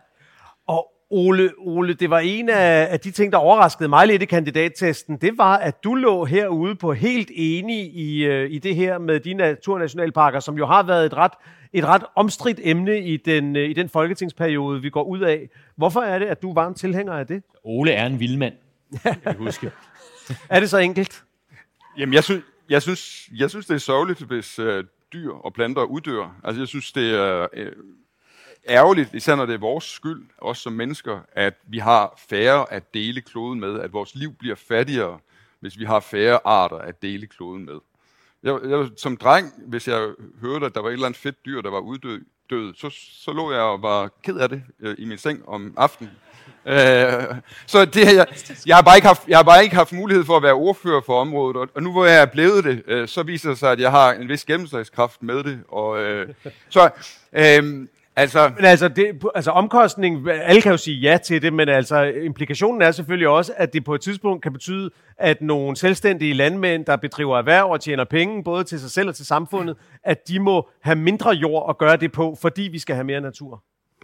Og Ole, Ole, det var en af, af de ting, der overraskede mig lidt i kandidattesten, det var, at du lå herude på helt enig i, øh, i det her med de naturnationalparker, som jo har været et ret, et ret omstridt emne i den, øh, i den folketingsperiode, vi går ud af. Hvorfor er det, at du var en tilhænger af det? Ole er en vildmand, jeg kan huske. Er det så enkelt? Jamen, jeg synes, jeg synes, jeg synes det er sørgeligt, hvis øh, dyr og planter uddør. Altså, jeg synes, det er øh, ærgerligt, især når det er vores skyld, også som mennesker, at vi har færre at dele kloden med, at vores liv bliver fattigere, hvis vi har færre arter at dele kloden med. Jeg, jeg, som dreng, hvis jeg hørte, at der var et eller andet fedt dyr, der var uddød, død, så, så lå jeg og var ked af det øh, i min seng om aftenen. Øh, så det, jeg, jeg, har bare ikke haft, jeg har bare ikke haft mulighed for at være ordfører for området, og, og nu hvor jeg er blevet det, øh, så viser det sig, at jeg har en vis gennemslagskraft med det. Og, øh, så, øh, altså, men altså, det, altså omkostning, alle kan jo sige ja til det, men altså implikationen er selvfølgelig også, at det på et tidspunkt kan betyde, at nogle selvstændige landmænd, der bedriver erhverv og tjener penge, både til sig selv og til samfundet, at de må have mindre jord at gøre det på, fordi vi skal have mere natur.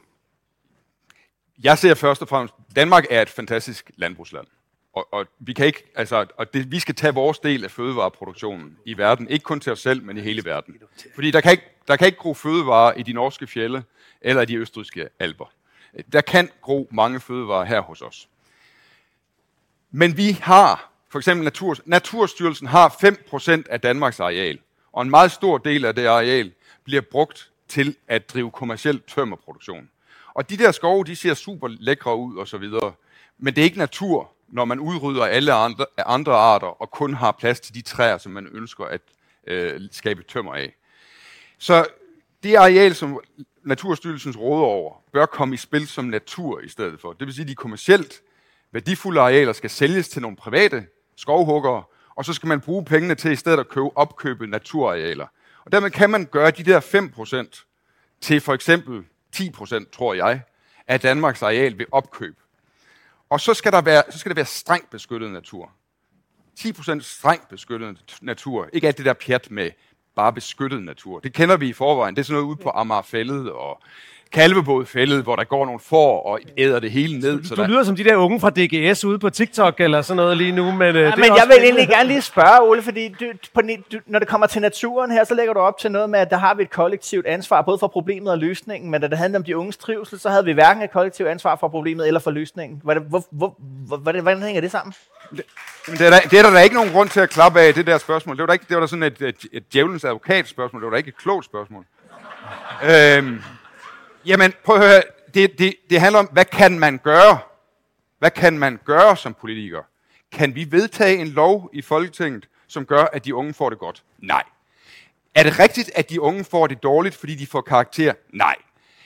Jeg ser først og fremmest, Danmark er et fantastisk landbrugsland, og, og vi kan ikke, altså, og det, vi skal tage vores del af fødevareproduktionen i verden, ikke kun til os selv, men i hele verden. Fordi der kan ikke, der kan ikke gro fødevarer i de norske fjelde eller i de østrigske alper. Der kan gro mange fødevarer her hos os. Men vi har, for eksempel Natur, Naturstyrelsen har fem procent af Danmarks areal, og en meget stor del af det areal bliver brugt til at drive kommerciel tømmerproduktion. Og de der skove, de ser super lækre ud og så videre. Men det er ikke natur, når man udrydder alle andre, andre arter og kun har plads til de træer, som man ønsker at øh, skabe tømmer af. Så det areal, som Naturstyrelsens råder over, bør komme i spil som natur i stedet for. Det vil sige, at de kommercielt værdifulde arealer skal sælges til nogle private skovhuggere, og så skal man bruge pengene til i stedet at købe opkøbe naturarealer. Og dermed kan man gøre de der fem procent til for eksempel ti procent, tror jeg, af Danmarks areal ved opkøb. Og så skal, der være, så skal der være strengt beskyttet natur. ti procent strengt beskyttet natur. Ikke alt det der pjat med bare beskyttet natur. Det kender vi i forvejen. Det er sådan noget ude på Amagerfællet og Kalvebodfældet, hvor der går nogle får og æder det hele ned. Du, så du der... lyder som de der unge fra D G S ude på TikTok eller sådan noget lige nu. Men, ja, det men jeg også vil egentlig gerne lige spørge, Ole, fordi du, på, du, når det kommer til naturen her, så lægger du op til noget med, at der har vi et kollektivt ansvar, både for problemet og løsningen. Men da det handler om de unges trivsel, så havde vi hverken et kollektivt ansvar for problemet eller for løsningen. Hvor, hvor, hvor, hvor, hvordan hænger det sammen? Det, det, er der, det er der da ikke nogen grund til at klappe af, det der spørgsmål. Det var da, ikke, det var da sådan et, et, et djævelens advokat spørgsmål. Det var da ikke et klogt spørgsmål. øhm, jamen, prøv at høre. Det, det, det handler om, hvad kan man gøre? Hvad kan man gøre som politiker? Kan vi vedtage en lov i Folketinget, som gør, at de unge får det godt? Nej. Er det rigtigt, at de unge får det dårligt, fordi de får karakter? Nej.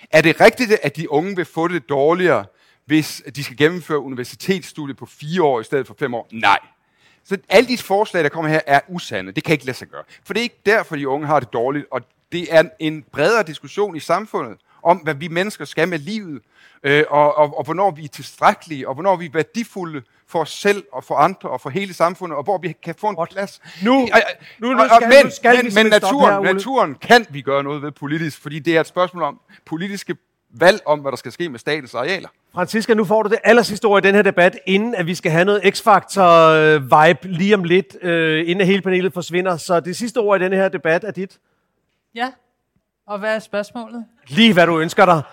Er det rigtigt, at de unge vil få det dårligere, hvis de skal gennemføre universitetsstudiet på fire år i stedet for fem år? Nej. Så alle de forslag, der kommer her, er usande. Det kan ikke lade sig gøre. For det er ikke derfor, de unge har det dårligt, og det er en bredere diskussion i samfundet om, hvad vi mennesker skal med livet, øh, og, og, og hvornår vi er tilstrækkelige, og hvornår vi er værdifulde for os selv, og for andre, og for hele samfundet, og hvor vi kan få en plads. Nu, nu, nu, og, og, skal, men nu skal men, vi men naturen, her, naturen kan vi gøre noget ved politisk, fordi det er et spørgsmål om politiske valg om, hvad der skal ske med statens arealer. Franziska, nu får du det aller sidste ord i den her debat, inden at vi skal have noget X-Factor-vibe lige om lidt, øh, inden hele panelet forsvinder. Så det sidste ord i den her debat er dit. Ja, og hvad er spørgsmålet? Lige hvad du ønsker dig.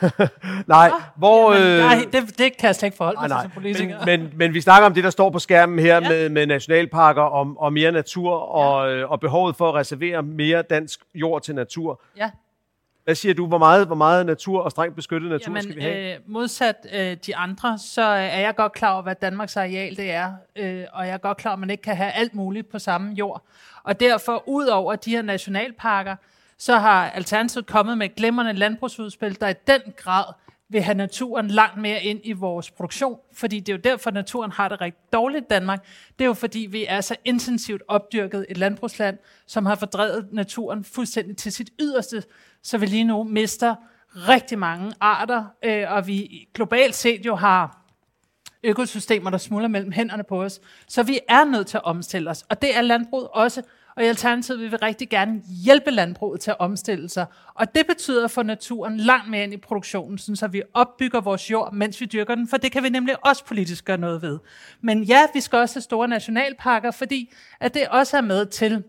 nej, ah, hvor... Jamen, øh, nej, det, det kan jeg slet ikke forholde mig nej, til som politiker. Men, men, men vi snakker om det, der står på skærmen her ja. med, med nationalparker og, og mere natur, og, ja. og behovet for at reservere mere dansk jord til natur. Ja. Hvad siger du? Hvor meget, hvor meget natur og strengt beskyttet natur Jamen, skal vi have? Øh, modsat øh, de andre, så er jeg godt klar over, hvad Danmarks areal det er. Øh, og jeg er godt klar over, at man ikke kan have alt muligt på samme jord. Og derfor, ud over de her nationalparker, så har Alternativet kommet med et glimrende landbrugsudspil, der i den grad vil have naturen langt mere ind i vores produktion. Fordi det er jo derfor, naturen har det rigtig dårligt i Danmark. Det er jo fordi, vi er så intensivt opdyrket et landbrugsland, som har fordrevet naturen fuldstændig til sit yderste, så vi lige nu mister rigtig mange arter, øh, og vi globalt set jo har økosystemer, der smuldrer mellem hænderne på os. Så vi er nødt til at omstille os, og det er landbruget også. Og i Alternativet vil vi rigtig gerne hjælpe landbruget til at omstille sig. Og det betyder at få naturen langt mere ind i produktionen, så vi opbygger vores jord, mens vi dyrker den, for det kan vi nemlig også politisk gøre noget ved. Men ja, vi skal også have store nationalparker, fordi at det også er med til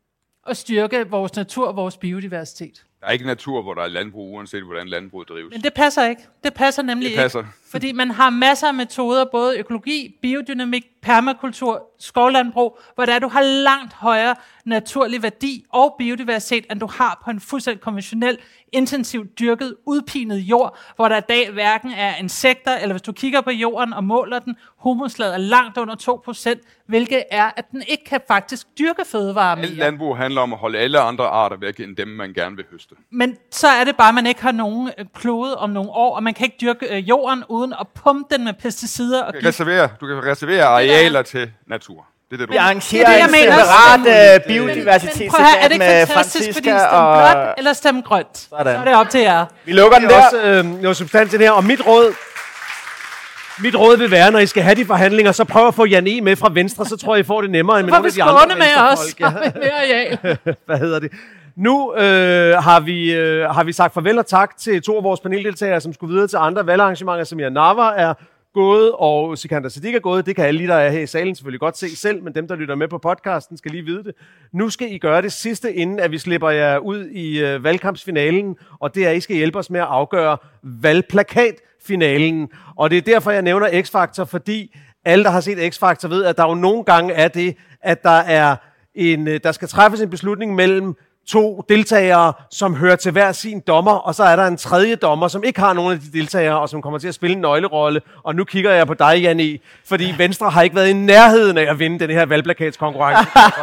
at styrke vores natur og vores biodiversitet. Der er ikke natur, hvor der er landbrug, uanset hvordan landbruget drives. Men det passer ikke. Det passer nemlig det passer. ikke. Fordi man har masser af metoder, både økologi, biodynamik, permakultur, skovlandbrug, hvor der du har langt højere naturlig værdi og biodiversitet, end du har på en fuldstændig konventionel, intensivt dyrket, udpinet jord, hvor der i dag hverken er insekter, eller hvis du kigger på jorden og måler den, humuslaget er langt under to procent, hvilket er, at den ikke kan faktisk dyrke fødevarer mere. Alt landbrug handler om at holde alle andre arter væk, end dem, man gerne vil høste. Men så er det bare, at man ikke har nogen klode om nogle år, og man kan ikke dyrke øh, jorden uden at pumpe den med pesticider. Og du, kan reservere, du kan reservere arealer til natur. Det er det, du vi arrangerer en separat biodiversitetsdebat med Franziska og... Stemme blåt eller stemme grønt. Sådan. Så er det op til jer. Vi lukker den der. Også, øh, noget substans i det her, og mit råd... Mit råd vil være, når I skal have de forhandlinger, så prøv at få Jan E. med fra Venstre, så tror jeg, I får det nemmere end med nogle af de andre med os. Ja. Mere Hvad hedder det? Nu øh, har, vi, øh, har vi sagt farvel og tak til to af vores paneldeltagere, som skulle videre til andre valgarrangementer, som Jan Navar er gået, og Sikander Siddiq er gået. Det kan alle lige, der er her i salen, selvfølgelig godt se selv, men dem, der lytter med på podcasten, skal lige vide det. Nu skal I gøre det sidste, inden at vi slipper jer ud i øh, valgkampsfinalen, og det er, at I skal hjælpe os med at afgøre valgplakatfinalen. Og det er derfor, jeg nævner X-Factor, fordi alle, der har set X-Factor, ved, at der jo nogle gange er det, at der, er en, der skal træffes en beslutning mellem to deltagere, som hører til hver sin dommer, og så er der en tredje dommer, som ikke har nogen af de deltagere, og som kommer til at spille en nøglerolle. Og nu kigger jeg på dig, Jan E., fordi Venstre har ikke været i nærheden af at vinde den her valgplakatskonkurrence.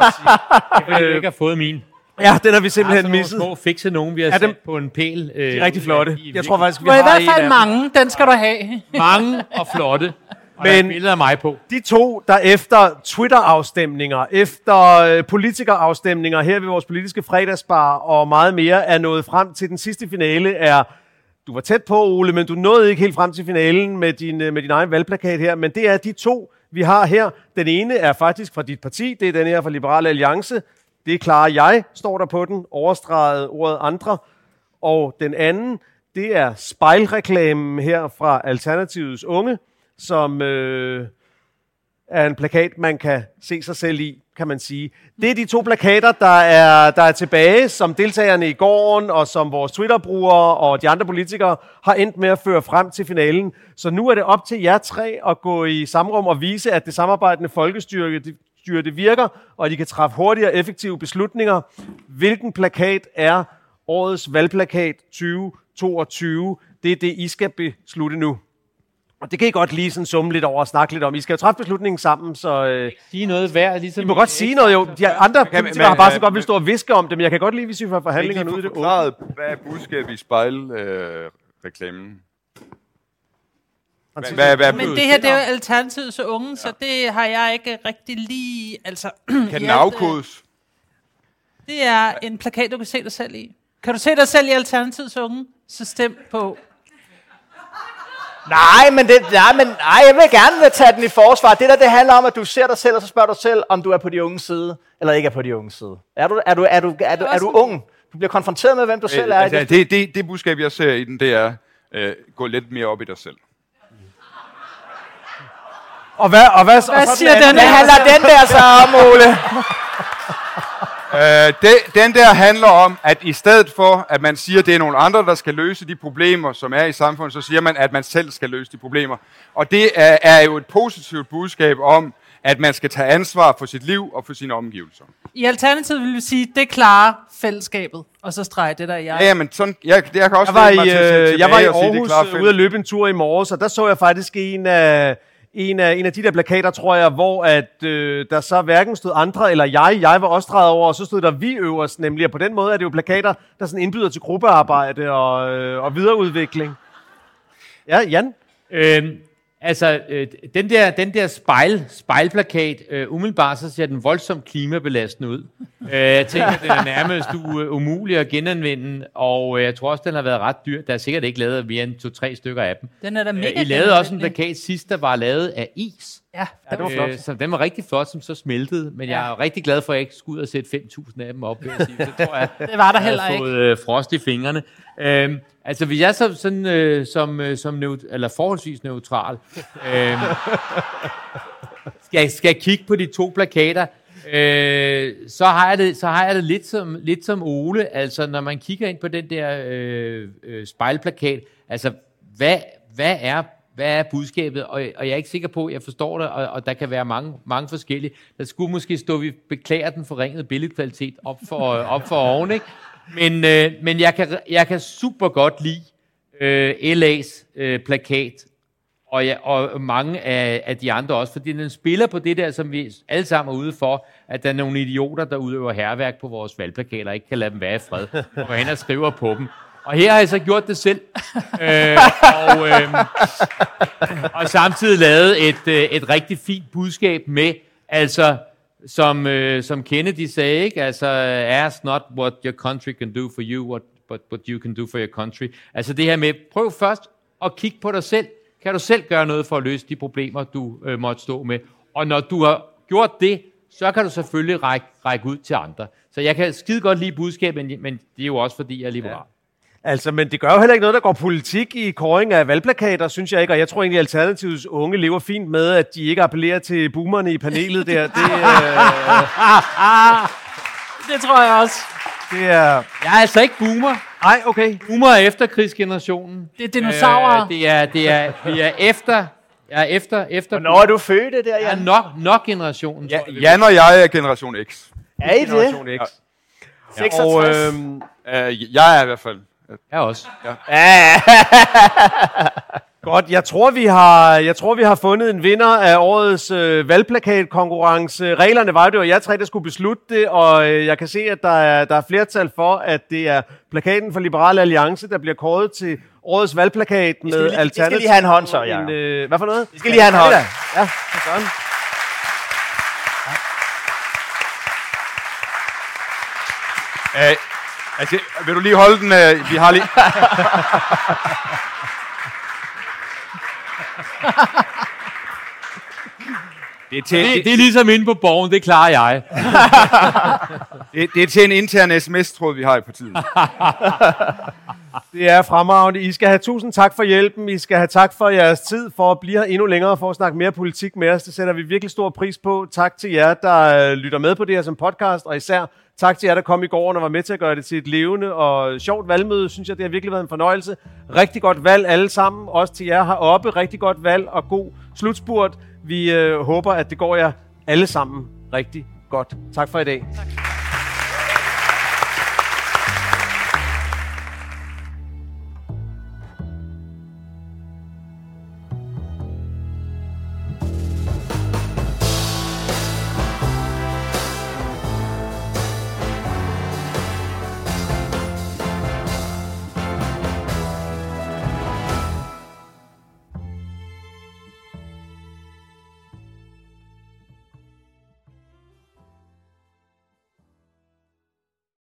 Jeg vil ikke have fået min. Ja, den har vi simpelthen misset. Små fikse nogen, vi har ja, sat på en pæl. Øh, de er rigtig flotte. I, jeg tror faktisk, vi har i hvert fald mange. Den skal du have. Mange og flotte. Og men der er billeder af mig på. De to, der efter Twitter-afstemninger, efter øh, politikerafstemninger her ved vores politiske fredagsbar og meget mere, er nået frem til den sidste finale, er, du var tæt på, Ole, men du nåede ikke helt frem til finalen med din, med din egen valgplakat her, men det er de to, vi har her. Den ene er faktisk fra dit parti, det er den her fra Liberal Alliance. Det klarer jeg, står der på den, overstreget ordet andre. Og den anden, det er spejlreklamen her fra Alternativets Unge, som øh, er en plakat, man kan se sig selv i, kan man sige. Det er de to plakater, der er, der er tilbage, som deltagerne i gården, og som vores Twitter-brugere og de andre politikere har endt med at føre frem til finalen. Så nu er det op til jer tre at gå i samrum og vise, at det samarbejdende folkestyre det, styre, det virker, og de kan træffe hurtige og effektive beslutninger. Hvilken plakat er årets valgplakat tyve toogtyve? Det er det, I skal beslutte nu. Og det kan I godt lige sådan summe lidt over og snakke lidt om. I skal jo træffe beslutningen sammen, så... Øh, sige noget værd, ligesom... I må godt sige noget, jo. De andre politikere har bare så godt vil stå og viske om det, men jeg kan godt lide, hvis vi får forhandlingerne ud i det åbne. Hvad er budskabet i spejl-reklamen? Øh, hvad, hvad men det her, det er jo alternativet så unge, ja. Så det har jeg ikke rigtig lige... Altså, kan den afkodes? Det er en plakat, du kan se dig selv i. Kan du se dig selv i alternativet så unge, så stem på... Nej, men, det, nej, men nej, jeg vil gerne tage den i forsvar. Det der, det handler om, at du ser dig selv, og så spørger du selv, om du er på de unge side, eller ikke er på de unge side. Er du, er du, er du, er du, er du ung? Du bliver konfronteret med, hvem du selv er. Altså, det, det, det budskab, jeg ser i den, det er, øh, gå lidt mere op i dig selv. Og hvad, og hvad, hvad og siger den? Hvad handler den der så om, Ole? Øh, det, den der handler om, at i stedet for, at man siger, at det er nogle andre, der skal løse de problemer, som er i samfundet, så siger man, at man selv skal løse de problemer. Og det er, er jo et positivt budskab om, at man skal tage ansvar for sit liv og for sine omgivelser. I alternativet vil vi sige, det klarer fællesskabet, og så strege det der i jeg. Ja, men sådan, jeg, jeg kan også... Jeg var i, øh, jeg var i Aarhus sige, ude at løbe en tur i morges, og der så jeg faktisk en af... En af, en af de der plakater, tror jeg, hvor at, øh, der så hverken stod andre eller jeg. Jeg var også drejet over, og så stod der vi øverst nemlig. Og på den måde er det jo plakater, der sådan indbyder til gruppearbejde og, øh, og videreudvikling. Ja, Jan? Øhm, altså, øh, den der, den der spejl, spejlplakat, øh, umiddelbart så ser den voldsomt klimabelastende ud. øh, jeg tænker, at den er nærmest u- umulig at genanvende, og øh, jeg tror også, den har været ret dyr. Der er sikkert ikke lavet mere end to-tre stykker af dem. Den er da mega øh, I lavede også en plakat sidst, der var lavet af is. Ja, det var, var flot. øh, så den var rigtig flot, som så smeltede, men ja. Jeg er rigtig glad for, at jeg ikke skulle ud og sætte fem tusind af dem op. Vil jeg sige. Så tror jeg, det var der jeg heller ikke. Fået øh, frost i fingrene. Øhm, altså, hvis jeg så, sådan, øh, som, øh, som neut- eller forholdsvis neutral øh, skal, skal kigge på de to plakater, øh, så, har jeg det, så har jeg det lidt som, lidt som Ole. Altså, når man kigger ind på den der øh, øh, spejlplakat, altså, hvad, hvad er Hvad er budskabet? Og, og jeg er ikke sikker på, at jeg forstår det, og, og der kan være mange, mange forskellige. Der skulle måske stå, vi beklager den forringede billedkvalitet op for, op for oven, ikke? Men, øh, men jeg, kan, jeg kan super godt lide øh, L A's øh, plakat, og, ja, og mange af, af de andre også, fordi den spiller på det der, som vi alle sammen er ude for, at der er nogle idioter, der udøver hærværk på vores valgplakater, og ikke kan lade dem være i fred, og hen og skriver på dem. Og her har jeg så gjort det selv, øh, og, øh, og samtidig lavet et, øh, et rigtig fint budskab med, altså som, øh, som Kennedy sagde, ikke? Altså, ask not what your country can do for you, what, but what you can do for your country. Altså det her med, prøv først at kigge på dig selv. Kan du selv gøre noget for at løse de problemer, du øh, måtte stå med? Og når du har gjort det, så kan du selvfølgelig række, række ud til andre. Så jeg kan skide godt lide budskabet, men, men det er jo også fordi, jeg er liberal. Ja. Altså, men det gør jo heller ikke noget, der går politik i kåring af valgplakater, synes jeg ikke. Og jeg tror egentlig, at Alternativets unge lever fint med, at de ikke appellerer til boomerne i panelet der. Det, øh... det tror jeg også. Det er... Jeg er altså ikke boomer. Nej, okay. Boomer er efterkrigsgenerationen. Det er dinosaurer. Øh, det er, det er, vi er efter... Jeg er efter... efter Hvornår er du født der, Jan? Jeg er nok, nok generationen. Ja, Jan og jeg er generation X. Er I det? Generation X. Ja. Og, seksogtres. øhm, øh, jeg er i hvert fald. Jeg også. Ja. Godt, jeg tror, vi har, jeg tror, vi har fundet en vinder af årets øh, valgplakatkonkurrence. Reglerne var det jo, jeg tre, der skulle beslutte det, og øh, jeg kan se, at der er, der er flertal for, at det er plakaten for Liberal Alliance, der bliver kåret til årets valgplakat med lige, Alternativ. Vi skal lige have en hånd så, ja. En, øh, hvad for noget? Vi skal lige have en hånd. Ja, for sådan. Øh, altså, vil du lige holde den? Øh, vi har lige... Det er, til, det, det er ligesom inde på borgen, det klarer jeg. det, det er til en intern sms-tråd, vi har i partiet. Det er fremragende. I skal have tusind tak for hjælpen. I skal have tak for jeres tid, for at blive her endnu længere, for at snakke mere politik med os. Det sætter vi virkelig stor pris på. Tak til jer, der lytter med på det her som podcast, og især tak til jer, der kom i går og var med til at gøre det til et levende og sjovt valgmøde. Synes jeg, det har virkelig været en fornøjelse. Rigtig godt valg alle sammen. Også til jer heroppe. Rigtig godt valg og god slutspurt. Vi øh, håber, at det går jer alle sammen rigtig godt. Tak for i dag. Tak.